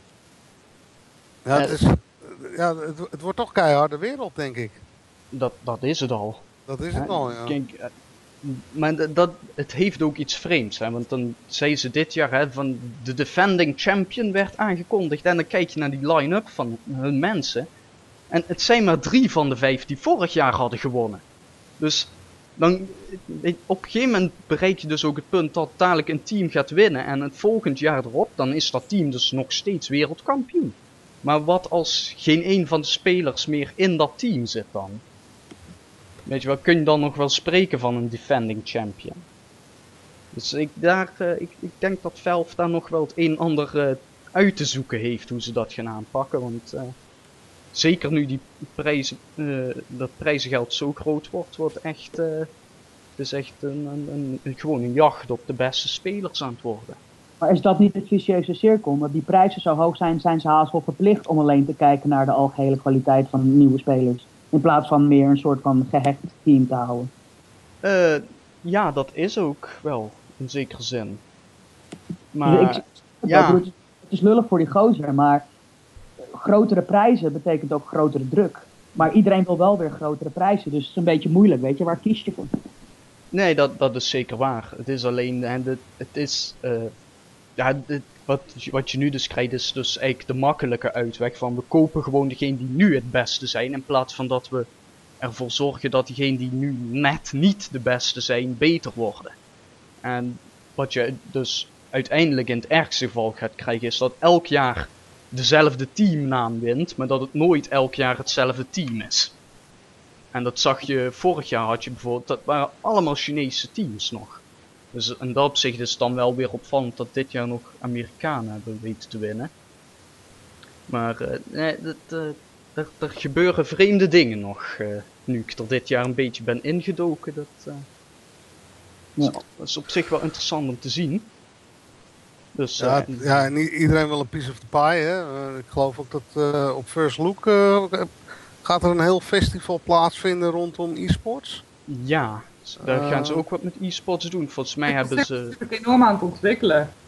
Ja, het, Eh, is, ja het, het wordt toch keiharde wereld, denk ik. Dat, dat is het al. Dat is Hè, het al, ja. Kijk, eh, maar d- dat, het heeft ook iets vreemds, hè, want dan zei ze dit jaar, hè, van de defending champion werd aangekondigd en dan kijk je naar die line-up van hun mensen en het zijn maar drie van de vijf die vorig jaar hadden gewonnen. Dus dan, eh, op een gegeven moment bereik je dus ook het punt dat dadelijk een team gaat winnen en het volgend jaar erop, dan is dat team dus nog steeds wereldkampioen. Maar wat als geen een van de spelers meer in dat team zit dan? Weet je wel, kun je dan nog wel spreken van een defending champion? Dus ik, daar, uh, ik, ik denk dat Valve daar nog wel het een en ander uh, uit te zoeken heeft hoe ze dat gaan aanpakken. Want uh, zeker nu die prijzen, uh, dat prijzengeld zo groot wordt, wordt echt, uh, het is echt een, een, een, een, gewoon een jacht op de beste spelers aan het worden. Maar is dat niet het vicieuze cirkel? Omdat die prijzen zo hoog zijn, zijn ze haast wel verplicht om alleen te kijken naar de algehele kwaliteit van nieuwe spelers. In plaats van meer een soort van gehecht team te houden. Uh, ja, dat is ook wel, in zekere zin. Dus Maar, ik, ja. ik bedoel, het, is, het is lullig voor die gozer, maar grotere prijzen betekent ook grotere druk. Maar iedereen wil wel weer grotere prijzen, dus het is een beetje moeilijk, weet je, waar kies je voor? Nee, dat, dat is zeker waar. Het is alleen, hè, dit, het is, uh, ja, dit, wat, wat je nu dus krijgt is dus eigenlijk de makkelijke uitweg van we kopen gewoon degene die nu het beste zijn in plaats van dat we ervoor zorgen dat diegenen die nu net niet de beste zijn beter worden. En wat je dus uiteindelijk in het ergste geval gaat krijgen is dat elk jaar dezelfde teamnaam wint, maar dat het nooit elk jaar hetzelfde team is. En dat zag je, vorig jaar had je bijvoorbeeld, dat waren allemaal Chinese teams nog. Dus in dat opzicht is het dan wel weer opvallend dat dit jaar nog Amerikanen hebben weten te winnen. Maar uh, nee, dat, uh, er, er gebeuren vreemde dingen nog, uh, nu ik er dit jaar een beetje ben ingedoken. Dat, uh, Ja. is, dat is op zich wel interessant om te zien. Dus, uh, Ja, het- ja, en i- iedereen wil een piece of the pie, hè. Uh, ik geloof ook dat uh, op First Look uh, gaat er een heel festival plaatsvinden rondom e-sports. ja, daar Uh, gaan ze ook wat met e-sports doen. Volgens mij Het hebben is ze... natuurlijk enorm aan het ontwikkelen.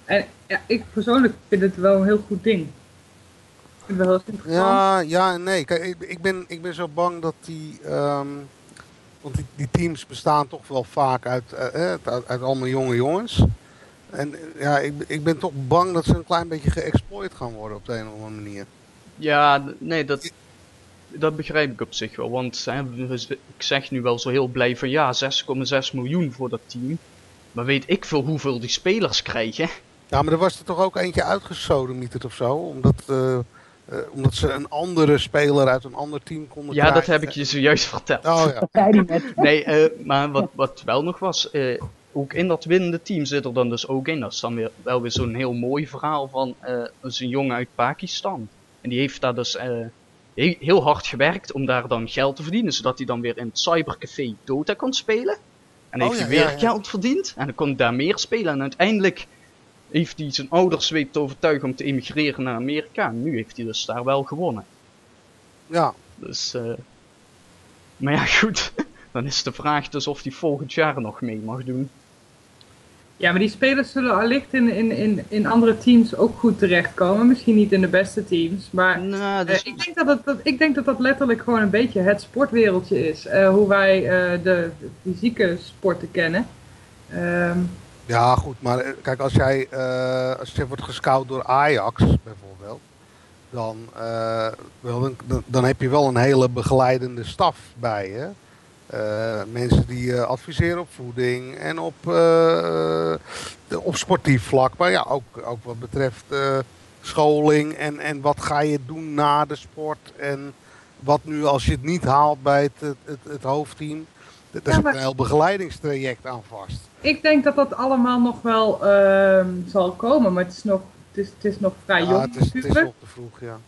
En ja, ik persoonlijk vind het wel een heel goed ding. Ik vind het wel heel interessant. Ja, ja en nee. Kijk, ik, ik, ben, ik ben zo bang dat die... Um, want die, die teams bestaan toch wel vaak uit, uh, uit, uit allemaal jonge jongens. En ja, ik, ik ben toch bang dat ze een klein beetje geëxploit gaan worden op de een of andere manier. Ja, nee, dat, dat begrijp ik op zich wel. Want hè, ik zeg nu wel zo heel blij van ja, zes komma zes miljoen voor dat team. Maar weet ik veel hoeveel die spelers krijgen. Ja, maar er was er toch ook eentje uitgesodemieterd of zo? Omdat, uh, uh, omdat ze een andere speler uit een ander team konden ja, krijgen. Dat heb ik je zojuist verteld. Oh ja. Nee, uh, maar wat, wat wel nog was... Uh, ook in dat winnende team zit er dan dus ook in. Dat is dan weer, wel weer zo'n heel mooi verhaal van uh, een jongen uit Pakistan. En die heeft daar dus uh, heel, heel hard gewerkt om daar dan geld te verdienen. Zodat hij dan weer in het cybercafé Dota kon spelen. En oh, heeft ja, hij weer ja, ja. geld verdiend. En dan kon hij daar meer spelen. En uiteindelijk heeft hij zijn ouders weten te overtuigen om te emigreren naar Amerika. En nu heeft hij dus daar wel gewonnen. Ja. Dus, uh, maar ja goed. Dan is de vraag dus of hij volgend jaar nog mee mag doen. Ja, maar die spelers zullen allicht in, in, in, in andere teams ook goed terechtkomen. Misschien niet in de beste teams, maar nou, dus... uh, ik, denk dat het, dat, ik denk dat dat letterlijk gewoon een beetje het sportwereldje is. Uh, hoe wij uh, de, de fysieke sporten kennen. Um... Ja, goed, maar kijk, als jij, uh, als je wordt gescout door Ajax bijvoorbeeld, dan, uh, wel, dan, dan heb je wel een hele begeleidende staf bij je. Uh, mensen die uh, adviseren op voeding en op, uh, de, op sportief vlak. Maar ja, ook, ook wat betreft uh, scholing en, en wat ga je doen na de sport. En wat nu als je het niet haalt bij het, het, het, het hoofdteam. Daar ja, zit maar... een heel begeleidingstraject aan vast. Ik denk dat dat allemaal nog wel uh, zal komen, maar het is nog, het is, het is nog vrij ja, jong het is, natuurlijk. het is nog te vroeg, ja.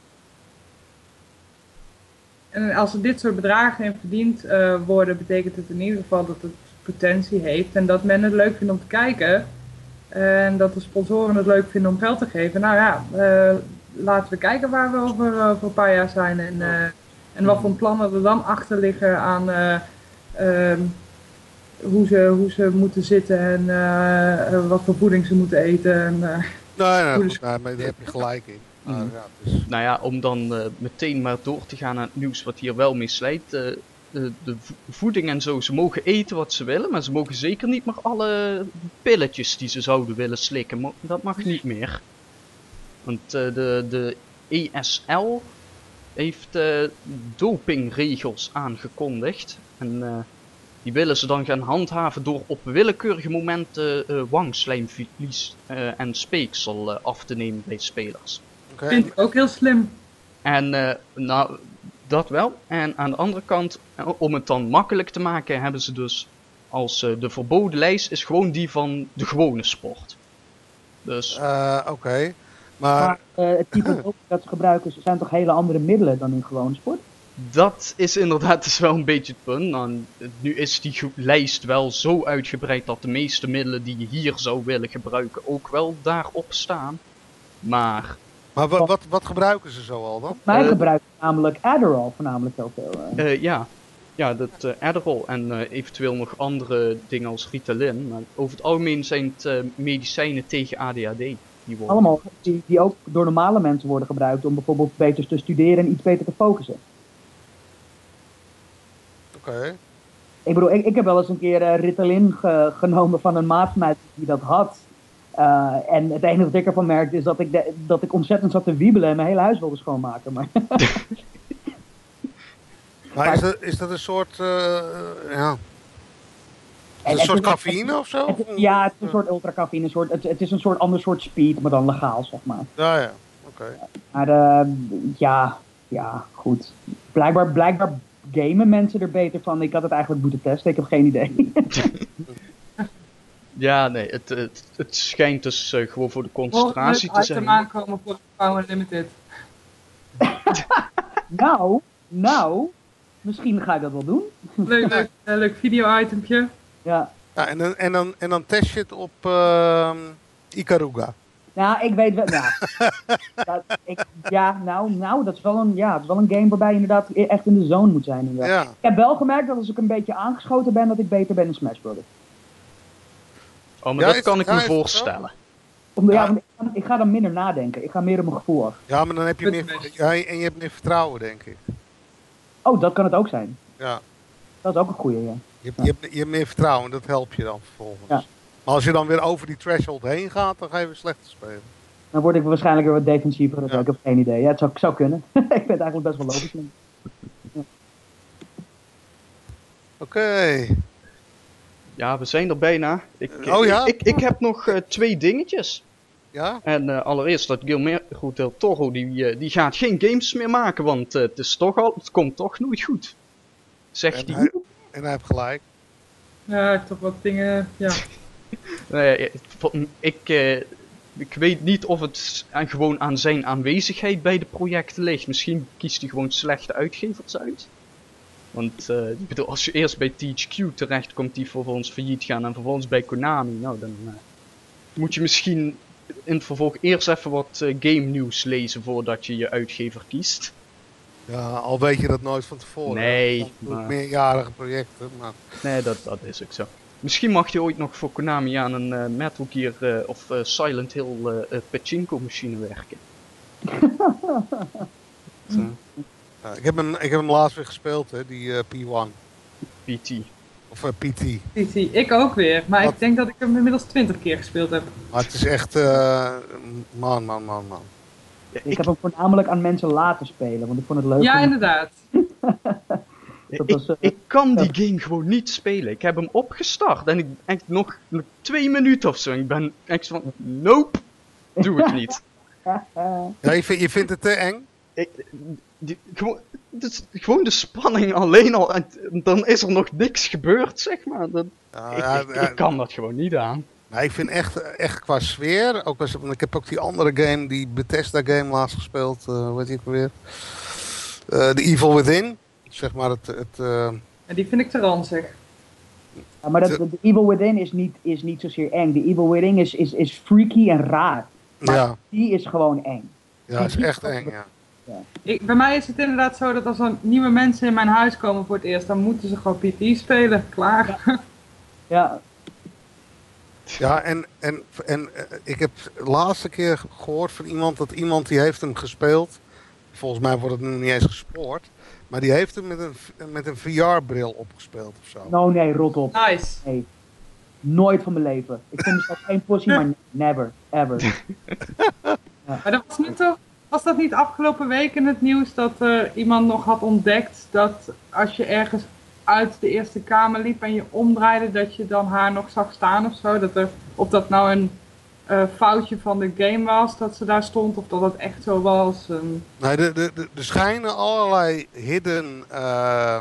En als er dit soort bedragen in verdiend uh, worden, betekent het in ieder geval dat het potentie heeft en dat men het leuk vindt om te kijken. En dat de sponsoren het leuk vinden om geld te geven. Nou ja, uh, laten we kijken waar we over, uh, over een paar jaar zijn en, uh, en wat voor plannen er dan achter liggen aan uh, uh, hoe, ze, hoe ze moeten zitten en uh, uh, wat voor voeding ze moeten eten. En, uh, nee, nee, goed, nee, maar daar heb je gelijk in. Mm. Uh, ja, dus... Nou ja, om dan uh, meteen maar door te gaan naar het nieuws wat hier wel mee slijt. Uh, de, de voeding en zo, ze mogen eten wat ze willen, maar ze mogen zeker niet meer alle pilletjes die ze zouden willen slikken. Dat mag niet meer. Want uh, de, de E S L heeft uh, dopingregels aangekondigd. En uh, die willen ze dan gaan handhaven door op willekeurige momenten uh, wangslijmvlies uh, en speeksel uh, af te nemen bij spelers. Okay. Vind ik ook heel slim. En uh, nou, dat wel. En aan de andere kant, om het dan makkelijk te maken, hebben ze dus als uh, de verboden lijst is gewoon die van de gewone sport. Dus. Uh, Oké. Okay. Maar, maar uh, het type doping dat ze gebruiken zijn toch hele andere middelen dan in gewone sport? Dat is inderdaad dus wel een beetje het punt. Nou, nu is die lijst wel zo uitgebreid dat de meeste middelen die je hier zou willen gebruiken ook wel daarop staan. Maar... Maar wat, wat, wat gebruiken ze zo al dan? Wij uh, gebruiken namelijk Adderall voornamelijk heel veel. Uh. Uh, ja. ja, dat uh, Adderall en uh, eventueel nog andere dingen als Ritalin. Maar over het algemeen zijn het uh, medicijnen tegen A D H D. Die worden allemaal die, die ook door normale mensen worden gebruikt om bijvoorbeeld beter te studeren en iets beter te focussen. Oké. Okay. Ik bedoel, ik, ik heb wel eens een keer uh, Ritalin ge, genomen van een maat van mij die dat had. Uh, en het enige wat ik ervan merkte is dat ik, de, dat ik ontzettend zat te wiebelen en mijn hele huis wilde schoonmaken. Maar, maar is, dat, is dat een soort, uh, ja, is een soort cafeïne of zo? Het, ja, het is een soort ultracafeïne. Een soort, het, het is een soort ander soort speed, maar dan legaal, zeg maar. Ja, ja, oké. Okay. Maar uh, ja, ja, goed. Blijkbaar, blijkbaar gamen mensen er beter van. Ik had het eigenlijk moeten testen, ik heb geen idee. Ja, nee, het, het, het schijnt dus uh, gewoon voor de concentratie te zijn. aankomen voor Power Limited. nou, nou, misschien ga ik dat wel doen. Leuk, leuk, uh, leuk video-itempje. Ja. Ja, en, dan, en, dan, en dan test je het op uh, Ikaruga. Nou, ik weet wel, nou, dat, ik, ja, nou, nou, dat is wel een, ja, dat is wel een game waarbij je inderdaad echt in de zone moet zijn. Ja. Ik heb wel gemerkt dat als ik een beetje aangeschoten ben, dat ik beter ben in Smash Bros. Oh, maar ja, dat kan ik me voorstellen. Om, ja, Ja. want ik, ga- ik ga dan minder nadenken. Ik ga meer op mijn gevoel af. Ja, maar dan heb je Met- meer... Ja, en je hebt meer vertrouwen, denk ik. Oh, dat kan het ook zijn. Ja. Dat is ook een goeie, ja. Je, hebt- je, hebt, je hebt meer vertrouwen, dat helpt je dan vervolgens. Ja. Maar als je dan weer over die threshold heen gaat, dan ga je weer slechter spelen. Dan word ik waarschijnlijk weer wat defensiever. Ja. Ik heb geen idee. Ja, het zou, zou kunnen. Ik vind het eigenlijk best wel logisch. Oké. Ja, we zijn er bijna. Ik, Oh ja? ik, ik, ik heb nog eh, twee dingetjes. Ja? En eh, allereerst dat Guillermo del Toro, die, eh, die gaat geen games meer maken, want eh, het, is toch al, het komt toch nooit goed. Zegt En hij. hij, en hij heeft gelijk. Ja, ik heb toch wat dingen, ja. Nee, ik, eh, ik weet niet of het aan, gewoon aan zijn aanwezigheid bij de projecten ligt. Misschien kiest hij gewoon slechte uitgevers uit. Want eh, ik bedoel, als je eerst bij T H Q terecht komt die vervolgens failliet gaan en vervolgens bij Konami, nou dan eh, moet je misschien in het vervolg eerst even wat eh, game nieuws lezen voordat je je uitgever kiest. Ja, al weet je dat nooit van tevoren. Nee, Dat zijn maar- meerjarige projecten. Maar... Nee, dat, dat is ook zo. Misschien mag je ooit nog voor Konami aan een eh, Metal Gear eh, of eh, Silent Hill eh, eh, pachinko machine werken. Zo, Ja, ik, heb hem, ik heb hem laatst weer gespeeld, hè, die eh, P één. P T. Of eh, P T. T T. Ik ook weer, maar Wat? ik denk dat ik hem inmiddels twintig keer gespeeld heb. Maar het is echt... eh, man, man, man, man. Ja, Ik ik, heb hem voornamelijk aan mensen laten spelen, want ik vond het leuk. Ja, om- inderdaad. dat ik, was, eh, ik kan die game gewoon niet spelen. Ik heb hem opgestart en ik echt nog, nog twee minuten of zo. En ik ben echt van, nope, doe het niet. Ja, je, vindt, je vindt het te eng? Ik, die, gewoon, het is gewoon de spanning alleen al, en dan is er nog niks gebeurd, zeg maar. Dat, Ja, ik, ja, ik, ja. ik kan dat gewoon niet aan. Nou, ik vind echt, echt qua sfeer, ook als, want ik heb ook die andere game, die Bethesda game laatst gespeeld, uh, hoe heet die ook weer? Uh, The Evil Within, zeg maar het... het uh... En die vind ik te ranzig. Ja, maar dat, de Evil Within is niet, is niet zozeer eng. De Evil Within is, is, is freaky en raar. Maar ja, die is gewoon eng. ja, is echt eng, ja. Ik, bij mij is het inderdaad zo dat als er nieuwe mensen in mijn huis komen voor het eerst, dan moeten ze gewoon P T spelen. Klaar. Ja, ja. Ja, en, en, en uh, ik heb de laatste keer gehoord van iemand dat iemand die heeft hem gespeeld. Volgens mij wordt het nu niet eens gespoord. Maar die heeft hem met een, met een V R-bril opgespeeld of zo. Nou nee, rot op. Nice. Nee. Nooit van mijn leven. Ik vind mezelf geen pussy, maar never, ever. Maar dat was, niet toch, was dat niet afgelopen week in het nieuws dat uh, iemand nog had ontdekt dat als je ergens uit de eerste kamer liep en je omdraaide, dat je dan haar nog zag staan of zo? Dat er, of dat nou een uh, foutje van de game was dat ze daar stond, of dat dat echt zo was. Um... Nee, de, de, de, er schijnen allerlei hidden... Uh,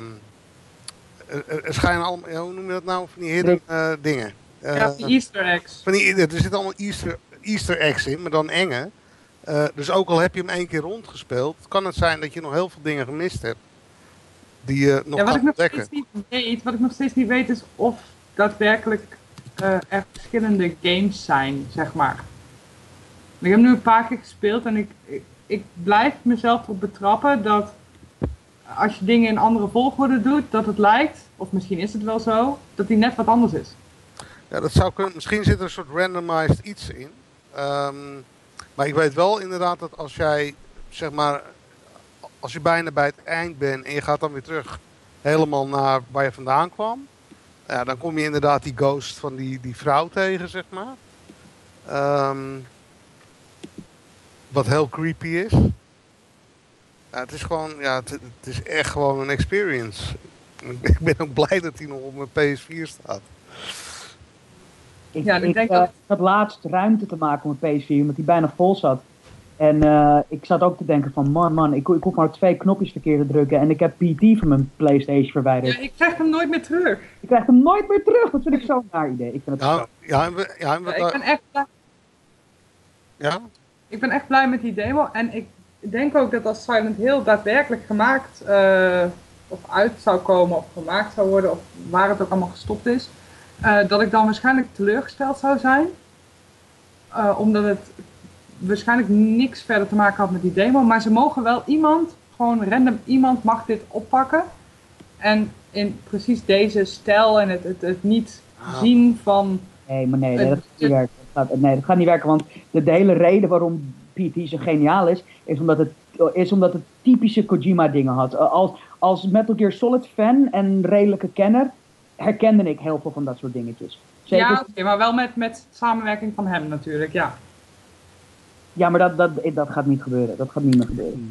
er, er schijnen allemaal, hoe noem je dat nou, van die hidden uh, dingen. Uh, ja, die easter eggs. Van die, er zitten allemaal easter, easter eggs in, maar dan enge. Uh, dus ook al heb je hem één keer rondgespeeld, kan het zijn dat je nog heel veel dingen gemist hebt. Die je nog ja, wat kan ik nog ontdekken. steeds niet weet, wat ik nog steeds niet weet is of daadwerkelijk uh, er verschillende games zijn, zeg maar. Ik heb nu een paar keer gespeeld en ik, ik, ik blijf mezelf erop betrappen dat als je dingen in andere volgorde doet, dat het lijkt, of misschien is het wel zo, dat die net wat anders is. Ja, dat zou kunnen. Misschien zit er een soort randomized iets in. Um, maar ik weet wel inderdaad dat als jij, zeg maar, als je bijna bij het eind bent en je gaat dan weer terug helemaal naar waar je vandaan kwam. Ja, dan kom je inderdaad die ghost van die, die vrouw tegen, zeg maar. Um, wat heel creepy is. Ja, het is gewoon, ja, het, het is echt gewoon een experience. Ik ben ook blij dat hij nog op mijn P S vier staat. Ik, Ja, ik ik, denk uh, dat- ik had laatst ruimte te maken op mijn P S vier, omdat die bijna vol zat. En uh, ik zat ook te denken van, man, man, ik, ik hoef maar twee knopjes verkeerd te drukken en ik heb P T van mijn PlayStation verwijderd. Ja, ik krijg hem nooit meer terug. Ik krijg hem nooit meer terug, dat vind ik zo'n naar idee. Ik vind het Ja, zo. ja, en we, ja, en we, Ja, ik ben echt blij. ja? Ik ben echt blij met die demo en ik denk ook dat als Silent Hill daadwerkelijk gemaakt uh, of uit zou komen of gemaakt zou worden of waar het ook allemaal gestopt is, uh, dat ik dan waarschijnlijk teleurgesteld zou zijn. Uh, omdat het waarschijnlijk niks verder te maken had met die demo, maar ze mogen wel iemand, gewoon random iemand mag dit oppakken en in precies deze stijl en het, het, het niet Ah. zien van... Nee, maar nee, nee, dat gaat niet werken. Dat gaat, nee, dat gaat niet werken, want de, de hele reden waarom P T zo geniaal is, is omdat het, is omdat het typische Kojima dingen had. Uh, als, als Metal Gear Solid fan en redelijke kenner, herkende ik heel veel van dat soort dingetjes. Zeker... Ja, okay, maar wel met, met samenwerking van hem natuurlijk, ja. Ja, maar dat, dat, dat gaat niet gebeuren. Dat gaat niet meer gebeuren.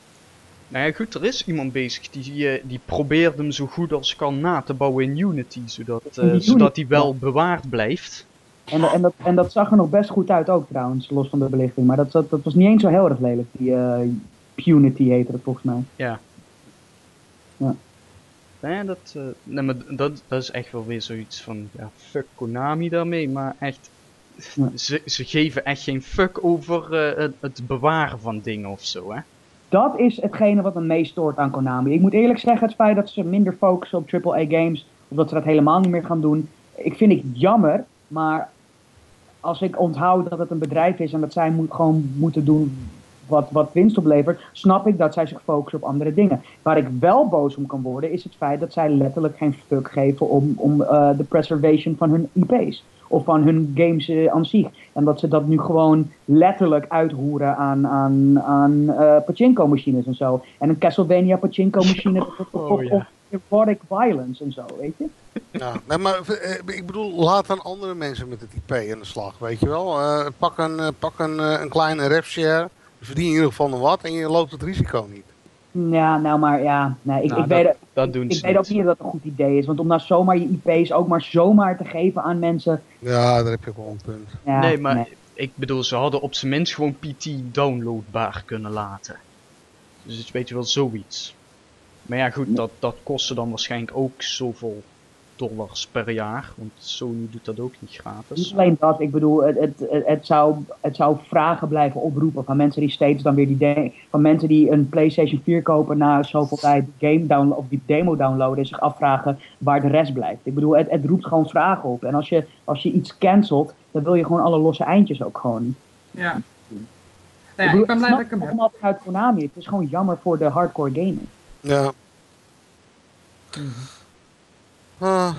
Nou ja, goed, er is iemand bezig die, uh, die probeert hem zo goed als kan na te bouwen in Unity, zodat uh, Unity, zodat hij wel bewaard blijft. En, en, dat, en dat zag er nog best goed uit ook trouwens, los van de belichting. Maar dat, dat, dat was niet eens zo heel erg lelijk. Die uh, Unity heette het volgens mij. Ja. Ja. Nou ja, dat, uh, nee, maar dat, dat is echt wel weer zoiets van, ja, fuck Konami daarmee, maar echt, Ja. ze, ze geven echt geen fuck over uh, het, het bewaren van dingen of zo, hè. Dat is hetgene wat me meest stoort aan Konami. Ik moet eerlijk zeggen, het feit dat ze minder focussen op triple A games, of dat ze dat helemaal niet meer gaan doen, ik vind ik jammer, maar als ik onthoud dat het een bedrijf is en dat zij moet, gewoon moeten doen wat, wat winst oplevert, snap ik dat zij zich focussen op andere dingen. Waar ik wel boos om kan worden, is het feit dat zij letterlijk geen fuck geven om, om uh, de preservation van hun I P's. Of van hun games uh, aan zich. En dat ze dat nu gewoon letterlijk uithoeren aan, aan, aan uh, pachinko-machines en zo. En een Castlevania pachinko-machine op, op, op, op erotic violence en zo, weet je? Ja, nee, maar ik bedoel, laat dan andere mensen met het I P aan de slag, weet je wel. Uh, pak een, uh, pak een, uh, een kleine rev-share, verdien je in ieder geval nog wat en je loopt het risico niet. Ja, nou maar ja, nee, ik, Nou, ik dat, weet, dat doen ik ze weet ook niet dat het een goed idee is. Want om nou zomaar je I P's ook maar zomaar te geven aan mensen. Ja, daar heb je ook wel een punt. Ja, nee, maar ik bedoel, ze hadden op zijn minst gewoon P T downloadbaar kunnen laten. Dus het weet je wel, zoiets. Maar ja, goed, dat, dat kostte dan waarschijnlijk ook zoveel dollars per jaar. Want Sony doet dat ook niet gratis. Niet alleen dat, ik bedoel, het, het, het, het, zou, het zou vragen blijven oproepen van mensen die steeds dan weer die de, van mensen die een PlayStation vier kopen na zoveel tijd game download, of die demo downloaden en zich afvragen waar de rest blijft. Ik bedoel, het, het roept gewoon vragen op. En als je, als je iets cancelt, dan wil je gewoon alle losse eindjes ook gewoon. Ja. Nou ja, ik, bedoel, ik ben blij snap dat ik hem heb. allemaal vanuit Konami. Het is gewoon jammer voor de hardcore gamer. Ja. Mm-hmm. Uh.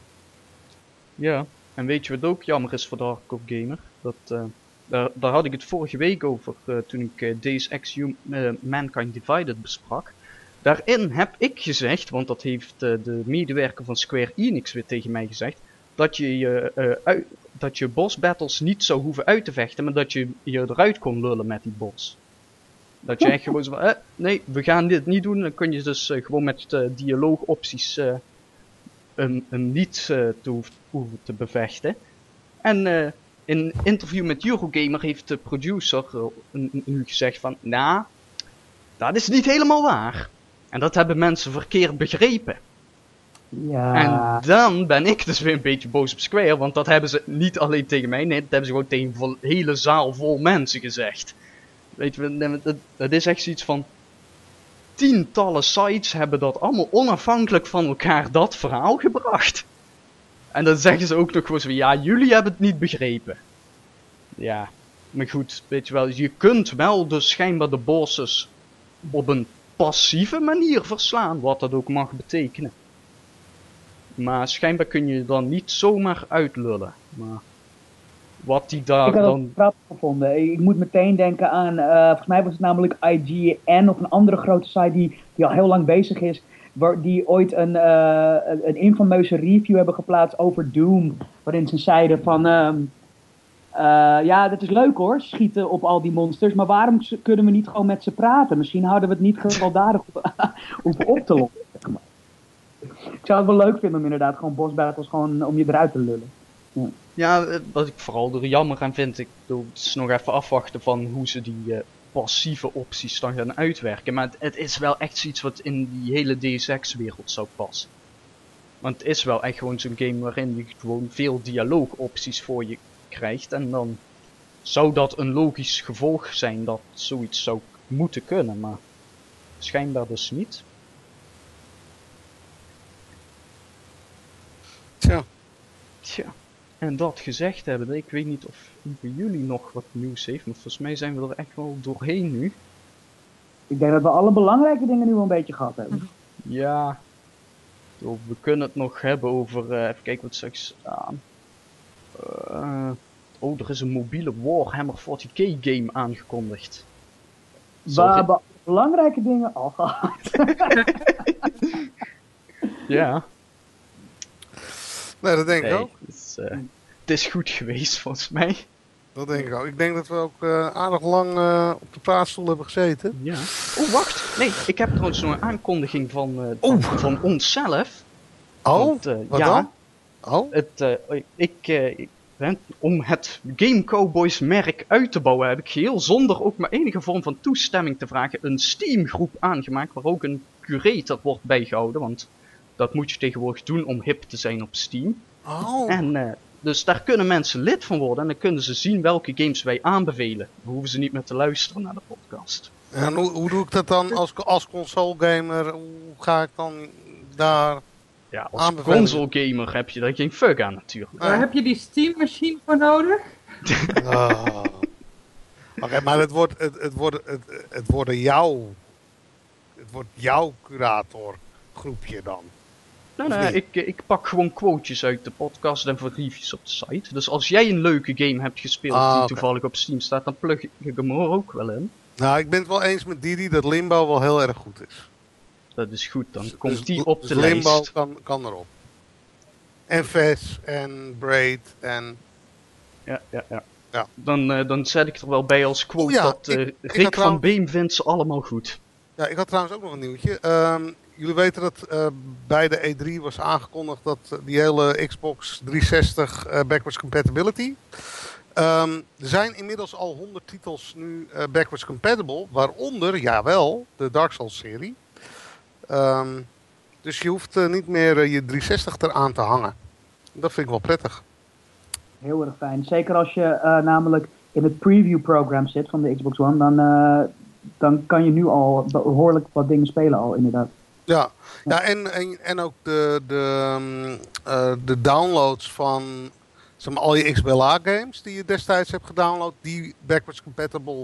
Ja, en weet je wat ook jammer is voor de hardcore gamer? Dat, uh, daar, daar had ik het vorige week over uh, toen ik uh, Deus Ex uh, Mankind Divided besprak. Daarin heb ik gezegd, want dat heeft uh, de medewerker van Square Enix weer tegen mij gezegd, dat je je, uh, uit, dat je boss battles niet zou hoeven uit te vechten, maar dat je je eruit kon lullen met die boss. Dat je echt gewoon zo van, eh, nee, we gaan dit niet doen. Dan kun je dus uh, gewoon met uh, dialoogopties uh, een, een niet uh, te hoeven, hoeven te bevechten. En uh, in een interview met Eurogamer heeft de producer uh, nu gezegd van, nou, dat is niet helemaal waar. En dat hebben mensen verkeerd begrepen. Ja. En dan ben ik dus weer een beetje boos op Square, want dat hebben ze niet alleen tegen mij, nee, dat hebben ze gewoon tegen een hele zaal vol mensen gezegd. Weet je, dat, dat is echt zoiets van, tientallen sites hebben dat allemaal onafhankelijk van elkaar dat verhaal gebracht. En dan zeggen ze ook nog gewoon zo, ja, jullie hebben het niet begrepen. Ja, maar goed, weet je wel, je kunt wel dus schijnbaar de bosses op een passieve manier verslaan, wat dat ook mag betekenen. Maar schijnbaar kun je dan niet zomaar uitlullen. Maar wat die daar ik had dan... het grappig gevonden. Ik moet meteen denken aan, uh, volgens mij was het namelijk I G N of een andere grote site die, die al heel lang bezig is. Waar, die ooit een, uh, een infameuze review hebben geplaatst over Doom. Waarin ze zeiden van, uh, uh, ja, dat is leuk hoor, schieten op al die monsters. Maar waarom kunnen we niet gewoon met ze praten? Misschien houden we het niet gewelddadig hoeven op te lossen. Zeg maar. Ik zou het wel leuk vinden om inderdaad gewoon boss battles gewoon om je eruit te lullen. Ja. Ja, wat ik vooral er jammer aan vind, ik bedoel, het is nog even afwachten van hoe ze die uh, passieve opties dan gaan uitwerken. Maar het, het is wel echt zoiets wat in die hele Deus Ex wereld zou passen. Want het is wel echt gewoon zo'n game waarin je gewoon veel dialoogopties voor je krijgt. En dan zou dat een logisch gevolg zijn dat zoiets zou moeten kunnen, maar schijnbaar dus niet. Tja. Tja. En dat gezegd hebben, ik weet niet of voor jullie nog wat nieuws heeft, maar volgens mij zijn we er echt wel doorheen nu. Ik denk dat we alle belangrijke dingen nu wel een beetje gehad hebben. Ja, we kunnen het nog hebben over, uh, even kijken wat straks aan. Uh, Oh, er is een mobiele Warhammer forty K game aangekondigd. We hebben belangrijke dingen al gehad. Ja. Nee, dat denk ik Nee, ook. het is, uh, het is goed geweest volgens mij. Dat denk ik ook. Ik denk dat we ook uh, aardig lang uh, op de praatstoel hebben gezeten. Ja. Oh, wacht. Nee, ik heb trouwens nog een aankondiging van, uh, van, oh. van onszelf. Oh, Want, uh, wat ja, dan? Oh? Het, uh, ik, uh, ik ben, om het Game Cowboys merk uit te bouwen heb ik geheel zonder ook maar enige vorm van toestemming te vragen een Steam groep aangemaakt waar ook een curator wordt bijgehouden. Want dat moet je tegenwoordig doen om hip te zijn op Steam. Oh. En uh, dus daar kunnen mensen lid van worden en dan kunnen ze zien welke games wij aanbevelen. Dan hoeven ze niet meer te luisteren naar de podcast. En hoe, hoe doe ik dat dan als, als console gamer? Hoe ga ik dan daar... Ja, als console gamer heb je daar geen fuck aan natuurlijk. Daar heb je die Steam machine voor nodig? Oh. Oké, okay, maar het wordt, het, het, wordt, het, het worden jouw, het wordt jouw curator groepje dan. Nee, nee, ik, ik pak gewoon quotejes uit de podcast en voor reviews op de site. Dus als jij een leuke game hebt gespeeld ah, die okay. toevallig op Steam staat, dan plug ik hem er ook wel in. Nou, ik ben het wel eens met Didi dat Limbo wel heel erg goed is. Dat is goed, dan dus, komt dus, die op dus de Limbo lijst. Kan, kan erop. En Ves en Braid en... Ja, ja, ja. ja. Dan, uh, dan zet ik er wel bij als quote oh, ja, dat uh, ik, ik Rick van trouwens... Beem vindt ze allemaal goed. Ja, ik had trouwens ook nog een nieuwtje. Um, jullie weten dat uh, bij de E drie was aangekondigd dat uh, die hele Xbox driehonderdzestig uh, backwards compatibility... Um, er zijn inmiddels al honderd titels nu uh, backwards compatible, waaronder, jawel, de Dark Souls serie. Um, dus je hoeft uh, niet meer uh, je driehonderdzestig eraan te hangen. Dat vind ik wel prettig. Heel erg fijn. Zeker als je uh, namelijk in het preview program zit van de Xbox One, dan, uh, dan kan je nu al behoorlijk wat dingen spelen al inderdaad. Ja, ja en, en, en ook de, de, uh, de downloads van... Zeg maar, al je X B L A games die je destijds hebt gedownload, die backwards compatible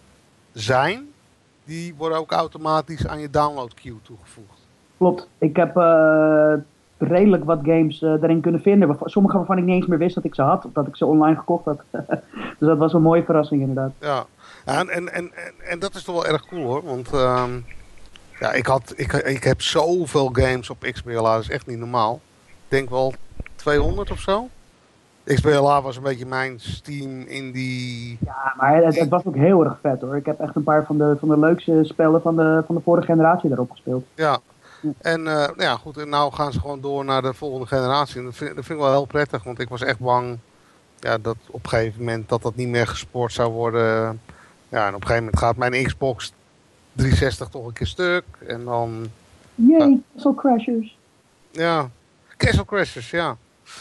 zijn, die worden ook automatisch aan je download queue toegevoegd. Klopt. Ik heb uh, redelijk wat games uh, erin kunnen vinden. Sommige waarvan ik niet eens meer wist dat ik ze had, of dat ik ze online gekocht had. Dus dat was een mooie verrassing inderdaad. Ja, en, en, en, en dat is toch wel erg cool hoor, want um, ja, ik, had, ik, ik heb zoveel games op X B L A, dat is echt niet normaal. Ik denk wel tweehonderd of zo. X B L A was een beetje mijn Steam indie... Ja, maar het, het was ook heel erg vet hoor. Ik heb echt een paar van de, van de leukste spellen van de, van de vorige generatie daarop gespeeld. Ja, ja. en uh, nou ja, goed, en nou gaan ze gewoon door naar de volgende generatie. En dat vind, dat vind ik wel heel prettig, want ik was echt bang ja, dat op een gegeven moment dat dat niet meer gesport zou worden. Ja, en op een gegeven moment gaat mijn Xbox driehonderdzestig toch een keer stuk. En dan... Yay, uh, Castle Crashers. Ja, Castle Crashers, ja.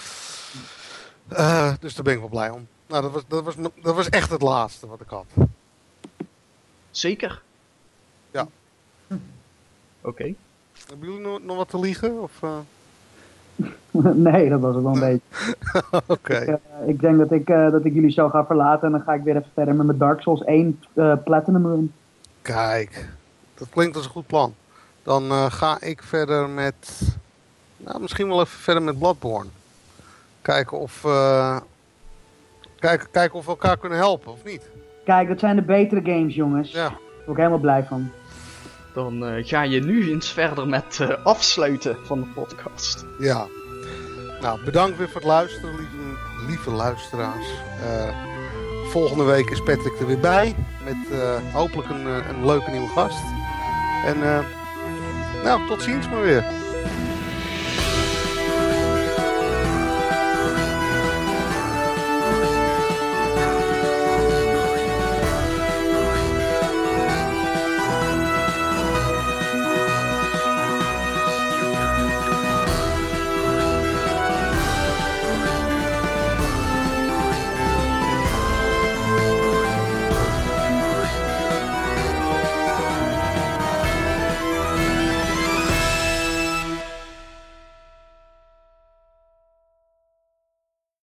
Uh, dus daar ben ik wel blij om. Nou, dat was, dat, was, dat was echt het laatste wat ik had. Zeker? Ja. Hm. Oké. Okay. Hebben jullie nog, nog wat te liegen? Of, uh... nee, dat was het wel een nee. beetje. Oké. Okay. Ik, uh, ik denk dat ik, uh, dat ik jullie zo ga verlaten en dan ga ik weer even verder met mijn Dark Souls één uh, Platinum Run. Kijk, dat klinkt als een goed plan. Dan uh, ga ik verder met... Nou, misschien wel even verder met Bloodborne. Kijken of, uh, kijken, kijken of we elkaar kunnen helpen, of niet? Kijk, dat zijn de betere games, jongens. Ja. Daar word ik helemaal blij van. Dan uh, ga je nu eens verder met uh, afsluiten van de podcast. Ja. Nou, bedankt weer voor het luisteren, lieve, lieve luisteraars. Uh, volgende week is Patrick er weer bij. Met uh, hopelijk een, een leuke nieuwe gast. En uh, nou, tot ziens maar weer.